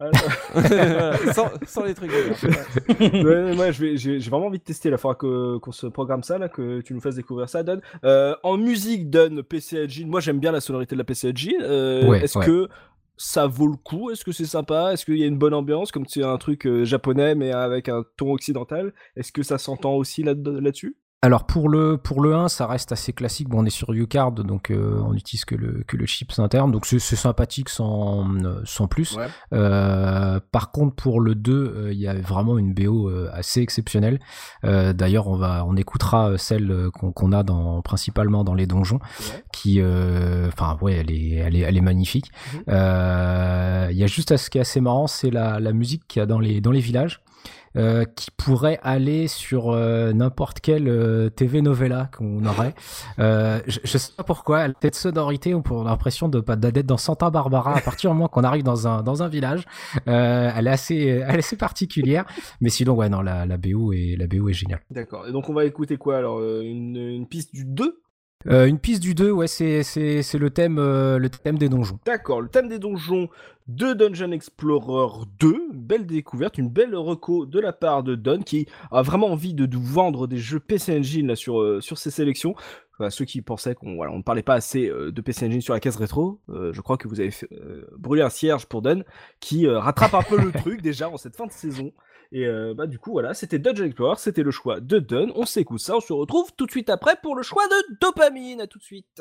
sans les trucs de merde. Moi, j'ai vraiment envie de tester, la fois qu'on se programme ça, là, que tu nous fasses découvrir ça, Dun. En musique, Dun, PC Engine, moi j'aime bien la sonorité de la PC Engine. Est-ce que ça vaut le coup? Est-ce que c'est sympa? Est-ce qu'il y a une bonne ambiance, comme c'est un truc japonais, mais avec un ton occidental? Est-ce que ça s'entend aussi là-dessus? Alors pour le 1, ça reste assez classique. Bon, on est sur UCard, donc on utilise que le chips interne, donc c'est sympathique sans plus. Ouais. Par contre, pour le 2, il y a vraiment une BO assez exceptionnelle. D'ailleurs, on écoutera celle qu'on a principalement dans les donjons, qui, elle est magnifique. Il y a juste ce qui est assez marrant, c'est la musique qu'il y a dans les villages. Qui pourrait aller sur n'importe quelle TV novella qu'on aurait. Je sais pas pourquoi, cette sonorité, on a l'impression d'être dans Santa Barbara à partir du moment qu'on arrive dans un village. Elle est assez particulière, mais sinon ouais, non, la BO est géniale. D'accord. Et donc on va écouter quoi alors, une piste du 2? Une piste du 2, ouais, c'est le thème des donjons. D'accord, le thème des donjons de Dungeon Explorer 2, belle découverte, une belle reco de la part de Dun qui a vraiment envie de nous vendre des jeux PC Engine là, sur ses sélections. Enfin, ceux qui pensaient qu'on ne parlait pas assez de PC Engine sur la case rétro, je crois que vous avez brûlé un cierge pour Dun qui rattrape un peu le truc déjà en cette fin de saison. Et du coup voilà, c'était Dungeon Explorer, c'était le choix de Dun. On s'écoute ça, on se retrouve tout de suite après pour le choix de Dopamine. À tout de suite.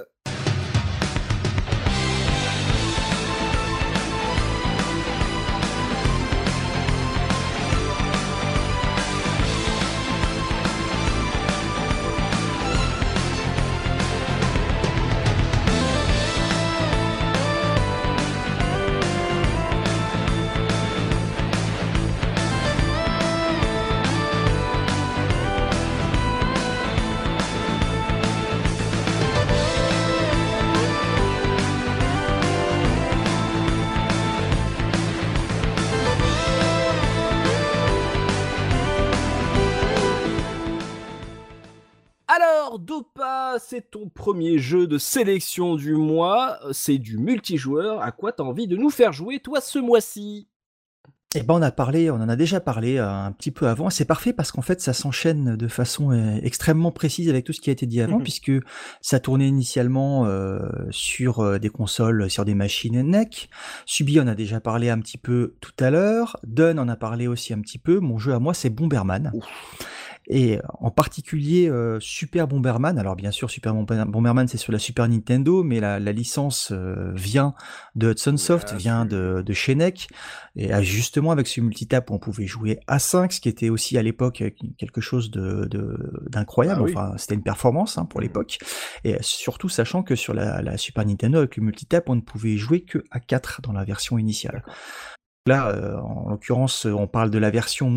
Alors, Dopa, c'est ton premier jeu de sélection du mois, c'est du multijoueur. À quoi t'as envie de nous faire jouer, toi, ce mois-ci? Eh ben, on en a déjà parlé un petit peu avant. C'est parfait parce qu'en fait, ça s'enchaîne de façon extrêmement précise avec tout ce qui a été dit avant, puisque ça tournait initialement sur des consoles, sur des machines NEC. Subi en a déjà parlé un petit peu tout à l'heure. Dun en a parlé aussi un petit peu. Mon jeu à moi, c'est Bomberman. Ouf. Et en particulier Super Bomberman. Alors bien sûr, Super Bomberman, c'est sur la Super Nintendo, mais la licence vient de Hudson Soft, vient de chez NEC. Et justement, avec ce multitap, on pouvait jouer à 5, ce qui était aussi à l'époque quelque chose d'incroyable. Enfin, c'était une performance pour l'époque. Et surtout, sachant que sur la Super Nintendo, avec le multitap, on ne pouvait jouer que à 4 dans la version initiale. Là, en l'occurrence, on parle de la version,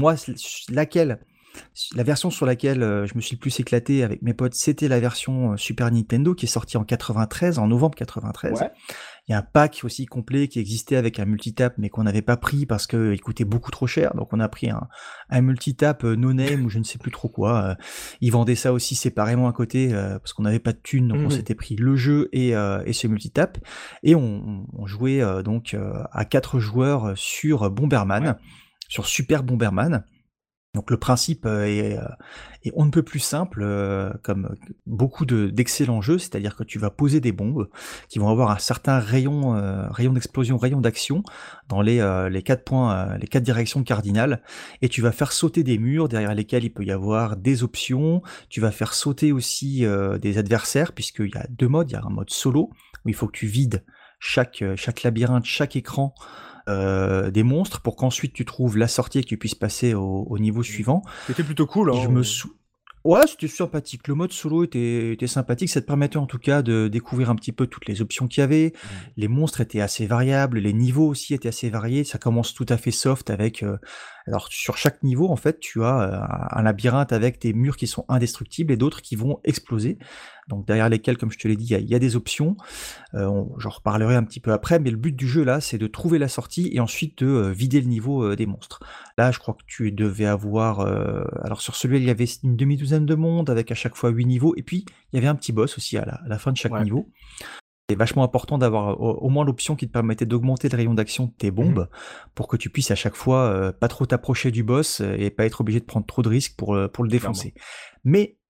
la version sur laquelle je me suis le plus éclaté avec mes potes, c'était la version Super Nintendo qui est sortie en novembre 93. Ouais. Il y a un pack aussi complet qui existait avec un multitap, mais qu'on n'avait pas pris parce qu'il coûtait beaucoup trop cher. Donc on a pris un multitap no-name ou je ne sais plus trop quoi. Ils vendaient ça aussi séparément à côté parce qu'on n'avait pas de thunes, donc on s'était pris le jeu et ce multitap. Et on jouait donc à 4 joueurs sur Bomberman, sur Super Bomberman. Donc le principe est on ne peut plus simple, comme beaucoup d'excellents jeux, c'est-à-dire que tu vas poser des bombes qui vont avoir un certain rayon d'explosion, rayon d'action dans les 4 points, les 4 directions cardinales, et tu vas faire sauter des murs derrière lesquels il peut y avoir des options. Tu vas faire sauter aussi des adversaires, puisqu'il y a 2 modes. Il y a un mode solo où il faut que tu vides chaque labyrinthe, chaque écran des monstres pour qu'ensuite tu trouves la sortie et que tu puisses passer au niveau suivant. C'était plutôt cool. Ouais, c'était sympathique. Le mode solo était sympathique. Ça te permettait en tout cas de découvrir un petit peu toutes les options qu'il y avait. Les monstres étaient assez variables, les niveaux aussi étaient assez variés. Ça commence tout à fait soft avec... alors sur chaque niveau, en fait, tu as un labyrinthe avec des murs qui sont indestructibles et d'autres qui vont exploser. Donc derrière lesquels, comme je te l'ai dit, il y a des options. J'en reparlerai un petit peu après, mais le but du jeu là, c'est de trouver la sortie et ensuite de vider le niveau des monstres. Là, je crois que tu devais avoir... alors sur celui-là, il y avait une demi-douzaine de mondes avec à chaque fois 8 niveaux. Et puis, il y avait un petit boss aussi à la fin de chaque niveau. C'est vachement important d'avoir au moins l'option qui te permettait d'augmenter le rayon d'action de tes bombes pour que tu puisses à chaque fois pas trop t'approcher du boss et pas être obligé de prendre trop de risques pour le défoncer. Mais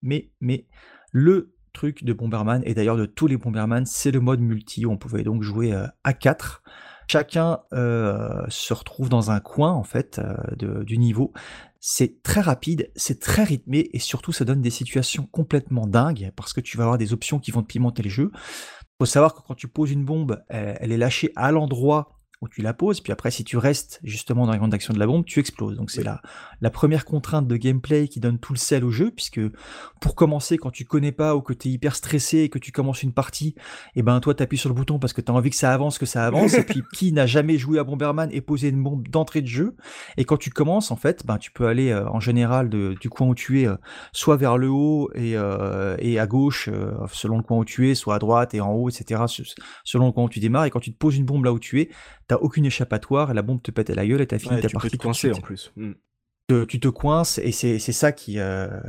le truc de Bomberman, et d'ailleurs de tous les Bomberman, c'est le mode multi où on pouvait donc jouer à 4. Chacun se retrouve dans un coin en fait du niveau. C'est très rapide, c'est très rythmé et surtout ça donne des situations complètement dingues parce que tu vas avoir des options qui vont te pimenter le jeu. Faut savoir que quand tu poses une bombe, elle est lâchée à l'endroit où tu la poses, puis après si tu restes justement dans la grande action de la bombe, tu exploses. Donc c'est la première contrainte de gameplay qui donne tout le sel au jeu, puisque pour commencer, quand tu connais pas ou que tu es hyper stressé et que tu commences une partie, et ben toi t'appuies sur le bouton parce que tu as envie que ça avance, et puis qui n'a jamais joué à Bomberman et posé une bombe d'entrée de jeu, et quand tu commences en fait, ben tu peux aller en général du coin où tu es, soit vers le haut et à gauche, selon le coin où tu es, soit à droite et en haut, etc., selon le coin où tu démarres, et quand tu te poses une bombe là où tu es, t'as aucune échappatoire, la bombe te pète à la gueule et t'as fini ta partie. Tu peux te coincer en plus. Tu te coinces et c'est ça qui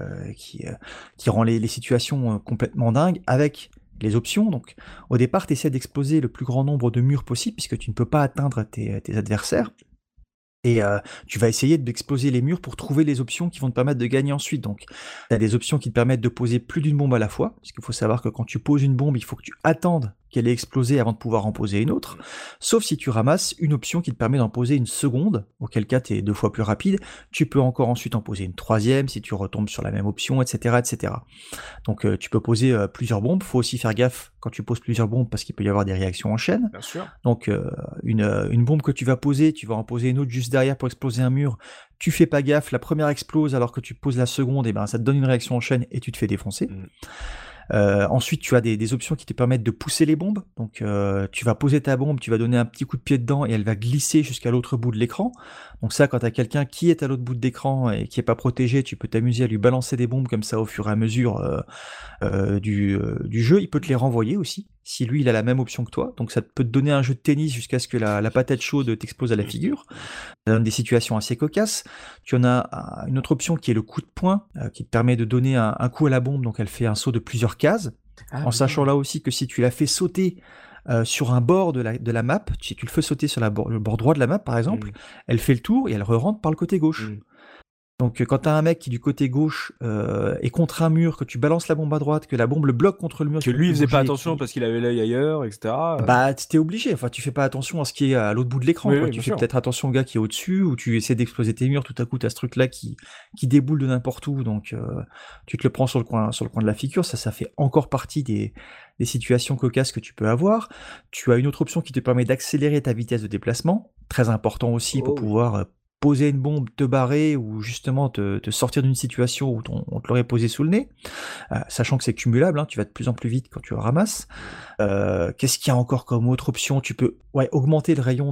rend les situations complètement dingues avec les options. Donc au départ, tu essaies d'exploser le plus grand nombre de murs possible puisque tu ne peux pas atteindre tes adversaires. Et tu vas essayer d'exploser les murs pour trouver les options qui vont te permettre de gagner ensuite. Donc, tu as des options qui te permettent de poser plus d'une bombe à la fois, parce qu'il faut savoir que quand tu poses une bombe, il faut que tu attendes qu'elle ait explosé avant de pouvoir en poser une autre, sauf si tu ramasses une option qui te permet d'en poser une seconde, auquel cas tu es 2 fois plus rapide, tu peux encore ensuite en poser une troisième si tu retombes sur la même option, etc. etc. Donc tu peux poser plusieurs bombes, faut aussi faire gaffe quand tu poses plusieurs bombes parce qu'il peut y avoir des réactions en chaîne. Bien sûr. Donc une bombe que tu vas poser, tu vas en poser une autre juste derrière pour exploser un mur, tu fais pas gaffe, la première explose alors que tu poses la seconde, et ben ça te donne une réaction en chaîne et tu te fais défoncer. Ensuite, tu as des options qui te permettent de pousser les bombes. Donc, tu vas poser ta bombe, tu vas donner un petit coup de pied dedans et elle va glisser jusqu'à l'autre bout de l'écran. Donc ça, quand tu as quelqu'un qui est à l'autre bout de l'écran et qui est pas protégé, tu peux t'amuser à lui balancer des bombes comme ça au fur et à mesure du jeu. Il peut te les renvoyer aussi, si lui, il a la même option que toi. Donc ça peut te donner un jeu de tennis jusqu'à ce que la patate chaude t'explose à la figure. Ça donne des situations assez cocasses. Tu en as une autre option qui est le coup de poing, qui te permet de donner un coup à la bombe, donc elle fait un saut de plusieurs cases, en sachant là aussi que si tu la fais sauter sur un bord de la map, si tu le fais sauter sur le bord droit de la map par exemple, elle fait le tour et elle re-rentre par le côté gauche. Donc quand t'as un mec qui du côté gauche est contre un mur, que tu balances la bombe à droite, que la bombe le bloque contre le mur, que lui il faisait pas attention parce qu'il avait l'œil ailleurs, etc. Bah t'es obligé, enfin tu fais pas attention à ce qui est à l'autre bout de l'écran, quoi. Tu fais peut-être attention au gars qui est au-dessus, ou tu essaies d'exploser tes murs, tout à coup t'as ce truc là qui déboule de n'importe où, donc tu te le prends sur le coin de la figure. Ça fait encore partie des situations cocasses que tu peux avoir. Tu as une autre option qui te permet d'accélérer ta vitesse de déplacement, très important aussi pour pouvoir poser une bombe, te barrer ou justement te sortir d'une situation où on te l'aurait posé sous le nez, sachant que c'est cumulable, hein, tu vas de plus en plus vite quand tu le ramasses. Qu'est-ce qu'il y a encore comme autre option? Tu peux augmenter le rayon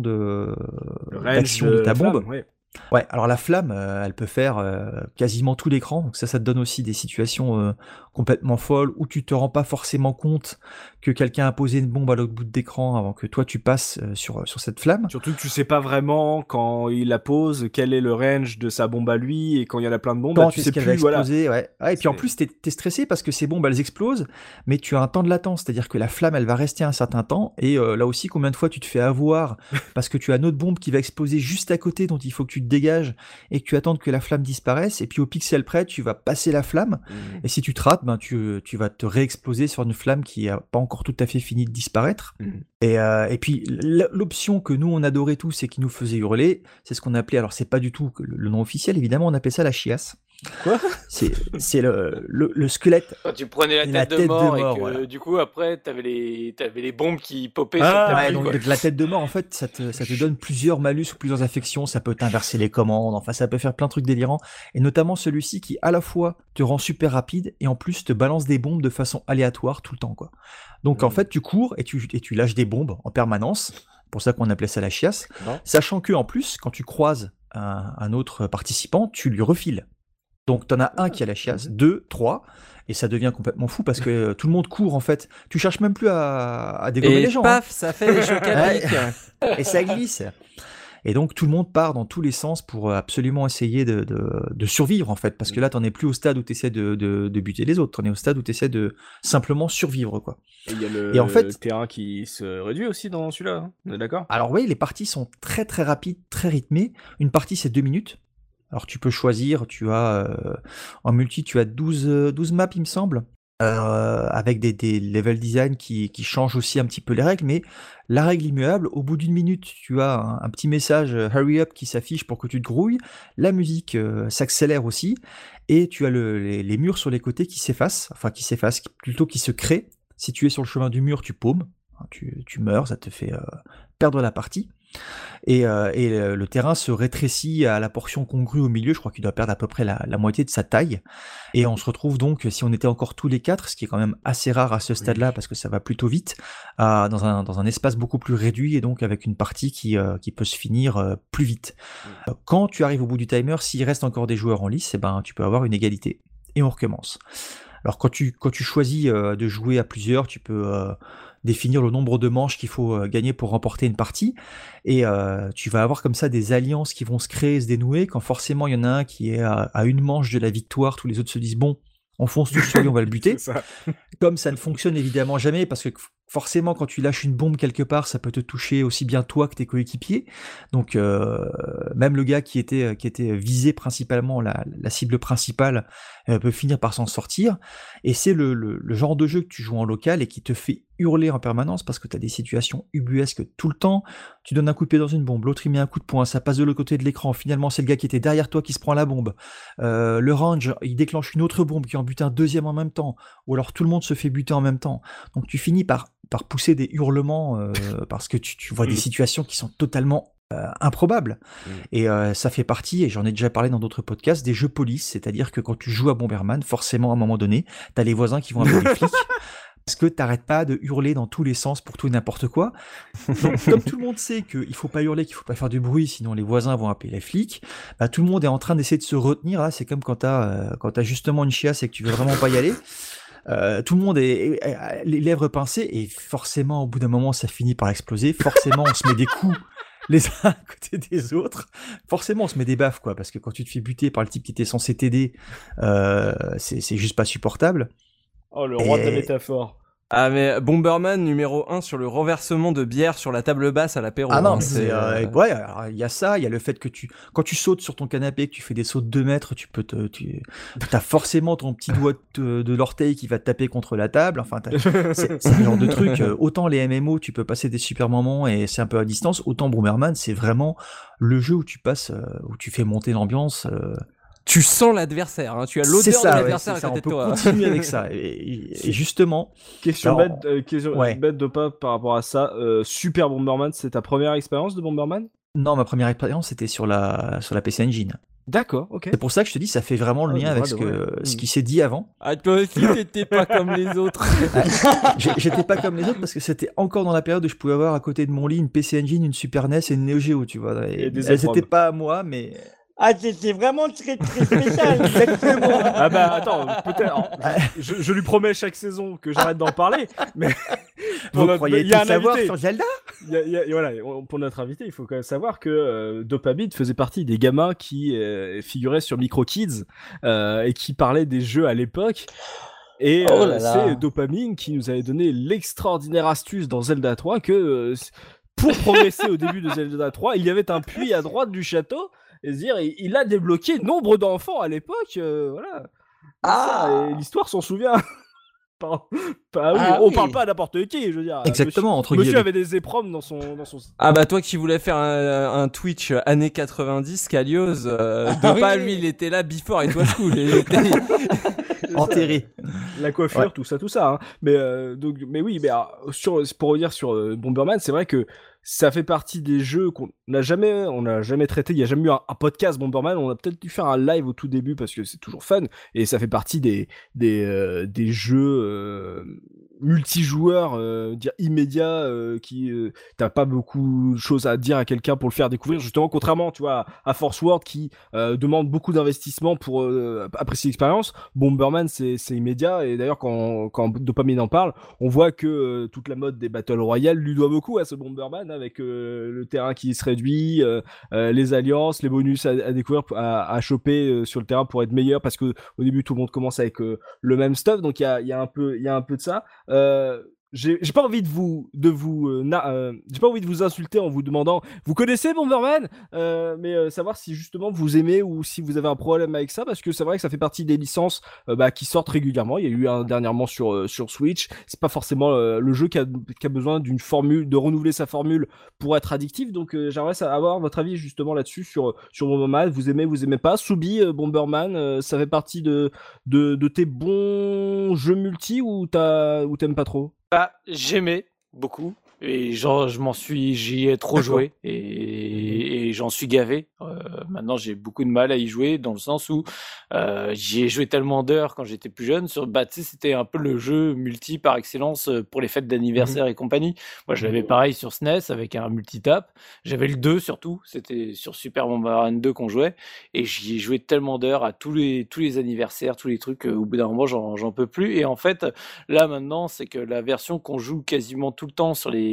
d'action de ta bombe. Ouais, alors la flamme, elle peut faire quasiment tout l'écran, donc ça te donne aussi des situations complètement folles où tu te rends pas forcément compte que quelqu'un a posé une bombe à l'autre bout de l'écran avant que toi tu passes sur cette flamme. Surtout que tu sais pas vraiment quand il la pose quel est le range de sa bombe à lui, et quand il y en a plein de bombes, tu sais plus, va exploser, ouais. Et puis en plus t'es stressé parce que ces bombes elles explosent, mais tu as un temps de latence, c'est-à-dire que la flamme elle va rester un certain temps, et là aussi combien de fois tu te fais avoir parce que tu as une autre bombe qui va exploser juste à côté, dont il faut que tu te dégages et que tu attends que la flamme disparaisse, et puis au pixel près tu vas passer la flamme, et si tu te rates, tu vas te réexploser sur une flamme qui a pas encore tout à fait fini de disparaître. Et puis l'option que nous on adorait tous et qui nous faisait hurler, c'est ce qu'on appelait, alors c'est pas du tout le nom officiel évidemment, on appelait ça la chiasse. Quoi? C'est le squelette. Quand tu prenais la tête de mort et que voilà. Du coup après t'avais les bombes qui popaient sur ta donc la tête de mort en fait ça te donne plusieurs malus ou plusieurs affections, ça peut t'inverser les commandes, enfin ça peut faire plein de trucs délirants, et notamment celui-ci qui à la fois te rend super rapide et en plus te balance des bombes de façon aléatoire tout le temps, quoi. Donc en fait tu cours et tu lâches des bombes en permanence, pour ça qu'on appelait ça la chiasse, sachant que en plus quand tu croises un autre participant tu lui refiles. Donc t'en as un qui a la chiasse, 2, 3, et ça devient complètement fou parce que tout le monde court en fait. Tu cherches même plus à dégommer les gens. Et paf, ça fait des chocs à pic. Et ça glisse. Et donc tout le monde part dans tous les sens pour absolument essayer de survivre en fait, parce que là t'en es plus au stade où t'essaies de buter les autres, t'en es au stade où t'essaies de simplement survivre, quoi. Et il y a le terrain qui se réduit aussi dans celui-là, hein, on est d'accord? Alors oui, les parties sont très très rapides, très rythmées. Une partie c'est 2 minutes. Alors tu peux choisir, tu as en multi tu as 12 maps il me semble, avec des level design qui changent aussi un petit peu les règles, mais la règle immuable, au bout d'1 minute tu as un petit message hurry up qui s'affiche pour que tu te grouilles, la musique s'accélère aussi, et tu as les murs sur les côtés qui s'effacent, plutôt qui se créent. Si tu es sur le chemin du mur tu paumes, tu meurs, ça te fait perdre la partie. Et le terrain se rétrécit à la portion congrue au milieu, je crois qu'il doit perdre à peu près la moitié de sa taille, et on se retrouve donc, si on était encore tous les 4, ce qui est quand même assez rare à ce stade-là parce que ça va plutôt vite, dans un espace beaucoup plus réduit, et donc avec une partie qui peut se finir plus vite. Quand tu arrives au bout du timer, s'il reste encore des joueurs en lice, tu peux avoir une égalité, et on recommence. Alors quand tu choisis de jouer à plusieurs, tu peux définir le nombre de manches qu'il faut gagner pour remporter une partie, et tu vas avoir comme ça des alliances qui vont se créer, se dénouer, quand forcément il y en a un qui est à une manche de la victoire, tous les autres se disent bon, on fonce tous sur lui, on va le buter. Comme ça ne fonctionne évidemment jamais, parce que forcément quand tu lâches une bombe quelque part, ça peut te toucher aussi bien toi que tes coéquipiers, donc même le gars qui était visé principalement, la cible principale, peut finir par s'en sortir, et c'est le genre de jeu que tu joues en local et qui te fait hurler en permanence parce que tu as des situations ubuesques tout le temps. Tu donnes un coup de pied dans une bombe, l'autre il met un coup de poing, ça passe de l'autre côté de l'écran, finalement c'est le gars qui était derrière toi qui se prend la bombe, le range il déclenche une autre bombe qui en bute un deuxième en même temps, ou alors tout le monde se fait buter en même temps, donc tu finis par pousser des hurlements parce que tu vois des situations qui sont totalement improbables, et ça fait partie, et j'en ai déjà parlé dans d'autres podcasts, des jeux police, c'est-à-dire que quand tu joues à Bomberman, forcément à un moment donné t'as les voisins qui vont appeler les flics parce que t'arrêtes pas de hurler dans tous les sens pour tout et n'importe quoi. Donc, comme tout le monde sait qu'il faut pas hurler, qu'il faut pas faire du bruit, sinon les voisins vont appeler les flics, tout le monde est en train d'essayer de se retenir. Là, c'est comme quand t'as justement une chiasse et que tu veux vraiment pas y aller. Tout le monde est les lèvres pincées, et forcément, au bout d'un moment, ça finit par exploser. Forcément, on se met des coups les uns à côté des autres. Forcément, on se met des baffes, quoi, parce que quand tu te fais buter par le type qui était censé t'aider, c'est juste pas supportable. Oh, le roi de la métaphore. Ah mais Bomberman numéro 1 sur le renversement de bière sur la table basse à l'apéro. Ah non, mais c'est ouais, il y a ça, il y a le fait que quand tu sautes sur ton canapé, que tu fais des sauts de 2 mètres, t'as forcément ton petit doigt de l'orteil qui va te taper contre la table. Enfin, c'est un genre de truc. Autant les MMO, tu peux passer des super moments et c'est un peu à distance. Autant Bomberman, c'est vraiment le jeu où tu passes, où tu fais monter l'ambiance. Tu sens l'adversaire, hein, tu as l'odeur de l'adversaire à côté de toi. On peut continuer avec ça. Et justement... Question bête de pas par rapport à ça. Super Bomberman, c'est ta première expérience de Bomberman ? Non, ma première expérience, c'était sur la PC Engine. D'accord, ok. C'est pour ça que je te dis, ça fait vraiment le lien avec ce qui s'est dit avant. Ah, toi aussi, t'étais pas comme les autres. J'étais pas comme les autres parce que c'était encore dans la période où je pouvais avoir à côté de mon lit une PC Engine, une Super NES et une Neo Geo, tu vois. Et elles étaient pas à moi, mais... Ah, c'est vraiment très très spécial, exactement. Ah bah attends, peut-être. Je lui promets chaque saison que j'arrête d'en parler, mais vous croyez tout savoir sur Zelda ? Voilà, pour notre invité, il faut quand même savoir que Dopamine faisait partie des gamins qui figuraient sur MicroKids et qui parlaient des jeux à l'époque. Et c'est Dopamine qui nous avait donné l'extraordinaire astuce dans Zelda 3 que pour progresser au début de Zelda 3, il y avait un puits à droite du château. Et se dire, il a débloqué nombre d'enfants à l'époque, voilà. Et l'histoire s'en souvient. On parle pas à n'importe qui, je veux dire. Exactement, monsieur avait des épreuves dans son... Ah bah toi qui voulais faire un Twitch années 90, Kalios, Dopa, lui, il était là before et toi school. Enterré. La coiffure, tout ça. Hein. Mais oui, pour revenir sur Bomberman, c'est vrai que ça fait partie des jeux qu'on n'a jamais traité. Il n'y a jamais eu un podcast Bomberman. On a peut-être dû faire un live au tout début parce que c'est toujours fun. Et ça fait partie des jeux multijoueurs, dire immédiats, qui t'as pas beaucoup de choses à dire à quelqu'un pour le faire découvrir. Justement, contrairement, tu vois, à Force World qui demande beaucoup d'investissement pour apprécier l'expérience. Bomberman, c'est immédiat. Et d'ailleurs, quand Dopamine en parle, on voit que toute la mode des Battle Royale lui doit beaucoup à ce Bomberman, avec le terrain qui se réduit, les alliances, les bonus à découvrir, à choper sur le terrain pour être meilleur, parce que au début tout le monde commence avec le même stuff, donc il y a un peu de ça. J'ai pas envie j'ai pas envie de vous insulter en vous demandant vous connaissez Bomberman, mais savoir si justement vous aimez ou si vous avez un problème avec ça, parce que c'est vrai que ça fait partie des licences qui sortent régulièrement. Il y a eu un dernièrement sur Switch. C'est pas forcément le jeu qui a besoin d'une formule, de renouveler sa formule pour être addictif. Donc j'aimerais avoir votre avis justement là-dessus sur Bomberman. Vous aimez pas Soubi, Bomberman, ça fait partie de tes bons jeux multi ou t'aimes pas trop? Bah, j'aimais beaucoup. Et genre, j'y ai trop joué et j'en suis gavé. Maintenant, j'ai beaucoup de mal à y jouer dans le sens où j'y ai joué tellement d'heures quand j'étais plus jeune. Tu sais, c'était un peu le jeu multi par excellence pour les fêtes d'anniversaire et compagnie. Moi, je l'avais pareil sur SNES avec un multitap. J'avais le 2 surtout. C'était sur Super Bomberman 2 qu'on jouait. Et j'y ai joué tellement d'heures à tous les anniversaires, tous les trucs. Au bout d'un moment, j'en peux plus. Et en fait, là maintenant, c'est que la version qu'on joue quasiment tout le temps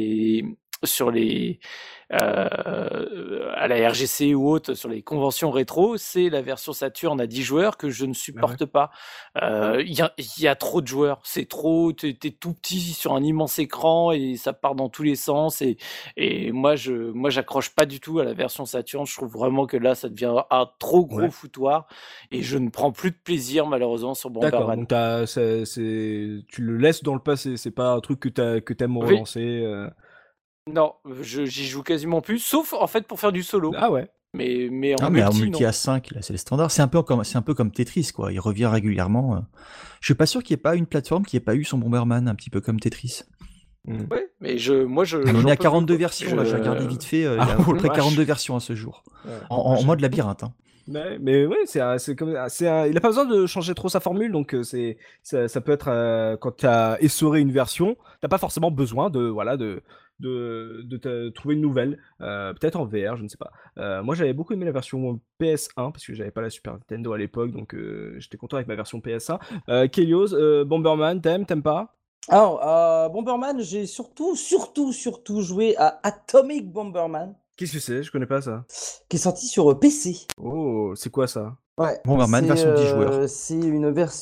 à la RGC ou autre, sur les conventions rétro, c'est la version Saturn à 10 joueurs que je ne supporte pas. Il y a trop de joueurs, c'est trop, t'es tout petit sur un immense écran et ça part dans tous les sens, et moi j'accroche pas du tout à la version Saturn. Je trouve vraiment que là ça devient un trop gros foutoir et je ne prends plus de plaisir malheureusement sur Bomberman. D'accord, donc tu le laisses dans le passé, c'est pas un truc que t'aimes relancer. Non, j'y joue quasiment plus, sauf en fait pour faire du solo. Ah ouais. Mais en multi à 5, là, c'est le standard. C'est un peu comme Tetris, quoi. Il revient régulièrement. Je suis pas sûr qu'il n'y ait pas une plateforme qui n'ait pas eu son Bomberman, un petit peu comme Tetris. Ouais, mais on est à 42 versions, là, j'ai regardé vite fait. Il y a à peu près 42 versions à ce jour. En mode labyrinthe, hein. Mais ouais, il a pas besoin de changer trop sa formule, donc ça peut être quand tu as essoré une version, t'as pas forcément besoin de trouver une nouvelle, peut-être en VR, je ne sais pas. Moi j'avais beaucoup aimé la version PS1 parce que j'avais pas la Super Nintendo à l'époque, donc j'étais content avec ma version PS1. Kelios, Bomberman, t'aimes pas? Alors, Bomberman, j'ai surtout joué à Atomic Bomberman. Qu'est-ce que c'est? Je connais pas ça. Qui est sorti sur PC. Oh, c'est quoi ça? Ouais. Bomberman version 10 joueurs. C'est une version.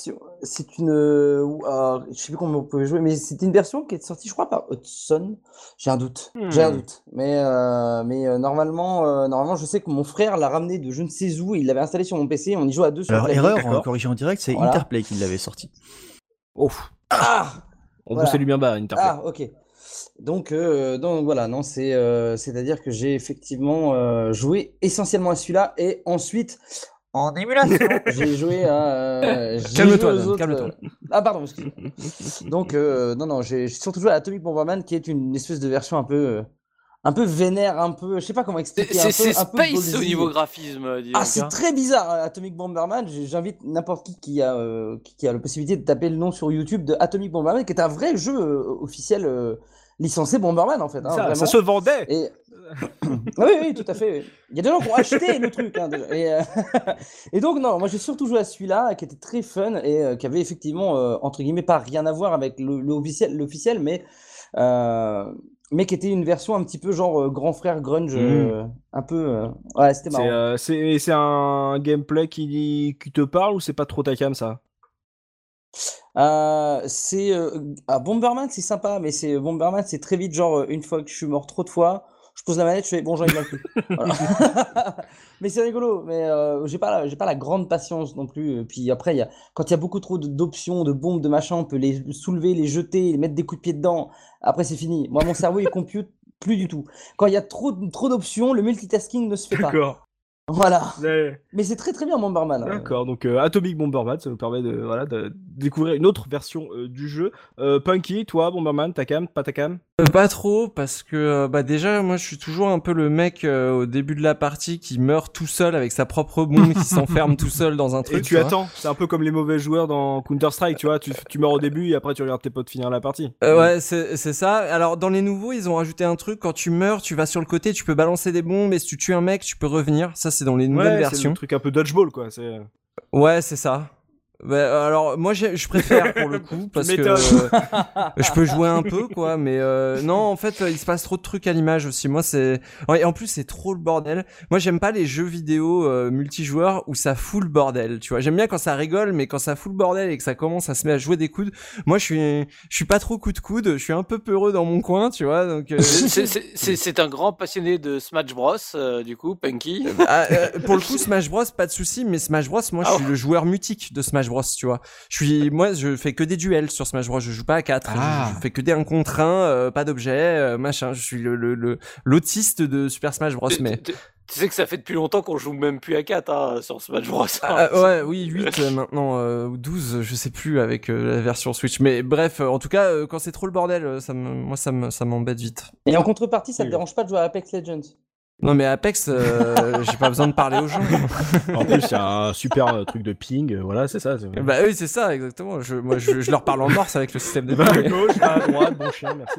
c'est une. Je sais plus comment on pouvait jouer, mais c'était une version qui est sortie, je crois, par Hudson. J'ai un doute. Mais normalement, je sais que mon frère l'a ramené de je ne sais où, il l'avait installé sur mon PC, on y joue à deux sur Alors, le clavier. erreur, en corrigeant en direct, c'est Interplay qui l'avait sorti. Ouf. On Voilà. vous salue bien bas, Interplay. Ok. Donc voilà, non, c'est-à-dire que j'ai effectivement joué essentiellement à celui-là et ensuite en émulation, j'ai joué à. Calme-toi, calme-toi. Ah, pardon, excuse-moi. Donc, non, j'ai surtout joué à Atomic Bomberman qui est une espèce de version un peu vénère, un peu. Je sais pas comment expliquer. C'est un peu space ballsy. au niveau graphisme. Ah, c'est très bizarre, Atomic Bomberman. J'invite n'importe qui a la possibilité de taper le nom sur YouTube de Atomic Bomberman, qui est un vrai jeu officiel licencé Bomberman en fait. Hein, ça se vendait. Et... oui, tout à fait. Il y a des gens qui ont acheté le truc. Hein, déjà. Et donc, non, moi j'ai surtout joué à celui-là qui était très fun et qui avait effectivement, entre guillemets, pas rien à voir avec l'officiel, mais qui était une version un petit peu genre grand frère grunge, un peu. Ouais, c'était marrant. C'est un gameplay qui te parle ou c'est pas trop ta cam ça? Bomberman c'est sympa, mais Bomberman c'est très vite genre une fois que je suis mort trop de fois, je pose la manette, je fais bon, j'en ai plus. Voilà. Mais c'est rigolo, mais j'ai pas la grande patience non plus. Et puis après quand il y a beaucoup trop d'options, de bombes, de machin, on peut les soulever, les jeter, les mettre des coups de pied dedans. Après c'est fini. Moi mon cerveau il compute plus du tout. Quand il y a trop d'options, le multitasking ne se fait pas. D'accord. Voilà. Mais c'est très très bien Bomberman. D'accord, donc Atomic Bomberman, ça nous permet de découvrir une autre version du jeu. Punky, toi, Bomberman, ta cam, pas ta cam? Pas trop, parce que déjà, moi je suis toujours un peu le mec au début de la partie qui meurt tout seul avec sa propre bombe, qui s'enferme tout seul dans un truc. Et tu attends, c'est un peu comme les mauvais joueurs dans Counter-Strike, tu vois, tu meurs au début et après tu regardes tes potes finir la partie. Ouais, c'est ça. Alors dans les nouveaux, ils ont rajouté un truc, quand tu meurs, tu vas sur le côté, tu peux balancer des bombes, et si tu tues un mec, tu peux revenir. Ça c'est dans les nouvelles versions. C'est le truc un peu dodgeball quoi. Ouais, c'est ça. Bah, alors moi je préfère pour le coup parce que je peux jouer un peu quoi, mais non en fait il se passe trop de trucs à l'image aussi. Moi c'est et en plus c'est trop le bordel. Moi j'aime pas les jeux vidéo multijoueurs où ça fout le bordel, tu vois. J'aime bien quand ça rigole, mais quand ça fout le bordel et que ça commence à se mettre à jouer des coudes, moi je suis pas trop coup de coude, je suis un peu peureux dans mon coin, tu vois. Donc c'est un grand passionné de Smash Bros du coup, Punky. Pour le coup Smash Bros pas de souci, mais Smash Bros moi je suis le joueur mutique de Smash Bros, tu vois. Moi je fais que des duels sur Smash Bros, je joue pas à 4, je fais que des 1 contre 1, pas d'objets, machin, je suis l'autiste de Super Smash Bros. Mais tu sais que ça fait depuis longtemps qu'on joue même plus à 4 sur Smash Bros. Oui, 8 maintenant, ou 12, je sais plus avec la version Switch. Mais bref, en tout cas, quand c'est trop le bordel, ça m'embête vite. Et en contrepartie, ça te dérange pas de jouer à Apex Legends? Non mais Apex, j'ai pas besoin de parler aux gens. En plus, il y a un super truc de ping, voilà, c'est ça. Bah oui, c'est ça, exactement. Je leur parle en morse avec le système de ping. À gauche, à droite, bon chien, merci.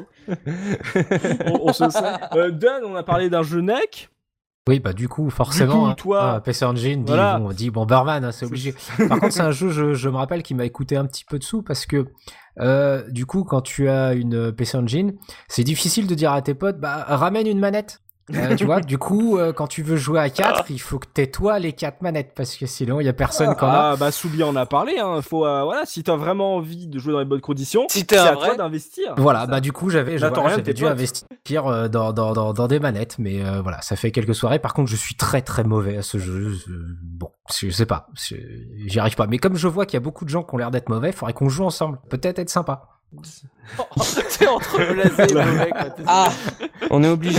on se sait. Dan, on a parlé d'un jeu NEC. Oui, bah du coup, forcément, toi... PC Engine dit Bomberman, hein, c'est obligé. Par contre, c'est un jeu, je me rappelle, qui m'a coûté un petit peu de sous parce que du coup, quand tu as une PC Engine, c'est difficile de dire à tes potes, bah ramène une manette. Tu vois, du coup, quand tu veux jouer à 4, il faut que t'aies toi les 4 manettes parce que sinon il y a personne qui en a. Ah bah Soubi en a parlé, hein. Faut voilà, si t'as vraiment envie de jouer dans les bonnes conditions, c'est à toi d'investir. Voilà, bah du coup j'avais dû investir dans des manettes, mais voilà, ça fait quelques soirées. Par contre, je suis très très mauvais à ce jeu. Bon, je sais pas, j'y arrive pas. Mais comme je vois qu'il y a beaucoup de gens qui ont l'air d'être mauvais, faudrait qu'on joue ensemble. Peut-être être sympa. C'est entre blasé et mauvais quoi. On est obligé.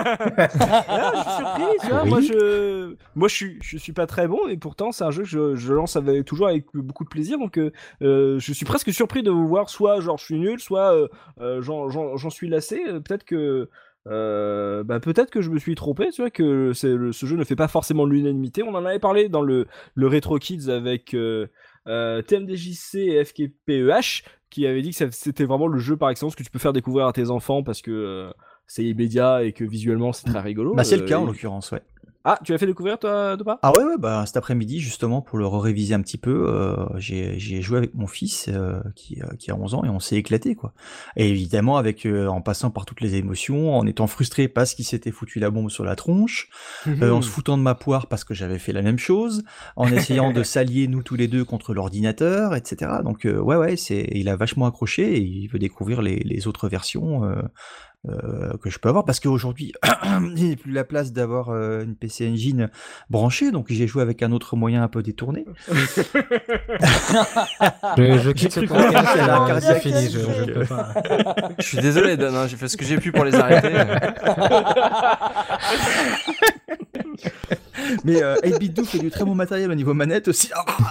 Je suis surpris, tu vois. Oui. Moi je suis pas très bon et pourtant c'est un jeu que je lance toujours avec beaucoup de plaisir, donc je suis presque surpris de vous voir soit genre je suis nul, soit j'en suis lassé. Peut-être que je me suis trompé, tu vois, que ce jeu ne fait pas forcément l'unanimité. On en avait parlé dans le Retro Kids avec TMDJC et FKPEH qui avait dit que c'était vraiment le jeu par excellence que tu peux faire découvrir à tes enfants parce que c'est immédiat et que visuellement c'est très rigolo. Bah c'est le cas en l'occurrence, ouais. Ah, tu l'as fait découvrir toi, Dopa? Ah ouais, bah cet après-midi justement pour le réviser un petit peu, j'ai joué avec mon fils qui a 11 ans et on s'est éclaté quoi. Et évidemment avec en passant par toutes les émotions, en étant frustré parce qu'il s'était foutu la bombe sur la tronche, en se foutant de ma poire parce que j'avais fait la même chose, en essayant de s'allier nous tous les deux contre l'ordinateur, etc. Donc ouais, il a vachement accroché et il veut découvrir les autres versions. Que je peux avoir parce qu'aujourd'hui il n'est plus la place d'avoir une PC Engine branchée, donc j'ai joué avec un autre moyen un peu détourné. je quitte ce podcast, c'est fini, je peux pas. Je suis désolé Don, hein, j'ai fait ce que j'ai pu pour les arrêter. Mais 8BitDo fait du très bon matériel au niveau manette aussi.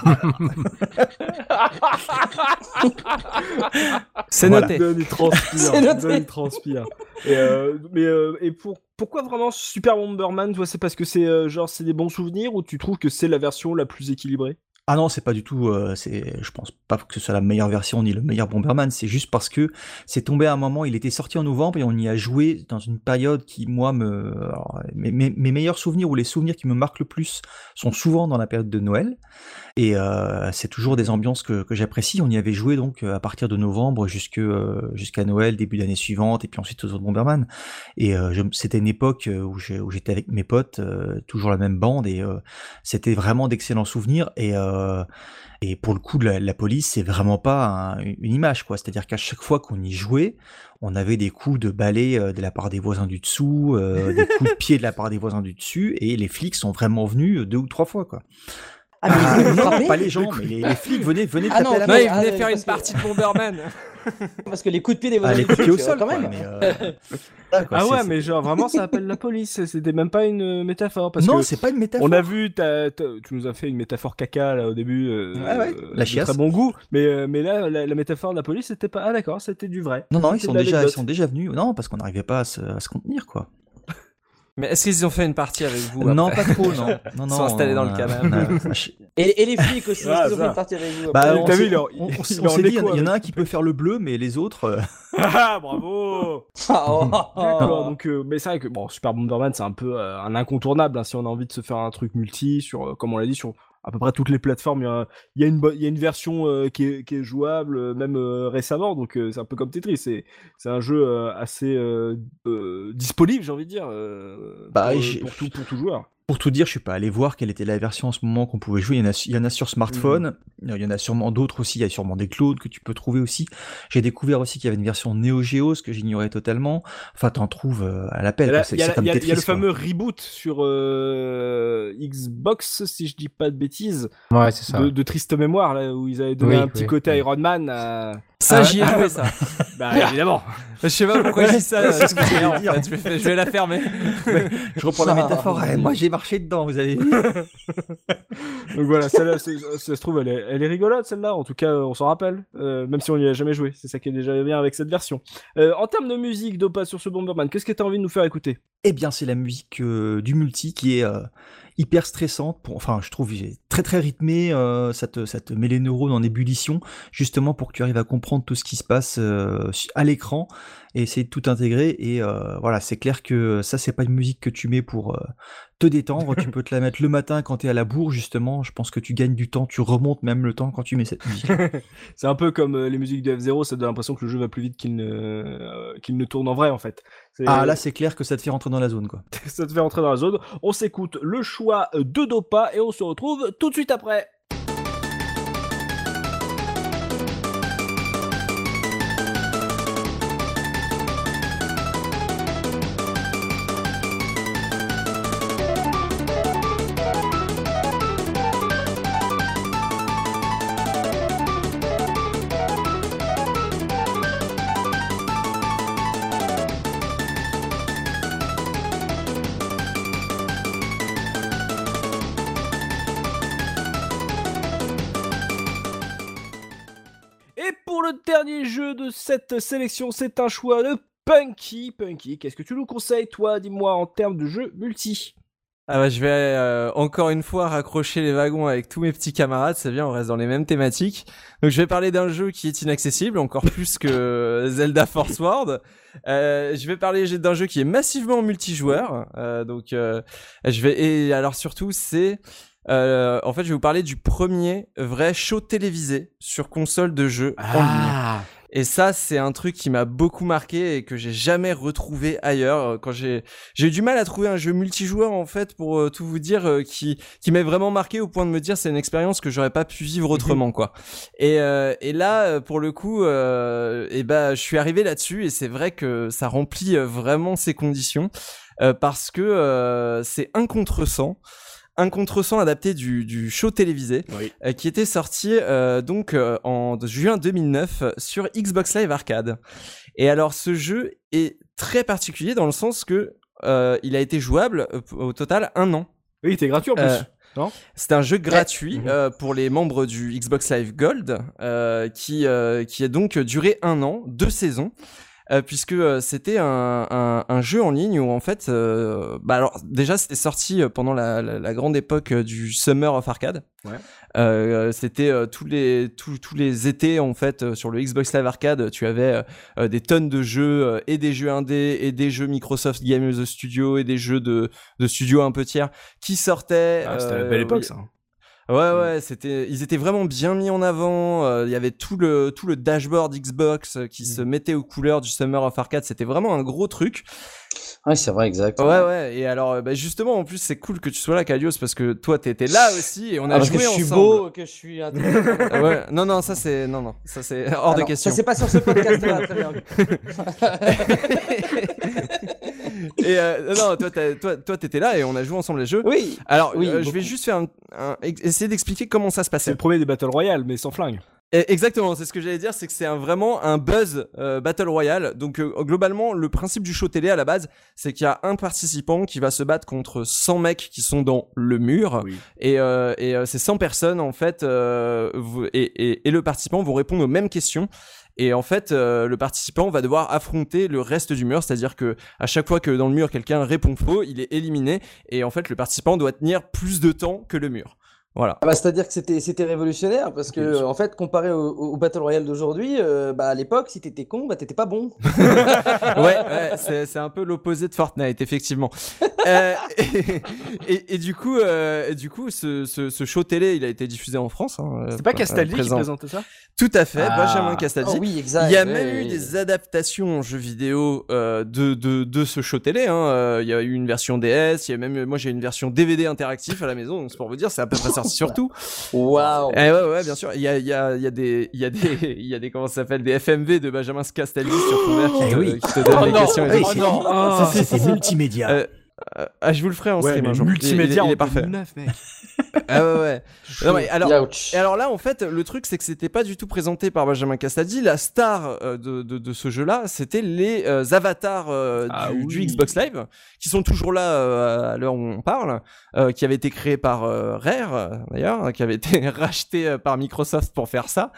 C'est noté. Don, il transpire. Et pourquoi vraiment Super Bomberman, toi, c'est parce que c'est genre c'est des bons souvenirs ou tu trouves que c'est la version la plus équilibrée? Ah non, c'est pas du tout, je pense pas que ce soit la meilleure version ni le meilleur Bomberman, c'est juste parce que c'est tombé à un moment, il était sorti en novembre et on y a joué dans une période qui, moi, alors, mes meilleurs souvenirs ou les souvenirs qui me marquent le plus sont souvent dans la période de Noël. Et c'est toujours des ambiances que j'apprécie. On y avait joué donc à partir de novembre jusqu'à Noël, début d'année suivante, et puis ensuite aux autres Bomberman. Et c'était une époque où j'étais avec mes potes, toujours la même bande, et c'était vraiment d'excellents souvenirs. Et pour le coup, la police, c'est vraiment pas une image, quoi. C'est-à-dire qu'à chaque fois qu'on y jouait, on avait des coups de balai de la part des voisins du dessous, des coups de pied de la part des voisins du dessus, et les flics sont vraiment venus 2 ou 3 fois, quoi. Ah, mais non, pas les gens, mais les flics venaient taper à la main. main. Ils venaient faire une partie de Bomberman. Parce que les coups de pied des voisins les coups de pied au sol, quand même. Mais genre vraiment ça appelle la police, c'était même pas une métaphore parce non, que c'est pas une métaphore. On a vu tu nous as fait une métaphore caca là au début la chiasse. Très bon goût, mais là la métaphore de la police c'était pas d'accord, c'était du vrai. Non, ils sont déjà venus. Non, parce qu'on n'arrivait pas à se contenir quoi. Mais est-ce qu'ils ont fait une partie avec vous? Non, pas trop, non. Ils sont installés dans le canal. Et les flics aussi, est-ce qu'ils ont fait une partie avec vous? Bah, on s'est dit, il y en a un qui peut faire le bleu, mais les autres... Ah, bravo. D'accord, donc, mais c'est vrai que, bon, Super Bomberman, c'est un peu un incontournable, hein, si on a envie de se faire un truc multi, sur, comme on l'a dit, sur à peu près toutes les plateformes, il y a une version qui est jouable, même récemment, donc c'est un peu comme Tetris, c'est un jeu assez disponible, j'ai envie de dire, pour tout joueur. Pour tout dire, je suis pas allé voir quelle était la version en ce moment qu'on pouvait jouer. Il y en a sur smartphone, il y en a sûrement d'autres aussi, il y a sûrement des clones que tu peux trouver aussi. J'ai découvert aussi qu'il y avait une version Neo Geo, ce que j'ignorais totalement. Enfin, t'en trouves à l'appel. Il y a le fameux reboot sur Xbox, si je dis pas de bêtises. Ouais, c'est ça. De triste mémoire, là, où ils avaient donné un petit côté Iron Man. Ça, j'y ai joué, ça. Bah, évidemment. Je sais pas pourquoi je dis ça. Je vais la fermer. Je reprends la métaphore. Moi, j'ai marché dedans, vous avez vu. Donc voilà, celle-là, ça se trouve, elle est rigolote, celle-là. En tout cas, on s'en rappelle. Même si on n'y a jamais joué. C'est ça qui est déjà bien avec cette version. En termes de musique, Dopa, sur ce Bomberman, qu'est-ce que t'as envie de nous faire écouter? Eh bien, c'est la musique du multi qui est hyper stressante. Enfin, je trouve très très rythmée. Ça te met les neurones en ébullition, justement pour que tu arrives à comprendre tout ce qui se passe à l'écran et essayer de tout intégrer. Et voilà, c'est clair que ça, c'est pas une musique que tu mets pour te détendre. Tu peux te la mettre le matin quand t'es à la bourre, justement. Je pense que tu gagnes du temps, tu remontes même le temps quand tu mets cette musique. C'est un peu comme les musiques de F0, ça donne l'impression que le jeu va plus vite qu'il ne tourne en vrai, en fait. Ah, là, c'est clair que ça te fait rentrer dans la zone, quoi. Ça te fait rentrer dans la zone. On s'écoute le choix de Dopa et on se retrouve tout de suite après. Le dernier jeu de cette sélection, c'est un choix de Punky. Punky, qu'est-ce que tu nous conseilles, toi, dis-moi, en termes de jeu multi? Ah bah je vais encore une fois raccrocher les wagons avec tous mes petits camarades, c'est bien, on reste dans les mêmes thématiques. Donc je vais parler d'un jeu qui est inaccessible, encore plus que Zelda Force World. Je vais parler d'un jeu qui est massivement multijoueur. Et alors surtout c'est... en fait je vais vous parler du premier vrai show télévisé sur console de jeu en ligne. Et ça, c'est un truc qui m'a beaucoup marqué et que j'ai jamais retrouvé ailleurs. Quand j'ai eu du mal à trouver un jeu multijoueur, en fait, pour tout vous dire, qui m'a vraiment marqué au point de me dire c'est une expérience que j'aurais pas pu vivre autrement, quoi. Et là, pour le coup, je suis arrivé là-dessus et c'est vrai que ça remplit vraiment ses conditions parce que c'est un contresens adapté du show télévisé qui était sorti en juin 2009 sur Xbox Live Arcade. Et alors ce jeu est très particulier dans le sens que il a été jouable au total 1 an. Oui, il était gratuit en plus. Non, c'est un jeu gratuit pour les membres du Xbox Live Gold qui a donc duré 1 an, 2 saisons. Puisque c'était un jeu en ligne où en fait alors déjà c'était sorti pendant la grande époque du Summer of Arcade. C'était tous les étés en fait sur le Xbox Live Arcade, tu avais des tonnes de jeux et des jeux indés et des jeux Microsoft Game Studio et des jeux de studios un peu tiers qui sortaient. C'était la belle époque ça. Ouais, ils étaient vraiment bien mis en avant. Il y avait tout le dashboard Xbox qui se mettait aux couleurs du Summer of Arcade. C'était vraiment un gros truc. Ouais, c'est vrai, exact. Ouais. Et alors, justement, en plus, c'est cool que tu sois là, Kalios, parce que toi, t'étais là aussi et on a joué ensemble. Parce que je suis beau, que je suis intelligent. Ouais. Non, ça c'est hors de question. Ça c'est pas sur ce podcast-là, très bien. Et toi, t'étais là et on a joué ensemble les jeux. Oui. Alors, je vais juste faire essayer d'expliquer comment ça se passait. C'est le premier des Battle Royale, mais sans flingue. Exactement, c'est ce que j'allais dire, c'est que c'est vraiment un buzz Battle Royale. Donc globalement, le principe du show télé à la base, c'est qu'il y a un participant qui va se battre contre 100 mecs qui sont dans le mur. Oui. Et ces 100 personnes, en fait, et le participant vont répondre aux mêmes questions. Et en fait, le participant va devoir affronter le reste du mur, c'est-à-dire que à chaque fois que dans le mur quelqu'un répond faux, il est éliminé. Et en fait, le participant doit tenir plus de temps que le mur. Voilà. C'est-à-dire que c'était révolutionnaire parce que en fait comparé au Battle Royale d'aujourd'hui, à l'époque si t'étais con, t'étais pas bon. ouais, c'est un peu l'opposé de Fortnite effectivement. Et du coup, ce show télé, il a été diffusé en France. C'est pas Castaldi qui présentait ça? Tout à fait, Benjamin Castaldi. Oh oui, exact. Il y a même eu des adaptations en jeux vidéo de ce show télé. Il y a eu une version DS, moi j'ai une version DVD interactif à la maison. Donc c'est pour vous dire, c'est à peu près sorti surtout. Waouh. Ouais, bien sûr. Il y a des comment ça s'appelle, des FMV de Benjamin Castaldi sur Twitter qui te donnent des questions. Ça c'est multimédia. Je vous le ferai en stream. Multimédia, il est parfait. 2009, mec. Ouais. Non, mais alors là, en fait, le truc, c'est que c'était pas du tout présenté par Benjamin Castaldi. La star de ce jeu-là, c'était les avatars du Xbox Live, qui sont toujours là à l'heure où on parle, qui avaient été créés par Rare, d'ailleurs, qui avait été racheté par Microsoft pour faire ça.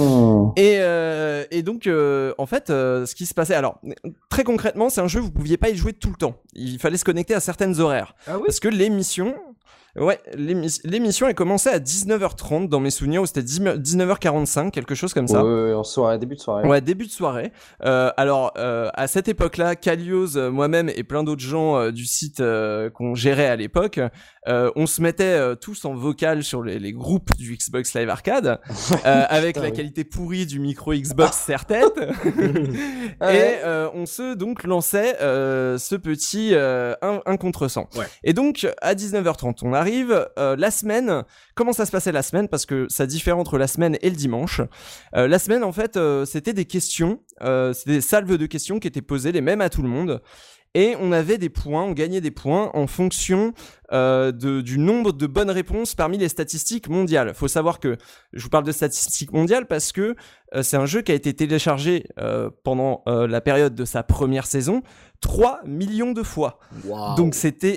Et donc, en fait, ce qui se passait... Alors, très concrètement, c'est un jeu, vous pouviez pas y jouer tout le temps. Il fallait se connecter à certaines horaires. Parce que l'émission... Ouais, l'émission elle commençait à 19h30 dans mes souvenirs, où c'était 19h45, quelque chose comme ça. Ouais, en soirée, début de soirée. Ouais, début de soirée. Alors, à cette époque-là, Kalios, moi-même et plein d'autres gens du site qu'on gérait à l'époque, on se mettait tous en vocal sur les groupes du Xbox Live Arcade, avec la qualité pourrie du micro Xbox serre-tête. Et on se donc lançait ce petit un contresens. Ouais. Et donc, à 19h30, on arrive la semaine. Comment ça se passait la semaine? Parce que ça diffère entre la semaine et le dimanche. La semaine, en fait, c'était des questions, c'était des salves de questions qui étaient posées les mêmes à tout le monde. Et on avait des points, on gagnait des points en fonction du nombre de bonnes réponses parmi les statistiques mondiales. Faut savoir que je vous parle de statistiques mondiales parce que c'est un jeu qui a été téléchargé pendant la période de sa première saison 3 millions de fois. Wow. Donc c'était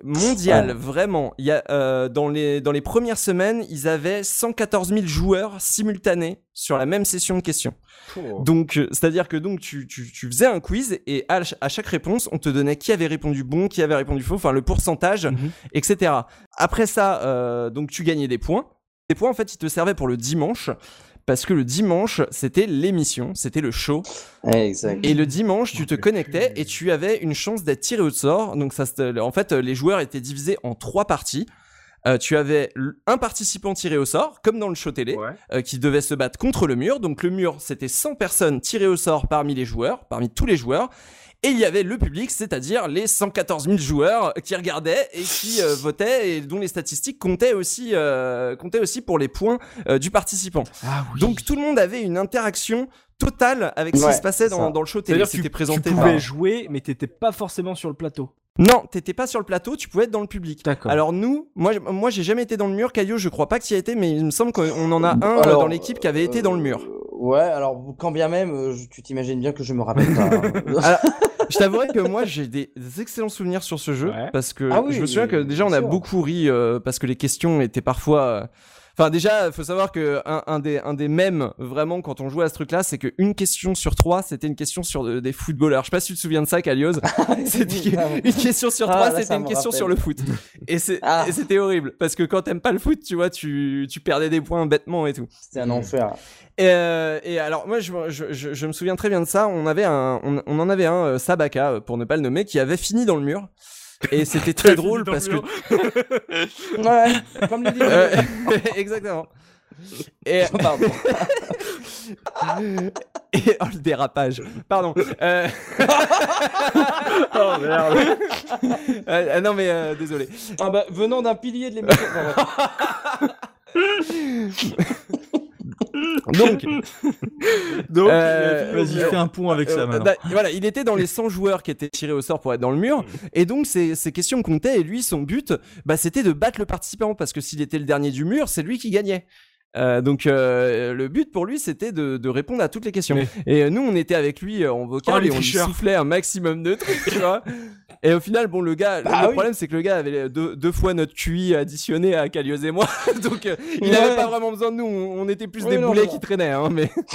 mondial, vraiment. Il y a dans les premières semaines, ils avaient 114 000 joueurs simultanés sur la même session de questions. Donc, c'est-à-dire que donc tu faisais un quiz et à chaque réponse, on te donnait qui avait répondu bon, qui avait répondu faux, enfin le pourcentage, etc. Après ça, donc tu gagnais des points. Des points, en fait, ils te servaient pour le dimanche. Parce que le dimanche, c'était l'émission, c'était le show. Exact. Et le dimanche, tu te connectais et tu avais une chance d'être tiré au sort. Donc en fait, les joueurs étaient divisés en 3 parties. Tu avais un participant tiré au sort, comme dans le show télé, qui devait se battre contre le mur. Donc le mur, c'était 100 personnes tirées au sort parmi tous les joueurs. Et il y avait le public, c'est-à-dire les 114 000 joueurs qui regardaient et qui votaient et dont les statistiques comptaient aussi pour les points du participant. Ah, oui. Donc tout le monde avait une interaction totale avec ce qui se passait dans le show télé. C'était présenté. Tu pouvais jouer, mais t'étais pas forcément sur le plateau. Non, t'étais pas sur le plateau, tu pouvais être dans le public. D'accord. Alors nous, moi j'ai jamais été dans le mur, Caillou, je crois pas que tu y as été, mais il me semble qu'on en a un dans l'équipe qui avait été dans le mur. Ouais, alors quand bien même, tu t'imagines bien que je me rappelle pas. Alors, je t'avouerai que moi j'ai des excellents souvenirs sur ce jeu, parce que je me souviens que déjà on a beaucoup ri parce que les questions étaient parfois... Enfin déjà, faut savoir que un des mèmes vraiment quand on jouait à ce truc-là, c'est qu'une question sur 3, c'était une question sur des footballeurs. Je sais pas si tu te souviens de ça, Kalios. C'était une question sur 3, c'était une question sur le foot. Et c'était horrible parce que quand t'aimes pas le foot, tu vois, tu perdais des points bêtement et tout. C'était un enfer. Et alors moi je me souviens très bien de ça. On en avait un Sabaka pour ne pas le nommer qui avait fini dans le mur. Et c'était très drôle parce que ouais, comme le dit. Exactement. Et et le dérapage. Pardon. Oh merde. Non mais désolé. Ah bah venant d'un pilier de l'émission. Donc, vas-y, fais un pont avec ça maintenant. Voilà, il était dans les 100 joueurs qui étaient tirés au sort pour être dans le mur, et donc ces questions comptaient, et lui, son but, c'était de battre le participant, parce que s'il était le dernier du mur, c'est lui qui gagnait. Donc le but pour lui c'était de répondre à toutes les questions. Et nous on était avec lui en vocal et on lui soufflait un maximum de trucs, tu vois. Et au final bon le problème c'est que le gars avait deux fois notre QI additionné à Kalios et moi. Donc il avait pas vraiment besoin de nous, on était plus des boulets qui traînaient hein,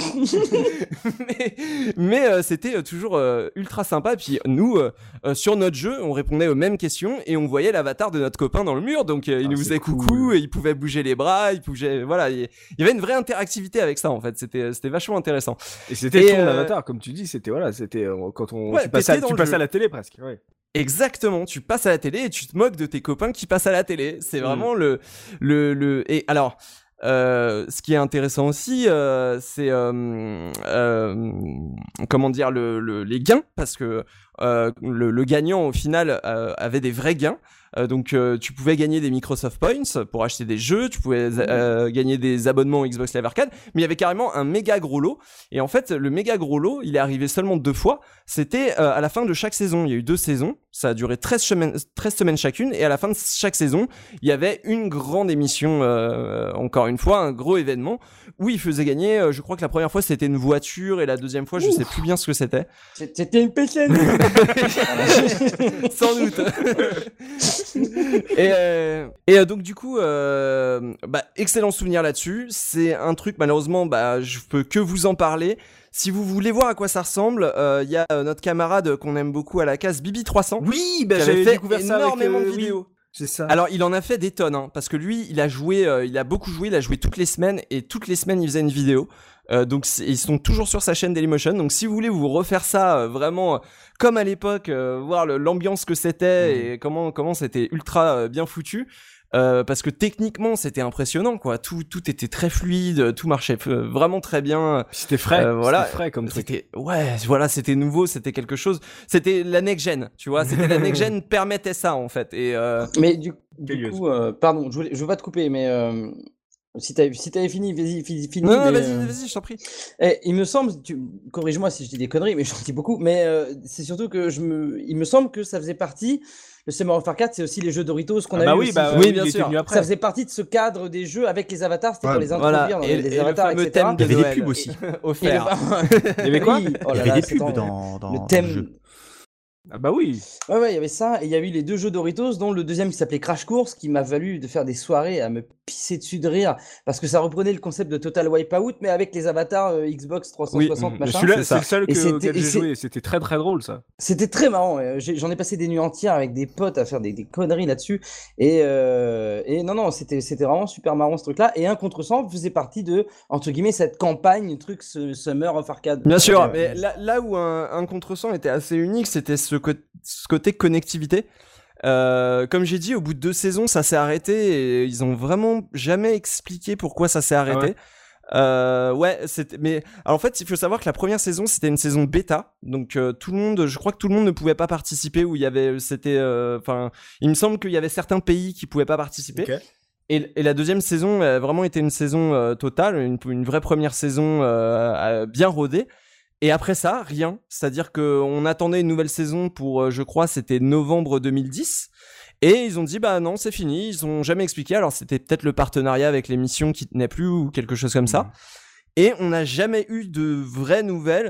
mais c'était toujours ultra sympa. Et puis nous sur notre jeu on répondait aux mêmes questions et on voyait l'avatar de notre copain dans le mur, donc il nous faisait coucou et il pouvait bouger les bras, il bougeait, voilà, il y avait une vraie interactivité avec ça en fait, c'était vachement intéressant. Et c'était ton avatar comme tu dis, c'était quand tu passais à la télé presque. Ouais. Exactement, tu passes à la télé et tu te moques de tes copains qui passent à la télé. C'est vraiment le et alors ce qui est intéressant aussi c'est comment dire les gains, parce que le gagnant au final avait des vrais gains. Donc tu pouvais gagner des Microsoft Points pour acheter des jeux, tu pouvais gagner des abonnements au Xbox Live Arcade, mais il y avait carrément un méga gros lot. Et en fait le méga gros lot il est arrivé seulement 2 fois, c'était à la fin de chaque saison. Il y a eu 2 saisons, ça a duré 13 semaines chacune, et à la fin de chaque saison il y avait une grande émission, encore une fois un gros événement où il faisait gagner, je crois que la première fois c'était une voiture et la deuxième fois je sais plus bien ce que c'était. C'était une PCN. Sans doute. Et donc du coup excellent souvenir là-dessus. C'est un truc malheureusement je peux que vous en parler. Si vous voulez voir à quoi ça ressemble, il y a notre camarade qu'on aime beaucoup à la case Bibi300. Oui, j'avais fait découvert énormément ça de vidéos. Oui. C'est ça. Alors il en a fait des tonnes parce que lui il a beaucoup joué, il a joué toutes les semaines et toutes les semaines il faisait une vidéo. Donc ils sont toujours sur sa chaîne Dailymotion. Donc si vous voulez vous refaire ça vraiment comme à l'époque, voir l'ambiance que c'était et comment c'était ultra bien foutu. Parce que techniquement c'était impressionnant quoi, tout était très fluide, tout marchait vraiment très bien. C'était frais, voilà, c'était frais comme truc. C'était nouveau, c'était quelque chose, c'était la next gen, tu vois, c'était la next gen permettait ça en fait. Et mais du coup pardon, je veux pas te couper, mais si t'avais fini, vas-y. Non, vas-y, je t'en prie. Il me semble, corrige-moi si je dis des conneries, mais j'en dis beaucoup, mais c'est surtout que il me semble que ça faisait partie. Le Summer of Arcade, c'est aussi les jeux Doritos qu'on a eu. Oui, bien sûr. Ça faisait partie de ce cadre des jeux avec les avatars, c'était pour les introduire dans les avatars, le etc. Il y avait des pubs aussi. Offert. Il y avait quoi? Il y avait des pubs dans le thème. Le jeu. Ah bah oui. Ouais, il y avait ça, et il y a eu les 2 jeux Doritos, dont le deuxième qui s'appelait Crash Course, qui m'a valu de faire des soirées à me pisser dessus de rire, parce que ça reprenait le concept de Total Wipeout, mais avec les avatars Xbox 360, machin. Celui-là, c'est le seul Et auquel j'ai joué, et c'était très très drôle ça. C'était très marrant, j'en ai passé des nuits entières avec des potes à faire des conneries là-dessus, et non, c'était vraiment super marrant ce truc-là, et 1 contre 100 faisait partie de, entre guillemets, cette campagne, Summer of Arcade. Bien sûr, mais là où un contre 100 était assez unique, c'était ce côté connectivité. Comme j'ai dit, au bout de 2 saisons, ça s'est arrêté et ils ont vraiment jamais expliqué pourquoi ça s'est arrêté. Ah ouais. Mais alors en fait, il faut savoir que la première saison, c'était une saison bêta, donc je crois que tout le monde ne pouvait pas participer. Il me semble qu'il y avait certains pays qui pouvaient pas participer. Okay. Et la deuxième saison a vraiment été une saison totale, une vraie première saison bien rodée. Et après ça, rien. C'est-à-dire qu'on attendait une nouvelle saison pour, je crois, c'était novembre 2010. Et ils ont dit, bah non, c'est fini. Ils ont jamais expliqué. Alors c'était peut-être le partenariat avec l'émission qui tenait plus ou quelque chose comme ça. Et on n'a jamais eu de vraies nouvelles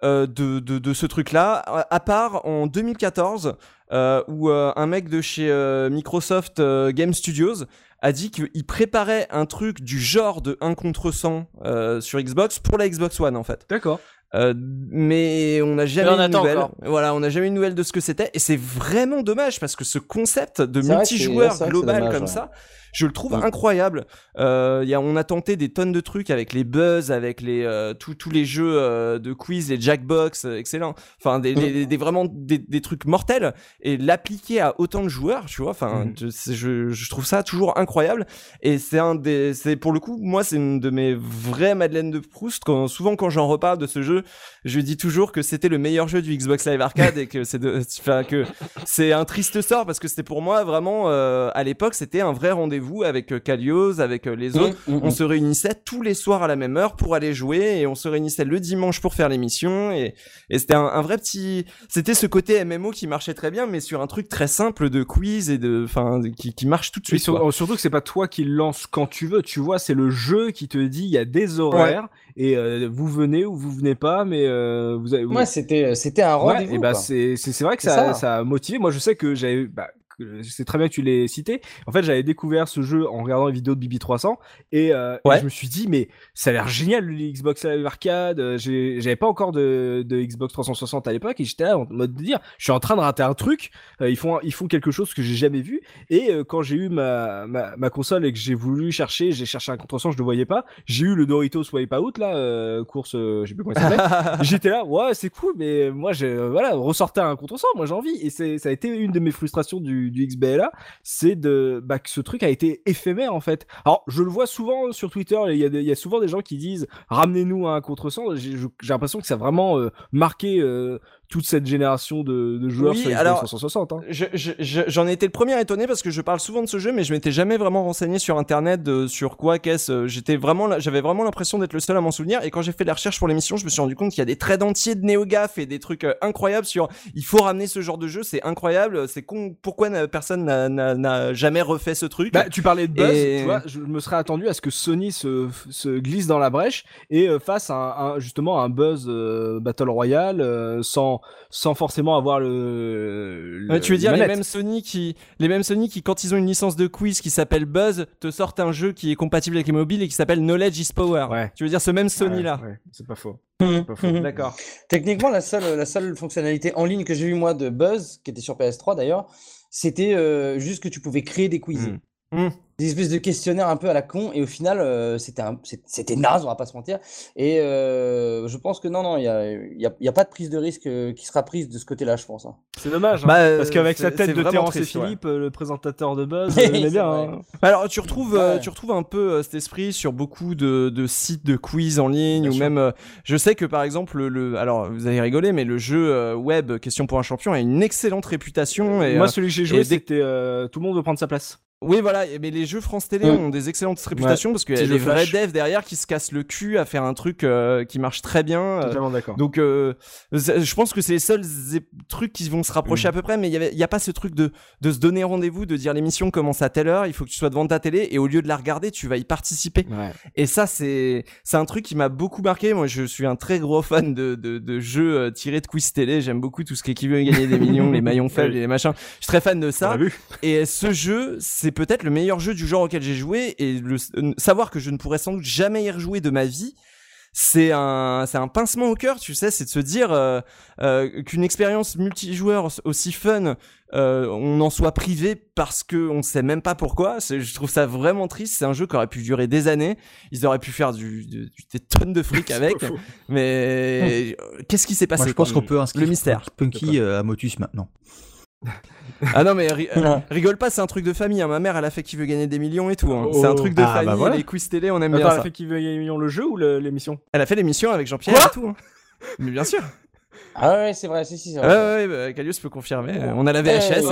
de ce truc-là, à part en 2014, où un mec de chez Microsoft Game Studios a dit qu'il préparait un truc du genre de 1 contre 100 sur Xbox pour la Xbox One, en fait. D'accord. Mais on n'a jamais eu de nouvelles. Voilà, on n'a jamais eu de nouvelles de ce que c'était, et c'est vraiment dommage parce que ce concept de multijoueur global comme ça, je le trouve incroyable. On a tenté des tonnes de trucs avec les buzz, avec tous les jeux de quiz, les Jackbox, excellent. Enfin, vraiment des trucs mortels, et l'appliquer à autant de joueurs, tu vois. Enfin, je trouve ça toujours incroyable. Et c'est pour le coup, moi, c'est une de mes vraies Madeleines de Proust. Souvent quand j'en reparle de ce jeu, je dis toujours que c'était le meilleur jeu du Xbox Live Arcade et que c'est un triste sort parce que c'était pour moi vraiment à l'époque c'était un vrai rendez-vous avec Kalios, avec les autres. On se réunissait tous les soirs à la même heure pour aller jouer, et on se réunissait le dimanche pour faire l'émission, et c'était un vrai petit, c'était ce côté MMO qui marchait très bien, mais sur un truc très simple de quiz et qui marche tout de suite. Surtout que c'est pas toi qui le lance quand tu veux, tu vois, c'est le jeu qui te dit il y a des horaires. Et vous venez ou vous venez pas, mais vous avez. Ouais, c'était un rendez-vous. Et bah c'est vrai que ça a motivé. Moi, je sais que j'avais. C'est très bien que tu l'aies cité. En fait, j'avais découvert ce jeu en regardant les vidéos de Bibi300 et je me suis dit mais ça a l'air génial le Xbox Live Arcade. J'avais pas encore de Xbox 360 à l'époque et j'étais là en mode de dire je suis en train de rater un truc. Ils font quelque chose que j'ai jamais vu, et quand j'ai eu ma console et que j'ai voulu chercher, j'ai cherché un contre-100, je le voyais pas. J'ai eu le Doritos Wipeout là, course, je sais plus comment ça s'appelle. J'étais là, ouais c'est cool, mais moi ressortais un contre-100, moi j'ai envie, et ça a été une de mes frustrations du XBLA, c'est que ce truc a été éphémère en fait. Alors je le vois souvent sur Twitter, il y a souvent des gens qui disent ramenez-nous à un contre 100. J'ai l'impression que ça a vraiment marqué toute cette génération de joueurs sur Xbox 360. Hein. J'en ai été le premier étonné parce que je parle souvent de ce jeu, mais je m'étais jamais vraiment renseigné sur internet sur quoi qu'est-ce. J'avais vraiment l'impression d'être le seul à m'en souvenir, et quand j'ai fait les recherches pour l'émission, je me suis rendu compte qu'il y a des threads entiers de NeoGAF et des trucs incroyables sur il faut ramener ce genre de jeu, c'est incroyable, c'est con, pourquoi personne n'a jamais refait ce truc. Tu parlais de buzz, tu vois, je me serais attendu à ce que Sony se glisse dans la brèche et fasse justement un buzz Battle Royale sans forcément avoir tu veux dire les mêmes Sony qui quand ils ont une licence de quiz qui s'appelle Buzz te sortent un jeu qui est compatible avec les mobiles et qui s'appelle Knowledge is Power. Ouais. Tu veux dire ce même Sony là. Ouais, c'est pas faux. D'accord. Techniquement, la seule fonctionnalité en ligne que j'ai eu moi de Buzz, qui était sur PS3 d'ailleurs, c'était juste que tu pouvais créer des quiz. Des espèces de questionnaires un peu à la con, et au final c'était naze, on va pas se mentir, et je pense que non, il y a pas de prise de risque qui sera prise de ce côté-là, je pense. C'est dommage, parce qu'avec sa tête de Terrence et Philippe, le présentateur de Buzz, il est bien. Hein. Alors tu retrouves un peu cet esprit sur beaucoup de sites de quiz en ligne, bien ou sûr. Même je sais que par exemple alors vous allez rigoler, mais le jeu web Question pour un champion a une excellente réputation, et moi celui que j'ai joué c'était tout le monde veut prendre sa place. Oui, voilà, mais les jeux France Télé ont des excellentes réputations parce qu'il y a des vrais devs derrière qui se cassent le cul à faire un truc qui marche très bien. Totalement d'accord. Donc, je pense que c'est les seuls trucs qui vont se rapprocher à peu près, mais il y a pas ce truc de se donner rendez-vous, de dire l'émission commence à telle heure, il faut que tu sois devant ta télé et au lieu de la regarder, tu vas y participer. Ouais. Et ça, c'est un truc qui m'a beaucoup marqué. Moi, je suis un très gros fan de jeux tirés de quiz télé. J'aime beaucoup tout ce qui veut gagner des millions, les maillons faibles et les machins. Je suis très fan de ça. Et ce jeu, c'est peut-être le meilleur jeu du genre auquel j'ai joué, et savoir que je ne pourrais sans doute jamais y rejouer de ma vie, c'est un pincement au cœur, tu sais, c'est de se dire qu'une expérience multijoueur aussi fun, on en soit privé parce que on sait même pas pourquoi. Je trouve ça vraiment triste. C'est un jeu qui aurait pu durer des années. Ils auraient pu faire des tonnes de fric avec. Mais qu'est-ce qui s'est passé? Moi, je pense qu'on peut inscrire le mystère. Punky à Motus maintenant. Ah non mais rigole pas, c'est un truc de famille, hein. Ma mère elle a fait Qui veut gagner des millions et tout, hein. C'est un truc de famille, bah voilà. Les quiz télé on aime bien ça. Elle a fait Qui veut gagner des millions, le jeu ou l'émission? Elle a fait l'émission avec Jean-Pierre et tout, hein. Mais bien sûr. Ah ouais, c'est vrai, c'est vrai. Ouais, Calius peut confirmer. On a la VHS.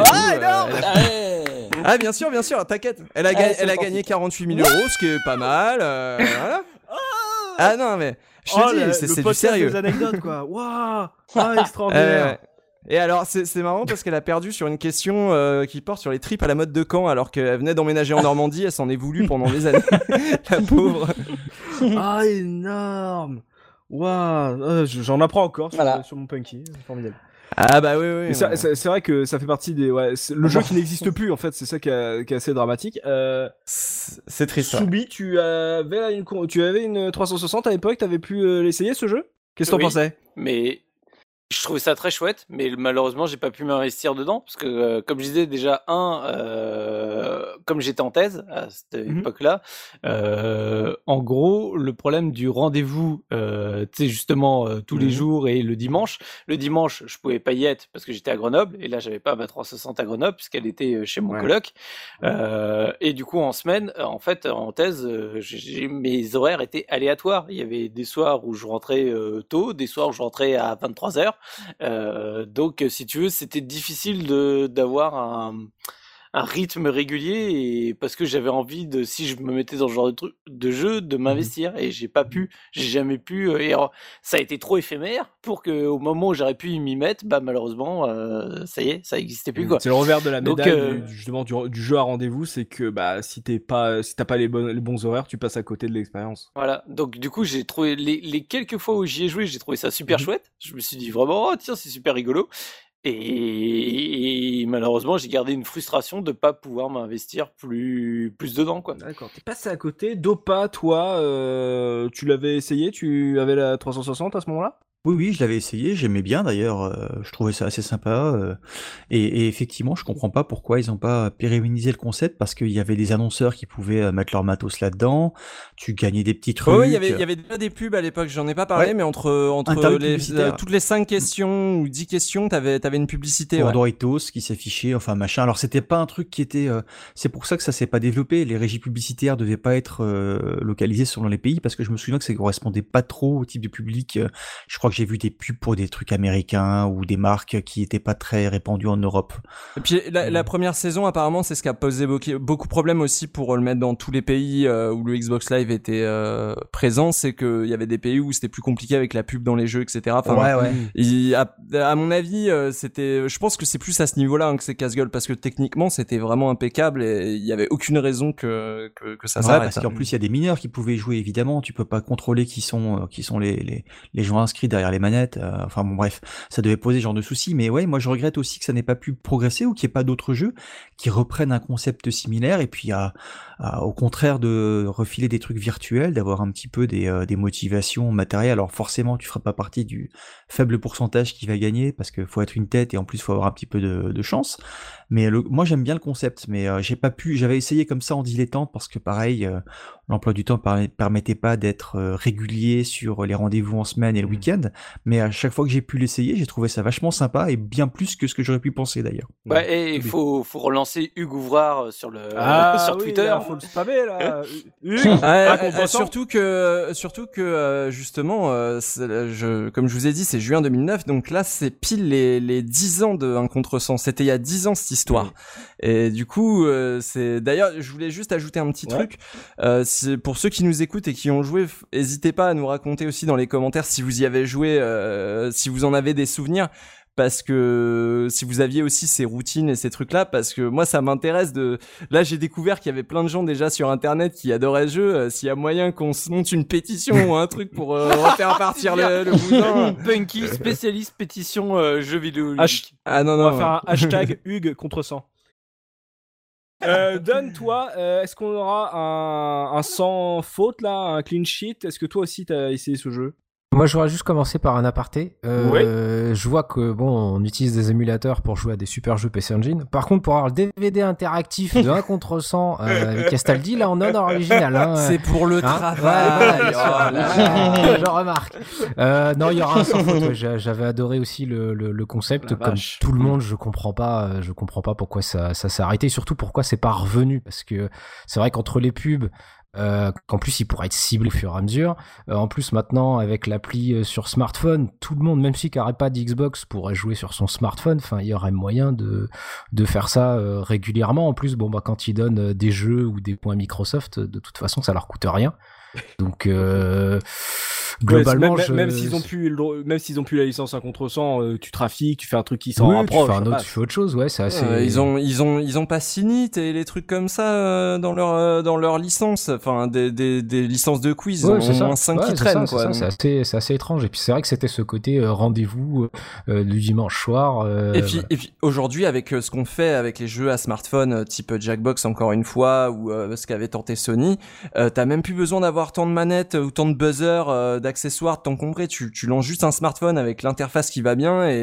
Ah bien sûr, t'inquiète. Elle a gagné 48 000 euros, ce qui est pas mal. Voilà. Ah non mais je te dis, c'est du sérieux. Des anecdotes quoi. Waouh, extraordinaire. Et alors, c'est marrant parce qu'elle a perdu sur une question qui porte sur les tripes à la mode de Caen, alors qu'elle venait d'emménager en Normandie, elle s'en est voulu pendant des années. La pauvre. Ah, énorme. Waouh, j'en apprends encore sur mon Punky, formidable. Ah bah oui. C'est vrai que ça fait partie des... le jeu qui n'existe plus, en fait, c'est ça qui est assez dramatique. C'est triste. Soubi, tu avais une 360 à l'époque, t'avais pu l'essayer ce jeu? Qu'est-ce que t'en pensais? Mais... je trouvais ça très chouette, mais malheureusement, j'ai pas pu m'investir dedans parce que, comme je disais déjà, comme j'étais en thèse à cette époque-là, en gros, le problème du rendez-vous, tu sais, justement, tous les jours et le dimanche, je pouvais pas y être parce que j'étais à Grenoble et là, j'avais pas ma 360 à Grenoble puisqu'elle était chez mon coloc. Et du coup, en semaine, en fait, en thèse, mes horaires étaient aléatoires. Il y avait des soirs où je rentrais tôt, des soirs où je rentrais à 23h. Donc si tu veux c'était difficile d'avoir un rythme régulier et parce que j'avais envie de, si je me mettais dans ce genre de jeu, de m'investir et j'ai jamais pu et alors, ça a été trop éphémère pour que au moment où j'aurais pu m'y mettre, bah malheureusement ça y est, ça existait plus quoi. C'est le revers de la médaille justement du jeu à rendez-vous, c'est que bah si t'as pas les bons horaires, tu passes à côté de l'expérience. Voilà, donc du coup j'ai trouvé les quelques fois où j'y ai joué, j'ai trouvé ça super chouette. Je me suis dit vraiment oh tiens c'est super rigolo. Et malheureusement, j'ai gardé une frustration de pas pouvoir m'investir plus dedans, quoi. D'accord. T'es passé à côté. Dopa, toi, tu l'avais essayé? Tu avais la 360 à ce moment-là? Oui, je l'avais essayé, j'aimais bien d'ailleurs, je trouvais ça assez sympa, et effectivement, je comprends pas pourquoi ils ont pas pérennisé le concept, parce qu'il y avait des annonceurs qui pouvaient mettre leur matos là-dedans, tu gagnais des petits trucs. Oui, il y avait déjà des pubs à l'époque, j'en ai pas parlé, mais entre toutes les 5 questions ou 10 questions, t'avais une publicité. Pour Doritos qui s'affichait, enfin machin. Alors c'était pas un truc qui était, c'est pour ça que ça s'est pas développé. Les régies publicitaires devaient pas être localisées selon les pays, parce que je me souviens que ça correspondait pas trop au type de public. Je crois que j'ai vu des pubs pour des trucs américains ou des marques qui étaient pas très répandues en Europe. Et puis la première saison, apparemment, c'est ce qui a posé beaucoup de problèmes aussi pour le mettre dans tous les pays où le Xbox Live était présent. C'est qu'il y avait des pays où c'était plus compliqué avec la pub dans les jeux, etc. Enfin, à mon avis, je pense que c'est plus à ce niveau-là hein, que c'est casse-gueule, parce que techniquement, c'était vraiment impeccable et il y avait aucune raison que ça s'arrête. Parce qu'en plus, il y a des mineurs qui pouvaient jouer, évidemment. Tu peux pas contrôler qui sont les gens inscrits derrière les manettes, enfin bon bref, ça devait poser ce genre de soucis, mais ouais, moi je regrette aussi que ça n'ait pas pu progresser ou qu'il n'y ait pas d'autres jeux qui reprennent un concept similaire et puis au contraire de refiler des trucs virtuels, d'avoir un petit peu des motivations matérielles. Alors forcément tu feras pas partie du faible pourcentage qui va gagner parce qu'il faut être une tête et en plus il faut avoir un petit peu de chance, mais moi j'aime bien le concept, mais j'avais essayé comme ça en dilettante parce que pareil, l'emploi du temps permettait pas d'être régulier sur les rendez-vous en semaine et le week-end. mais à chaque fois que j'ai pu l'essayer, j'ai trouvé ça vachement sympa et bien plus que ce que j'aurais pu penser d'ailleurs. Et il faut relancer Hugues Ouvrard sur Twitter. Là, faut le spammer là. Hugues, surtout que justement, comme je vous ai dit, c'est juin 2009, donc là c'est pile les 10 ans de Un Contresens. C'était il y a 10 ans cette histoire. Et du coup, c'est d'ailleurs, je voulais juste ajouter un petit truc. Pour ceux qui nous écoutent et qui ont joué, n'hésitez pas à nous raconter aussi dans les commentaires si vous y avez joué, si vous en avez des souvenirs. Parce que si vous aviez aussi ces routines et ces trucs-là, parce que moi ça m'intéresse Là j'ai découvert qu'il y avait plein de gens déjà sur internet qui adoraient ce jeu. S'il y a moyen qu'on se monte une pétition ou un truc pour refaire partir le bousin. Punky, spécialiste pétition jeux vidéo. Non. On va faire un hashtag Hugues Contresens. Don, toi, est-ce qu'on aura un sans faute là, un clean sheet? Est-ce que toi aussi t'as essayé ce jeu? Moi, je voudrais juste commencer par un aparté. Je vois que on utilise des émulateurs pour jouer à des super jeux PC Engine. Par contre, pour avoir le DVD interactif de 1 contre 100 avec Castaldi, là, on en a original. Hein. C'est pour le travail. Je remarque. Non, il y aura un sans faute. J'avais adoré aussi le concept. Comme tout le monde, je comprends pas pourquoi ça s'est arrêté. Surtout pourquoi c'est pas revenu. Parce que c'est vrai qu'entre les pubs, qu'en plus il pourrait être ciblé au fur et à mesure. En plus maintenant avec l'appli sur smartphone, tout le monde, même si qui n'aurait pas d'Xbox, pourrait jouer sur son smartphone. Enfin, il y aurait moyen de faire ça régulièrement. En plus, quand ils donnent des jeux ou des points Microsoft, de toute façon ça leur coûte rien. Donc globalement, même s'ils ont plus la licence 1 contre 100, tu trafiques, tu fais un truc qui s'en rapproche. Tu fais autre chose, c'est assez. Ils ont pas Cinit et les trucs comme ça dans leur licence, enfin des licences de quiz, ils ont au moins 5 qui traînent quoi. C'est assez étrange. Et puis c'est vrai que c'était ce côté rendez-vous du dimanche soir. Et puis aujourd'hui avec ce qu'on fait avec les jeux à smartphone type Jackbox encore une fois ou ce qu'avait tenté Sony, t'as même plus besoin d'avoir tant de manettes ou tant de buzzer, d'accessoires, tant compris, tu lances juste un smartphone avec l'interface qui va bien et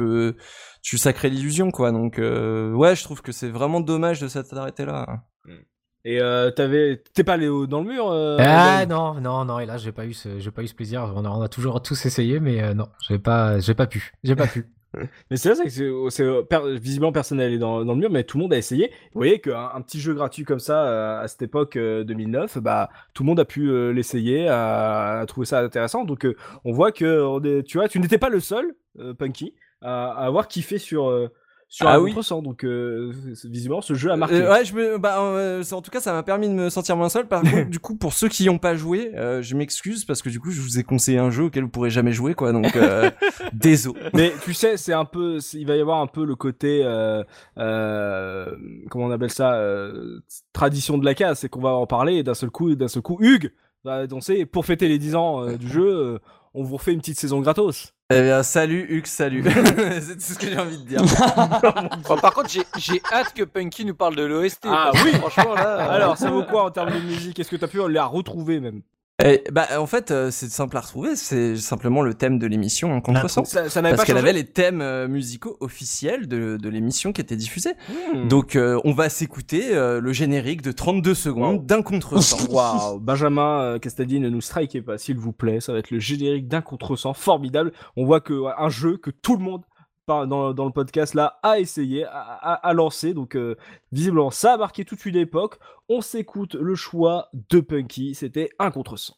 tu sacrées l'illusion quoi. Donc je trouve que c'est vraiment dommage de s'être arrêté là. Et t'es pas allé dans le mur non, et là j'ai pas eu ce plaisir. On a toujours tous essayé, mais non, j'ai pas pu. Mais c'est ça, c'est visiblement personne n'est allé dans le mur, mais tout le monde a essayé. Vous voyez qu'un petit jeu gratuit comme ça à cette époque 2009, tout le monde a pu l'essayer, a trouvé ça intéressant. Donc on voit que tu vois, tu n'étais pas le seul, Punky, à avoir kiffé sur un contre-sang. Donc visiblement ce jeu a marqué. En tout cas ça m'a permis de me sentir moins seul. Par contre, du coup pour ceux qui n'y ont pas joué, je m'excuse parce que du coup je vous ai conseillé un jeu auquel vous pourrez jamais jouer quoi. Donc désolé. Mais tu sais, il va y avoir un peu le côté comment on appelle ça, tradition de la case, c'est qu'on va en parler et d'un seul coup Hugues va danser pour fêter les 10 ans du jeu. On vous refait une petite saison gratos. Eh bien, salut Hugues, salut. C'est tout ce que j'ai envie de dire. Par contre, j'ai hâte que Punky nous parle de l'OST. Ah oui, franchement là. Alors, ça vaut quoi en termes de musique? Est-ce que t'as pu la retrouver même? En fait, c'est simple à retrouver. C'est simplement le thème de l'émission en contresens. Parce qu'elle avait les thèmes musicaux officiels de l'émission qui étaient diffusés. Donc, on va s'écouter le générique de 32 secondes d'Un Contresens. Waouh, Benjamin Castaldi, ne nous strikez pas, s'il vous plaît. Ça va être le générique d'Un Contresens, formidable. On voit que un jeu que tout le monde dans le podcast là a essayé, a lancé, donc visiblement ça a marqué toute une époque. On s'écoute le choix de Punky, c'était Un Contresens.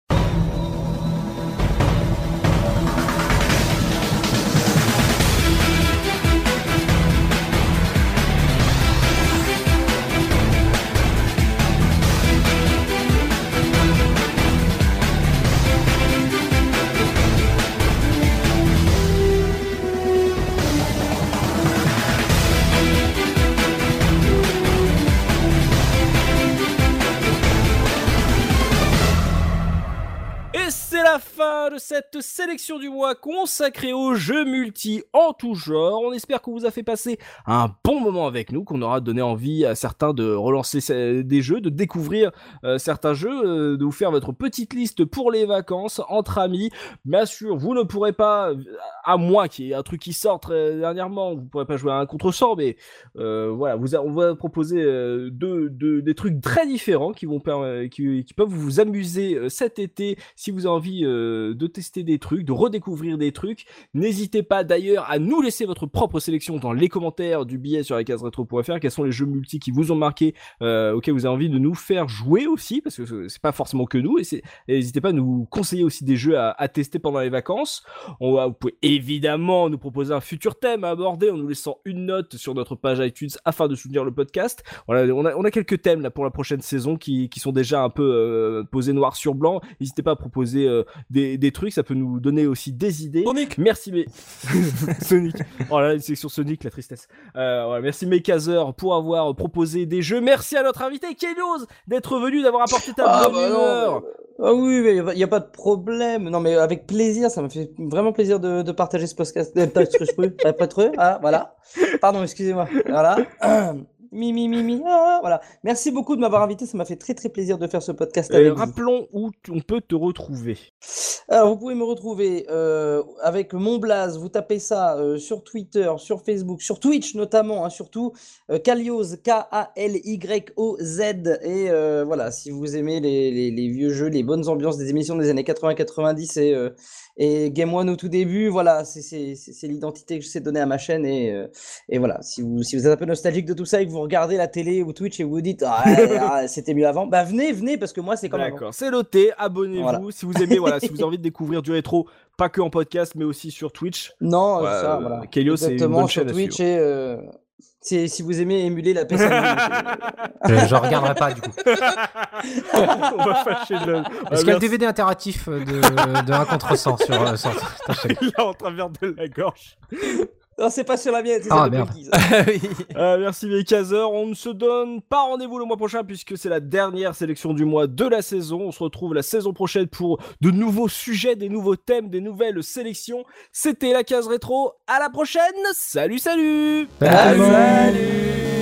La fin de cette sélection du mois consacrée aux jeux multi en tout genre. On espère qu'on vous a fait passer un bon moment avec nous, qu'on aura donné envie à certains de relancer des jeux, de découvrir certains jeux, de vous faire votre petite liste pour les vacances entre amis. Bien sûr, vous ne pourrez pas, à moins qu'il y ait un truc qui sorte dernièrement, vous ne pourrez pas jouer à Un Contresens, mais voilà, on va proposer des trucs très différents qui peuvent vous amuser cet été si vous avez envie de tester des trucs, de redécouvrir des trucs, n'hésitez pas d'ailleurs à nous laisser votre propre sélection dans les commentaires du billet sur lacaseretro.fr. Quels sont les jeux multi qui vous ont marqué, auxquels vous avez envie de nous faire jouer aussi, parce que c'est pas forcément que nous, et n'hésitez pas à nous conseiller aussi des jeux à tester pendant les vacances. Vous pouvez évidemment nous proposer un futur thème à aborder en nous laissant une note sur notre page iTunes afin de soutenir le podcast. Voilà, on a quelques thèmes là pour la prochaine saison qui sont déjà un peu posés noir sur blanc. N'hésitez pas à proposer des trucs, ça peut nous donner aussi des idées. Sonic. Merci Sonic. Oh là, une section Sonic, la tristesse. Voilà, merci Mekazer pour avoir proposé des jeux. Merci à notre invité Kelios d'être venu, d'avoir apporté ta bonne humeur. Ah oui, il n'y a pas de problème. Non, mais avec plaisir, ça me fait vraiment plaisir de partager ce podcast. Ah, voilà. Pardon, excusez-moi. Voilà. Voilà. Merci beaucoup de m'avoir invité, ça m'a fait très très plaisir de faire ce podcast avec vous. Rappelons où on peut te retrouver. Alors vous pouvez me retrouver avec mon blaze, vous tapez ça sur Twitter, sur Facebook, sur Twitch notamment, surtout Kalyoz, K-A-L-Y-O-Z, et voilà, si vous aimez les vieux jeux, les bonnes ambiances des émissions des années 80-90 et Game One au tout début, voilà, c'est l'identité que j'essaie de donner à ma chaîne, et voilà, si vous êtes un peu nostalgique de tout ça et que vous regardez la télé ou Twitch et vous vous dites c'était mieux avant, bah venez parce que moi c'est comme avant. D'accord, c'est noté, abonnez-vous, voilà. Si vous aimez, voilà, si vous avez envie de découvrir du rétro, pas que en podcast mais aussi sur Twitch. Non, ça, voilà. Kelios, c'est une bonne chaîne sur Twitch et si vous aimez émuler la PS1. Je regarderai pas du coup. On va fâcher le... Est-ce qu'il y a le DVD interactif de 1 contre 100 sur ta chaîne? Il est en travers de la gorge. Non, c'est pas sur la mienne, c'est sur la merde. Merci Mekazer. On ne se donne pas rendez-vous le mois prochain puisque c'est la dernière sélection du mois de la saison. On se retrouve la saison prochaine pour de nouveaux sujets, des nouveaux thèmes, des nouvelles sélections. C'était la case rétro. À la prochaine. Salut. Salut.